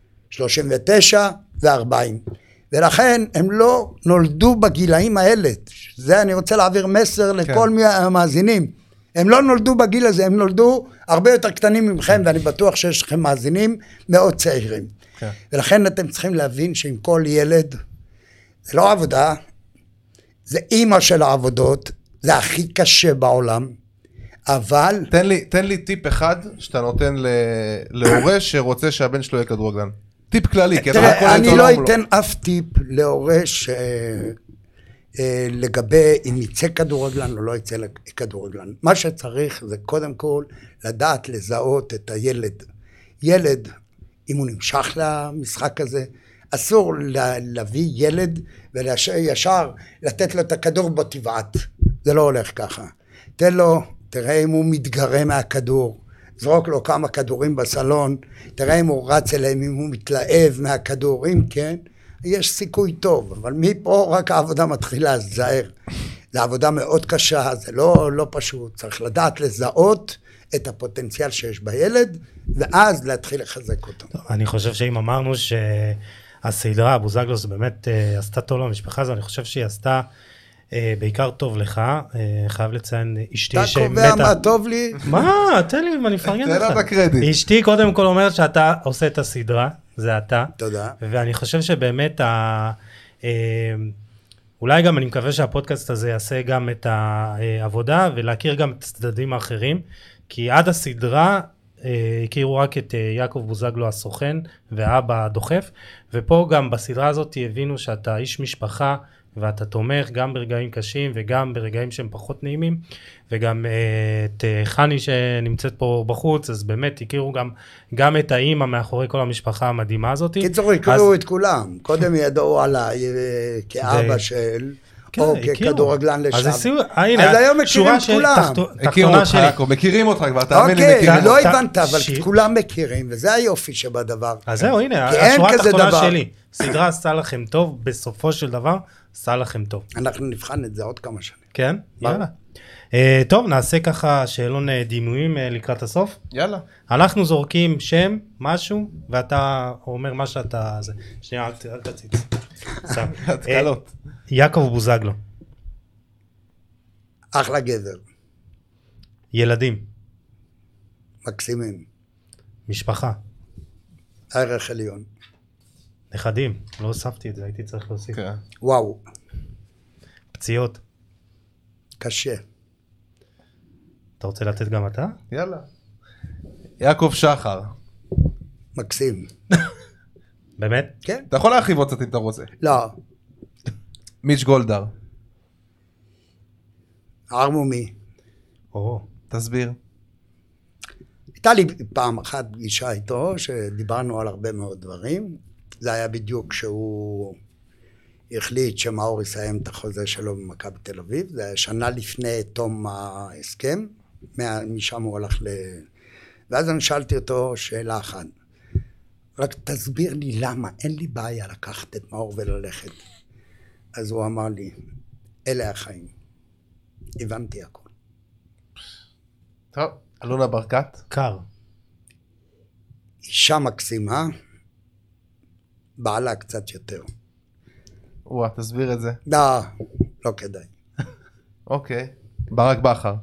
39 ו-40. ולכן הם לא נולדו בגילאים האלה. זה אני רוצה להעביר מסר לכל המאזינים. הם לא נולדו בגיל הזה, הם נולדו הרבה יותר קטנים ממכם, ואני בטוח שיש לכם מאזינים מאוד צעירים. ולכן אתם צריכים להבין שעם כל ילד, זה לא עבודה, זה אימא של העבודות, זה הכי קשה בעולם, אבל... תן לי טיפ אחד שאתה נותן להורה שרוצה שהבן שלו יהיה כדורגלן. טיפ כללי, כי אני לא אתן אף טיפ להורה לגבי אם יצא כדורגלן או לא יצא כדורגלן. מה שצריך זה קודם כל לדעת לזהות את הילד. ילד, אם הוא נמשך למשחק הזה, אסור להביא ילד וישר לתת לו את הכדור בטבעת. זה לא הולך ככה. תן לו, תראה אם הוא מתגרה מהכדור, זרוק לו כמה כדורים בסלון, תראה אם הוא רץ אליהם, אם הוא מתלהב מהכדורים, כן? יש סיכוי טוב, אבל מפה רק העבודה מתחילה, זהר. זו עבודה מאוד קשה, זה לא פשוט, צריך לדעת לזהות את הפוטנציאל שיש בילד, ואז להתחיל לחזק אותו. טוב, אני חושב שאם אמרנו שהסדרה, בוזגלו, זה באמת עשתה טוב למשפחה הזו, אני חושב שהיא עשתה בעיקר טוב לך, חייב לציין אשתי שמתה. אתה קובע מה טוב לי? מה? תן לי, אני מפרגן לך. תן לה בקרדיט. אשתי קודם כל אומרת שאתה עושה את הסדרה, זה אתה. תודה. ואני חושב שבאמת, אולי גם אני מקווה שהפודקאסט הזה יעשה גם את העבודה, ולהכיר גם את הצדדים האחרים, כי עד הסדרה הכירו רק את יעקב בוזגלו הסוכן, והאבא הדוחף, ופה גם בסדרה הזאת הבינו שאתה איש משפחה, ואתה תומך גם ברגעים קשים וגם ברגעים שהם פחות נעימים, וגם את חני שנמצאת פה בחוץ, אז באמת הכירו גם את האימא מאחורי כל המשפחה המדהימה הזאת. קיצור, הכירו את כולם, קודם ידעו עליי כאבא של, או ככדורגלן לשם. אז היום מכירים את כולם. הכירו אותך, יעקב, מכירים אותך כבר, תאמין לי, מכירים. אוקיי, לא הבנת, אבל כולם מכירים, וזה היופי שבדבר. אז זהו, הנה, השורה התחתונה שלי, סדרה עשה לכם טוב, בסופו של דבר, עשה לכם טוב. אנחנו נבחן את זה עוד כמה שנים. כן? יאללה. טוב, נעשה ככה שאלון דימויים לקראת הסוף. יאללה. אנחנו זורקים שם, משהו, ואתה אומר מה שאתה... שנייה, אל תציץ. התקלות. יעקב בוזגלו. אחלה גבר. ילדים. מקסימים. משפחה. ערך עליון. נכדים, לא הוספתי את זה, הייתי צריך להוסיף. וואו. פציעות. קשה. אתה רוצה לתת גם אתה? יאללה. יעקב שחר. מקסים. באמת? כן. אתה יכול להרחיב עוד קצת אם אתה רוצה. לא. מיץ' גולדהר. ערמומי. תסביר. הייתה לי פעם אחת פגישה איתו, שדיברנו על הרבה מאוד דברים. זה היה בדיוק כשהוא החליט שמאור יסיים את החוזה שלו במכבי תל אביב. זה היה שנה לפני תום ההסכם. משם הוא הלך ואז אני שאלתי אותו שאלה אחת. רק תסביר לי למה, אין לי בעיה לקחת את מאור וללכת. אז הוא אמר לי, אלה החיים. הבנתי הכל. טוב, אלונה ברקת. קר. אישה מקסימה, בעלה קצת יותר. תסביר את זה. לא כדאי. אוקיי. ברק בכר.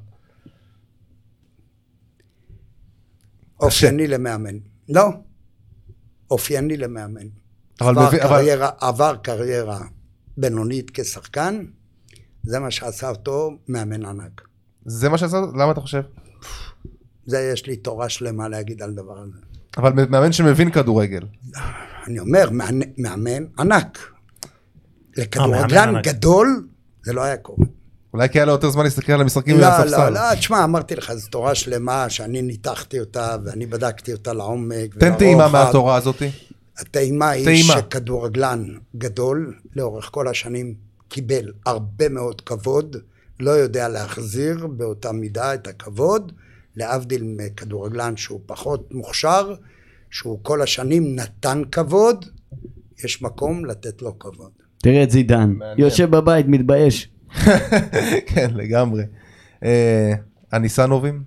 אופייני למאמן. לא. אופייני למאמן. עבר קריירה בינונית כשחקן, זה מה שעשה אותו מאמן ענק. זה מה שעשה אותו? למה אתה חושב? זה יש לי תורה שלמה להגיד על דבר הזה. אבל מאמן שמבין כדורגל. אני אומר, מאמן ענק. לכדורגלן גדול, זה לא היה קורה. אולי כי היה לו יותר זמן להסתכל על המשחקים מהספסל. לא, תשמע, אמרתי לך, זו תורה שלמה שאני ניתחתי אותה, ואני בדקתי אותה לעומק. תן טעימה מהתורה הזאת. הטעימה היא שכדורגלן גדול, לאורך כל השנים, קיבל הרבה מאוד כבוד, לא יודע להחזיר באותה מידה את הכבוד, להבדיל מכדורגלן שהוא פחות מוכשר, שהוא כל השנים נתן כבוד, יש מקום לתת לו כבוד. תראה את זידן, יושב בבית, מתבייש. כן, לגמרי. הניסנובים?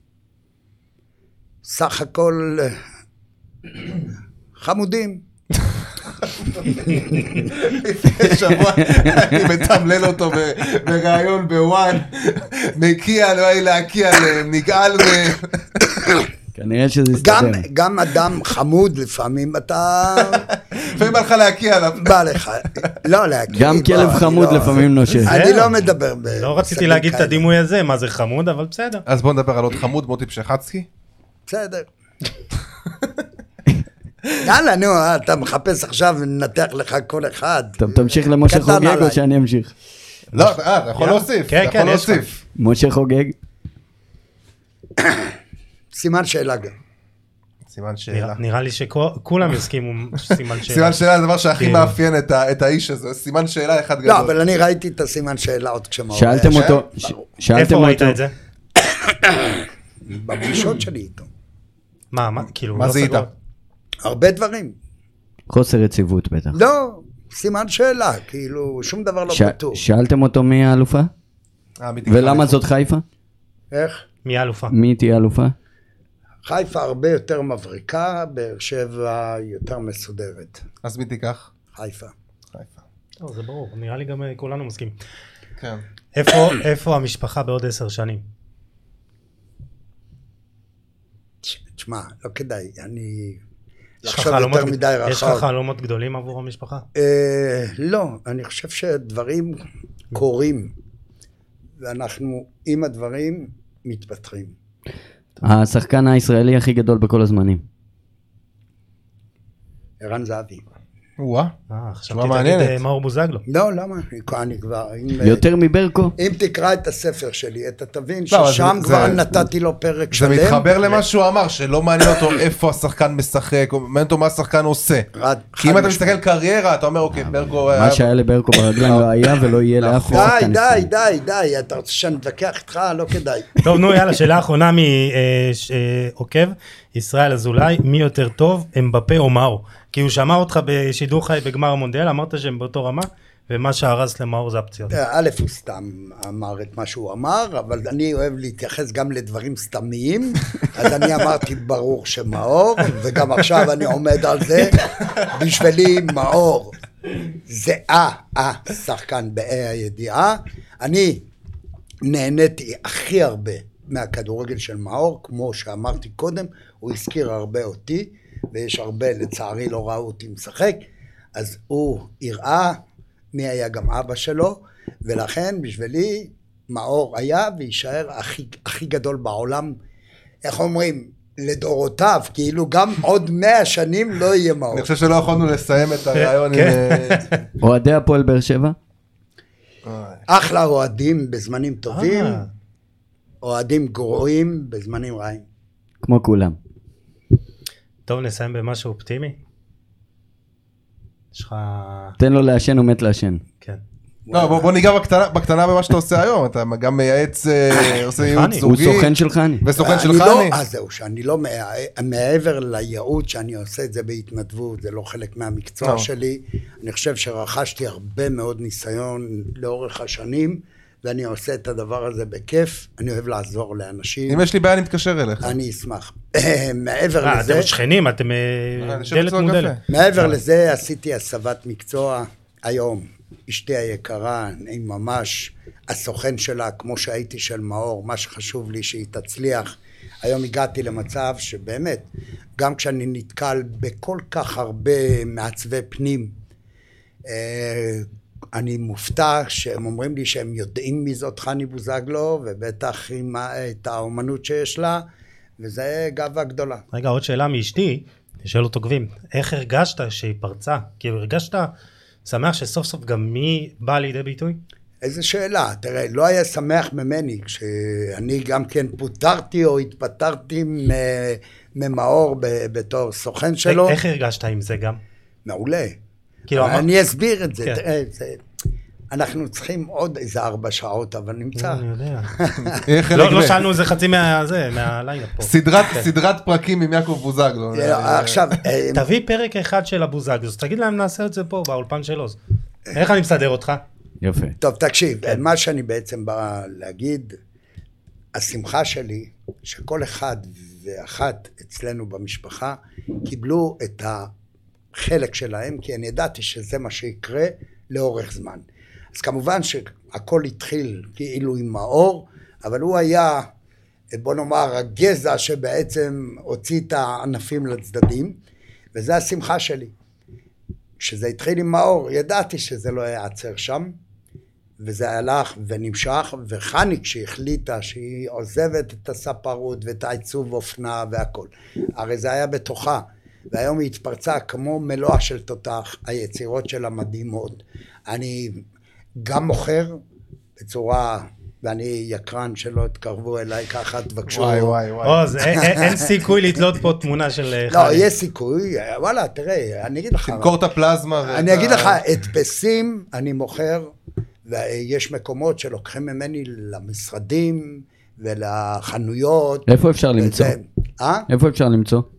סך הכל חמודים. שבוע אני מתמלל אותו ברעיון בוואן, מקיע, לא היה להקיע להם, נגעל כנראה שזה יסתדר. גם אדם חמוד לפעמים אתה... לפעמים בא לך להקיע עליו. בא לך, לא להקיע. גם כלב חמוד לפעמים נושך. אני לא מדבר לא רציתי להגיד את הדימוי הזה, מה זה חמוד, אבל בסדר. אז בוא נדבר על עוד חמוד, מוטי פשחצקי. בסדר. יאללה, נו, אתה מחפש עכשיו וננתח לך כל אחד. טוב, תמשיך למשה חוגג או שאני אמשיך? לא, אתה יכול להוסיף. כן, כן, יש לך. משה חוגג. סימן שאלה גם. סימן שאלה. נראה לי שכולם יסכימו סימן שאלה. סימן שאלה זה דבר שהכי מאפיין את האיש הזה. סימן שאלה אחד גדול. לא, אבל אני ראיתי את הסימן שאלה עוד כשמאור. שאלתם אותו. איפה ראית את זה? בפגישות שלי איתו. מה, כאילו? מה זה איתה? הרבה דברים. חוסר יציבות בטח. לא, סימן שאלה, כאילו שום דבר לא בטוח. שאלתם אותו מי האלופה? ולמה זאת חיפה? איך? מי האלופה? מי תהיה אלופה? חיפה הרבה יותר מבריקה, באר שבע יותר מסודרת. אז מי תיקח? חיפה. זה ברור, נראה לי גם כולנו מסכים. כן. איפה המשפחה בעוד 10 שנים? תשמע, לא כדאי, אני... יש לחשוב יותר מדי רחב. יש לך חלומות גדולים עבור המשפחה? לא, אני חושב שדברים קורים, ואנחנו עם הדברים מתפתחים. השחקן הישראלי הכי גדול בכל הזמנים. ערן זהבי. וואה. חשבתי תגיד מאור בוזגלו. לא, למה? אני כבר... יותר מברקו? אם תקרא את הספר שלי, אתה תבין ששם כבר נתתי לו פרק שלם. זה מתחבר למה שהוא אמר, שלא מעניין אותו איפה השחקן משחק, או מעניין אותו מה השחקן עושה. כי אם אתה מסתכל קריירה, אתה אומר, אוקיי, ברקו... מה שהיה לברקו ברגליים לא היה ולא יהיה לאף שחקן. די, אתה רוצה שאני אתווכח איתך? לא כדאי. טוב, נו, יאללה, שאלה אחרונה מעוקב, ישראל אזולאי, מי יותר טוב, אמבפה או מאור? כי הוא שמע אותך בשידור חי בגמר המונדיאל, אמרת שהם באותו רמה, ומה שהרס למאור זה הפציעות. א', הוא סתם אמר את מה שהוא אמר, אבל אני אוהב להתייחס גם לדברים סתמיים, אז אני אמרתי ברור שמאור, וגם עכשיו אני עומד על זה, בשבילי מאור זה שחקן באי הידיעה. אני נהניתי הכי הרבה מהכדורגל של מאור, כמו שאמרתי קודם, הוא הזכיר הרבה אותי, ויש הרבה, לצערי לא ראו אותי משחק, אז הוא הראה מי היה גם אבא שלו, ולכן בשבילי מאור היה וישאר הכי גדול בעולם, איך אומרים, לדורותיו, כאילו גם עוד 100 שנים לא יהיה מאור. אני חושב שלא יכולנו לסיים את הרעיון עם... אוהדי הפועל באר שבע? אחלה אוהדים בזמנים טובים, אוהדים גרועים בזמנים רעים. כמו כולם. טוב, נסיים במשהו אופטימי. יש לך... תן לו לעשן, הוא מת לעשן. כן. לא, בוא ניגע בקטנה במה שאתה עושה היום, אתה גם מייעץ, עושה ייעוץ זוגי. הוא סוכן של חני. וסוכן של חני. אז זהו, שאני לא, מעבר לייעוץ שאני עושה את זה בהתנדבות, זה לא חלק מהמקצוע שלי, אני חושב שרכשתי הרבה מאוד ניסיון לאורך השנים, ואני עושה את הדבר הזה בכיף, אני אוהב לעזור לאנשים. אם יש לי בעיה, אני מתקשר אליך. אני אשמח. מעבר לזה... אתם שכנים, אתם דלת מול דלת. מעבר לזה, עשיתי הסבת מקצוע היום. אשתי היקרה, אני ממש הסוכן שלה, כמו שהייתי של מאור, מה שחשוב לי שהיא תצליח. היום הגעתי למצב שבאמת, גם כשאני נתקל בכל כך הרבה מעצבי פנים, אני מופתע שהם אומרים לי שהם יודעים מי זאת חני בוזגלו, ובטח את האומנות שיש לה, וזה גאווה גדולה. רגע, עוד שאלה מאשתי, נשאל אותו גבים, איך הרגשת שהיא פרצה? כאילו הרגשת שמח שסוף סוף גם מי בא לידי ביטוי? איזה שאלה, תראה, לא היה שמח ממני, כשאני גם כן פוטרתי או התפטרתי ממאור בתור סוכן שלו. איך הרגשת עם זה גם? מעולה. אני אסביר את זה, תראה, אנחנו צריכים עוד איזה 4 שעות, אבל נמצא. אני יודע. לא שאלנו איזה חצי מהלילה פה. סדרת פרקים עם יעקב בוזגלו. עכשיו... תביא פרק אחד של הבוזגלו, אז תגיד להם נעשה את זה פה, באולפן שלו. איך אני מסדר אותך? יפה. טוב, תקשיב, מה שאני בעצם בא להגיד, השמחה שלי, שכל אחד ואחת אצלנו במשפחה, קיבלו את החלק שלהם, כי אני ידעתי שזה מה שיקרה לאורך זמן. אז כמובן שהכל התחיל כאילו עם מאור, אבל הוא היה, בוא נאמר, הגזע שבעצם הוציא את הענפים לצדדים, וזה השמחה שלי. כשזה התחיל עם מאור, ידעתי שזה לא יעצר שם, וזה הלך ונמשך, וחני כשהחליטה שהיא עוזבת את הספרות ואת העיצוב אופנה והכל, הרי זה היה בתוכה, והיום היא התפרצה כמו מלואה של תותח, היצירות שלה מדהימות. אני גם מוכר בצורה, ואני יקרן שלא תקרבו אליי ככה, תבקשו. וואי. עוז, אין סיכוי לתלות פה תמונה של חני. לא, יש סיכוי, וואלה, תראה, אני אגיד לך. תמכור את הפלזמה. אני אגיד לך, הדפסים אני מוכר, ויש מקומות שלוקחים ממני למשרדים ולחנויות. איפה אפשר למצוא? איפה אפשר למצוא?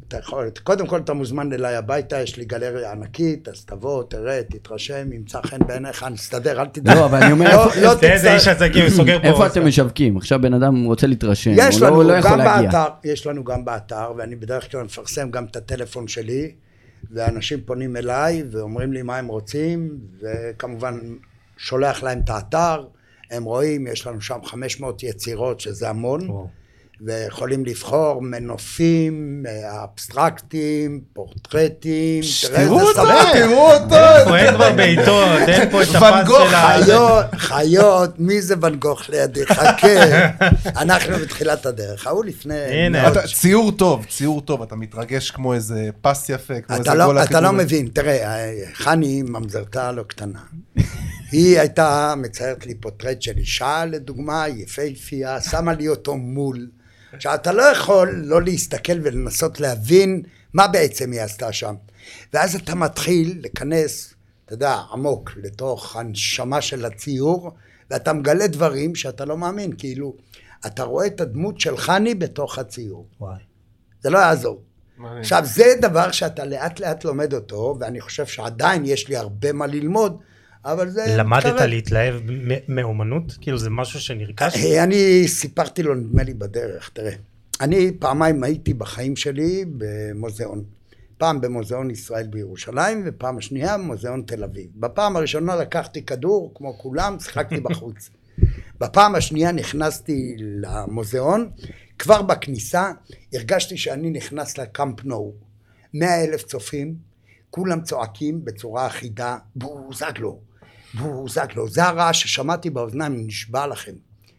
קודם כל אתה מוזמן אליי הביתה, יש לי גלריה ענקית, אז תבוא, תראה, תתרשם, ימצא חן בעיניך, נסתדר, אל תדע. לא, אבל אני אומר, איזה איש הזה כאילו סוגר פה. איפה אתם משווקים? עכשיו בן אדם רוצה להתרשם, יש הוא לא לנו יכול גם להגיע. באתר, יש לנו גם באתר, ואני בדרך כלל מפרסם גם את הטלפון שלי, ואנשים פונים אליי ואומרים לי מה הם רוצים, וכמובן שולח להם את האתר, הם רואים, יש לנו שם 500 יצירות, שזה המון, ויכולים לבחור מנופים, אבסטרקטים, פורטרטים, תראו אותו, תראו אותו. אין כבר בעיתות, אין פה את הפס שלה. חיות, מי זה ון גוך לידי? חכה, אנחנו בתחילת הדרך, הוא לפני... ציור טוב, אתה מתרגש כמו איזה פס יפה, כמו איזה גול. אתה לא מבין, תראה, חני ממזרתה לא קטנה. היא הייתה מציירת לי פורטרט של אישה, לדוגמה, יפהפייה, שמה לי אותו מול. עכשיו, אתה לא יכול לא להסתכל ולנסות להבין מה בעצם היא עשתה שם. ואז אתה מתחיל לכנס, אתה יודע, עמוק, לתוך הנשמה של הציור, ואתה מגלה דברים שאתה לא מאמין, כאילו, אתה רואה את הדמות של חני בתוך הציור. וואי. זה לא יעזור. עכשיו, זה דבר שאתה לאט לאט לומד אותו, ואני חושב שעדיין יש לי הרבה מה ללמוד, אבל זה... למדת להתלהב מאומנות? כאילו זה משהו שנרכש? אני סיפרתי לו נדמה לי בדרך, תראה. אני פעמיים הייתי בחיים שלי במוזיאון. פעם במוזיאון ישראל בירושלים, ופעם השנייה במוזיאון תל אביב. בפעם הראשונה לקחתי כדור, כמו כולם, שיחקתי בחוץ. בפעם השנייה נכנסתי למוזיאון, כבר בכניסה הרגשתי שאני נכנס לקאמפ נו. 100,000 צופים, כולם צועקים בצורה אחידה, בוזגלו, בוזגלו. זה הרעש ששמעתי באוזניים, נשבע לכם.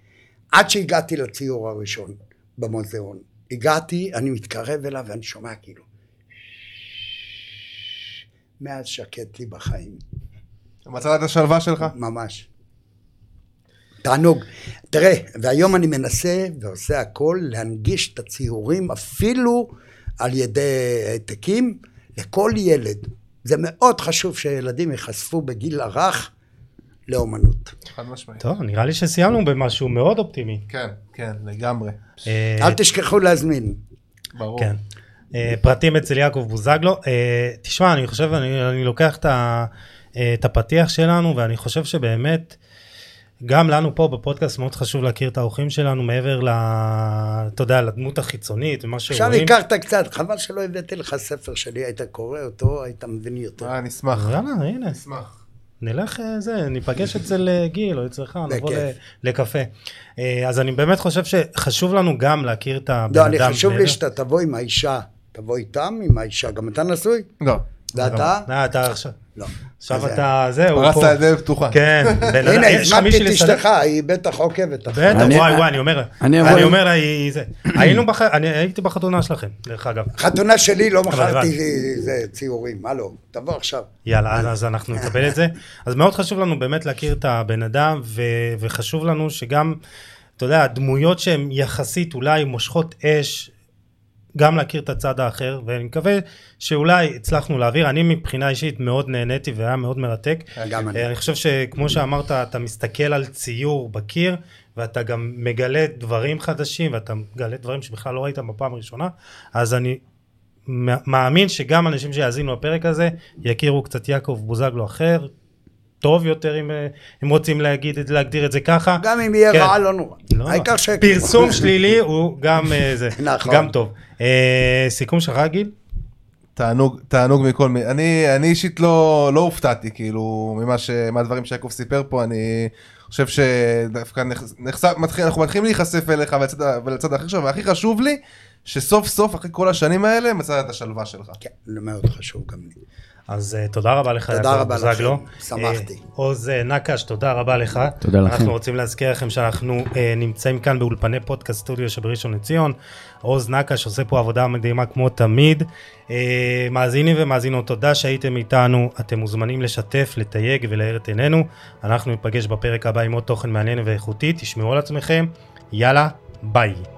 עד שהגעתי לציור הראשון במוזיאון. הגעתי, אני מתקרב אליו ואני שומע כאילו. מאז שקט לי בחיים. מצאת את השלווה שלך? ממש. תענוג. תראה, והיום אני מנסה ועושה הכל להנגיש את הציורים אפילו על ידי העתקים לכל ילד. זה מאוד חשוב שילדים יחשפו בגיל הרך לאומנות. חד משמעית. טוב, נראה לי שסיימנו במשהו מאוד אופטימי. כן, כן, לגמרי. אל תשכחו להזמין. ברור. כן. פרטים אצל יעקב בוזגלו. תשמע, אני חושב, אני לוקח את הפתיח שלנו, ואני חושב שבאמת, גם לנו פה בפודקאסט מאוד חשוב להכיר את האורחים שלנו, מעבר אתה יודע, לדמות החיצונית, ומה שרואים. עכשיו הכרת קצת, חבל שלא הבאתי לך ספר שלי, היית קורא אותו, היית מבין יותר. נשמח. יאללה, הנה. נשמח. נלך ניפגש אצל גיל או אצלך, נבוא לקפה. אז אני באמת חושב שחשוב לנו גם להכיר את הבן אדם. לא, אני חשוב לי שאתה תבוא עם האישה, תבוא איתם עם האישה, גם אתה נשוי? לא. ואתה? אתה עכשיו. לא. עכשיו אתה, זהו. פרסת הדלת פתוחה. כן. הנה, הזמנתי את אשתך, היא בטח עוקבת. בטח, וואי, אני אומר לה, אני הייתי בחתונה שלכם, דרך אגב. חתונה שלי לא מכרתי ציורים, הלו, תבוא עכשיו. יאללה, אז אנחנו נקבל את זה. אז מאוד חשוב לנו באמת להכיר את הבן אדם, וחשוב לנו שגם, אתה יודע, הדמויות שהן יחסית אולי מושכות אש, גם להכיר את הצד האחר, ואני מקווה שאולי הצלחנו להעביר. אני מבחינה אישית מאוד נהניתי והיה מאוד מרתק. גם אני חושב שכמו שאמרת, אתה מסתכל על ציור בקיר, ואתה גם מגלה דברים חדשים, ואתה מגלה דברים שבכלל לא ראית בפעם הראשונה, אז אני מאמין שגם אנשים שיאזינו לפרק הזה, יכירו קצת יעקב בוזגלו אחר, טוב יותר אם רוצים להגדיר את זה ככה. גם אם יהיה רע לא נורא. פרסום שלילי הוא גם טוב. סיכום שלך גיל? תענוג מכל מי. אני אישית לא הופתעתי, כאילו, מהדברים שיעקב סיפר פה, אני חושב שדווקא אנחנו מתחילים להיחשף אליך ולצד האחר שלו, והכי חשוב לי, שסוף סוף, אחרי כל השנים האלה, מצאת את השלווה שלך. כן, זה מאוד חשוב גם לי. אז תודה רבה לך. תודה רבה לכם, שמחתי. עוז נקש, תודה רבה לך. תודה לכם. אנחנו רוצים להזכיר לכם שאנחנו נמצאים כאן באולפני פודקאסט סטודיו שבראשון לציון. עוז נקש עושה פה עבודה מדהימה כמו תמיד. מאזינים ומאזינות, תודה שהייתם איתנו. אתם מוזמנים לשתף, לתייג ולהאיר את עינינו. אנחנו ניפגש בפרק הבא עם עוד תוכן מעניין ואיכותי. תשמעו על עצמכם. יאללה, ביי.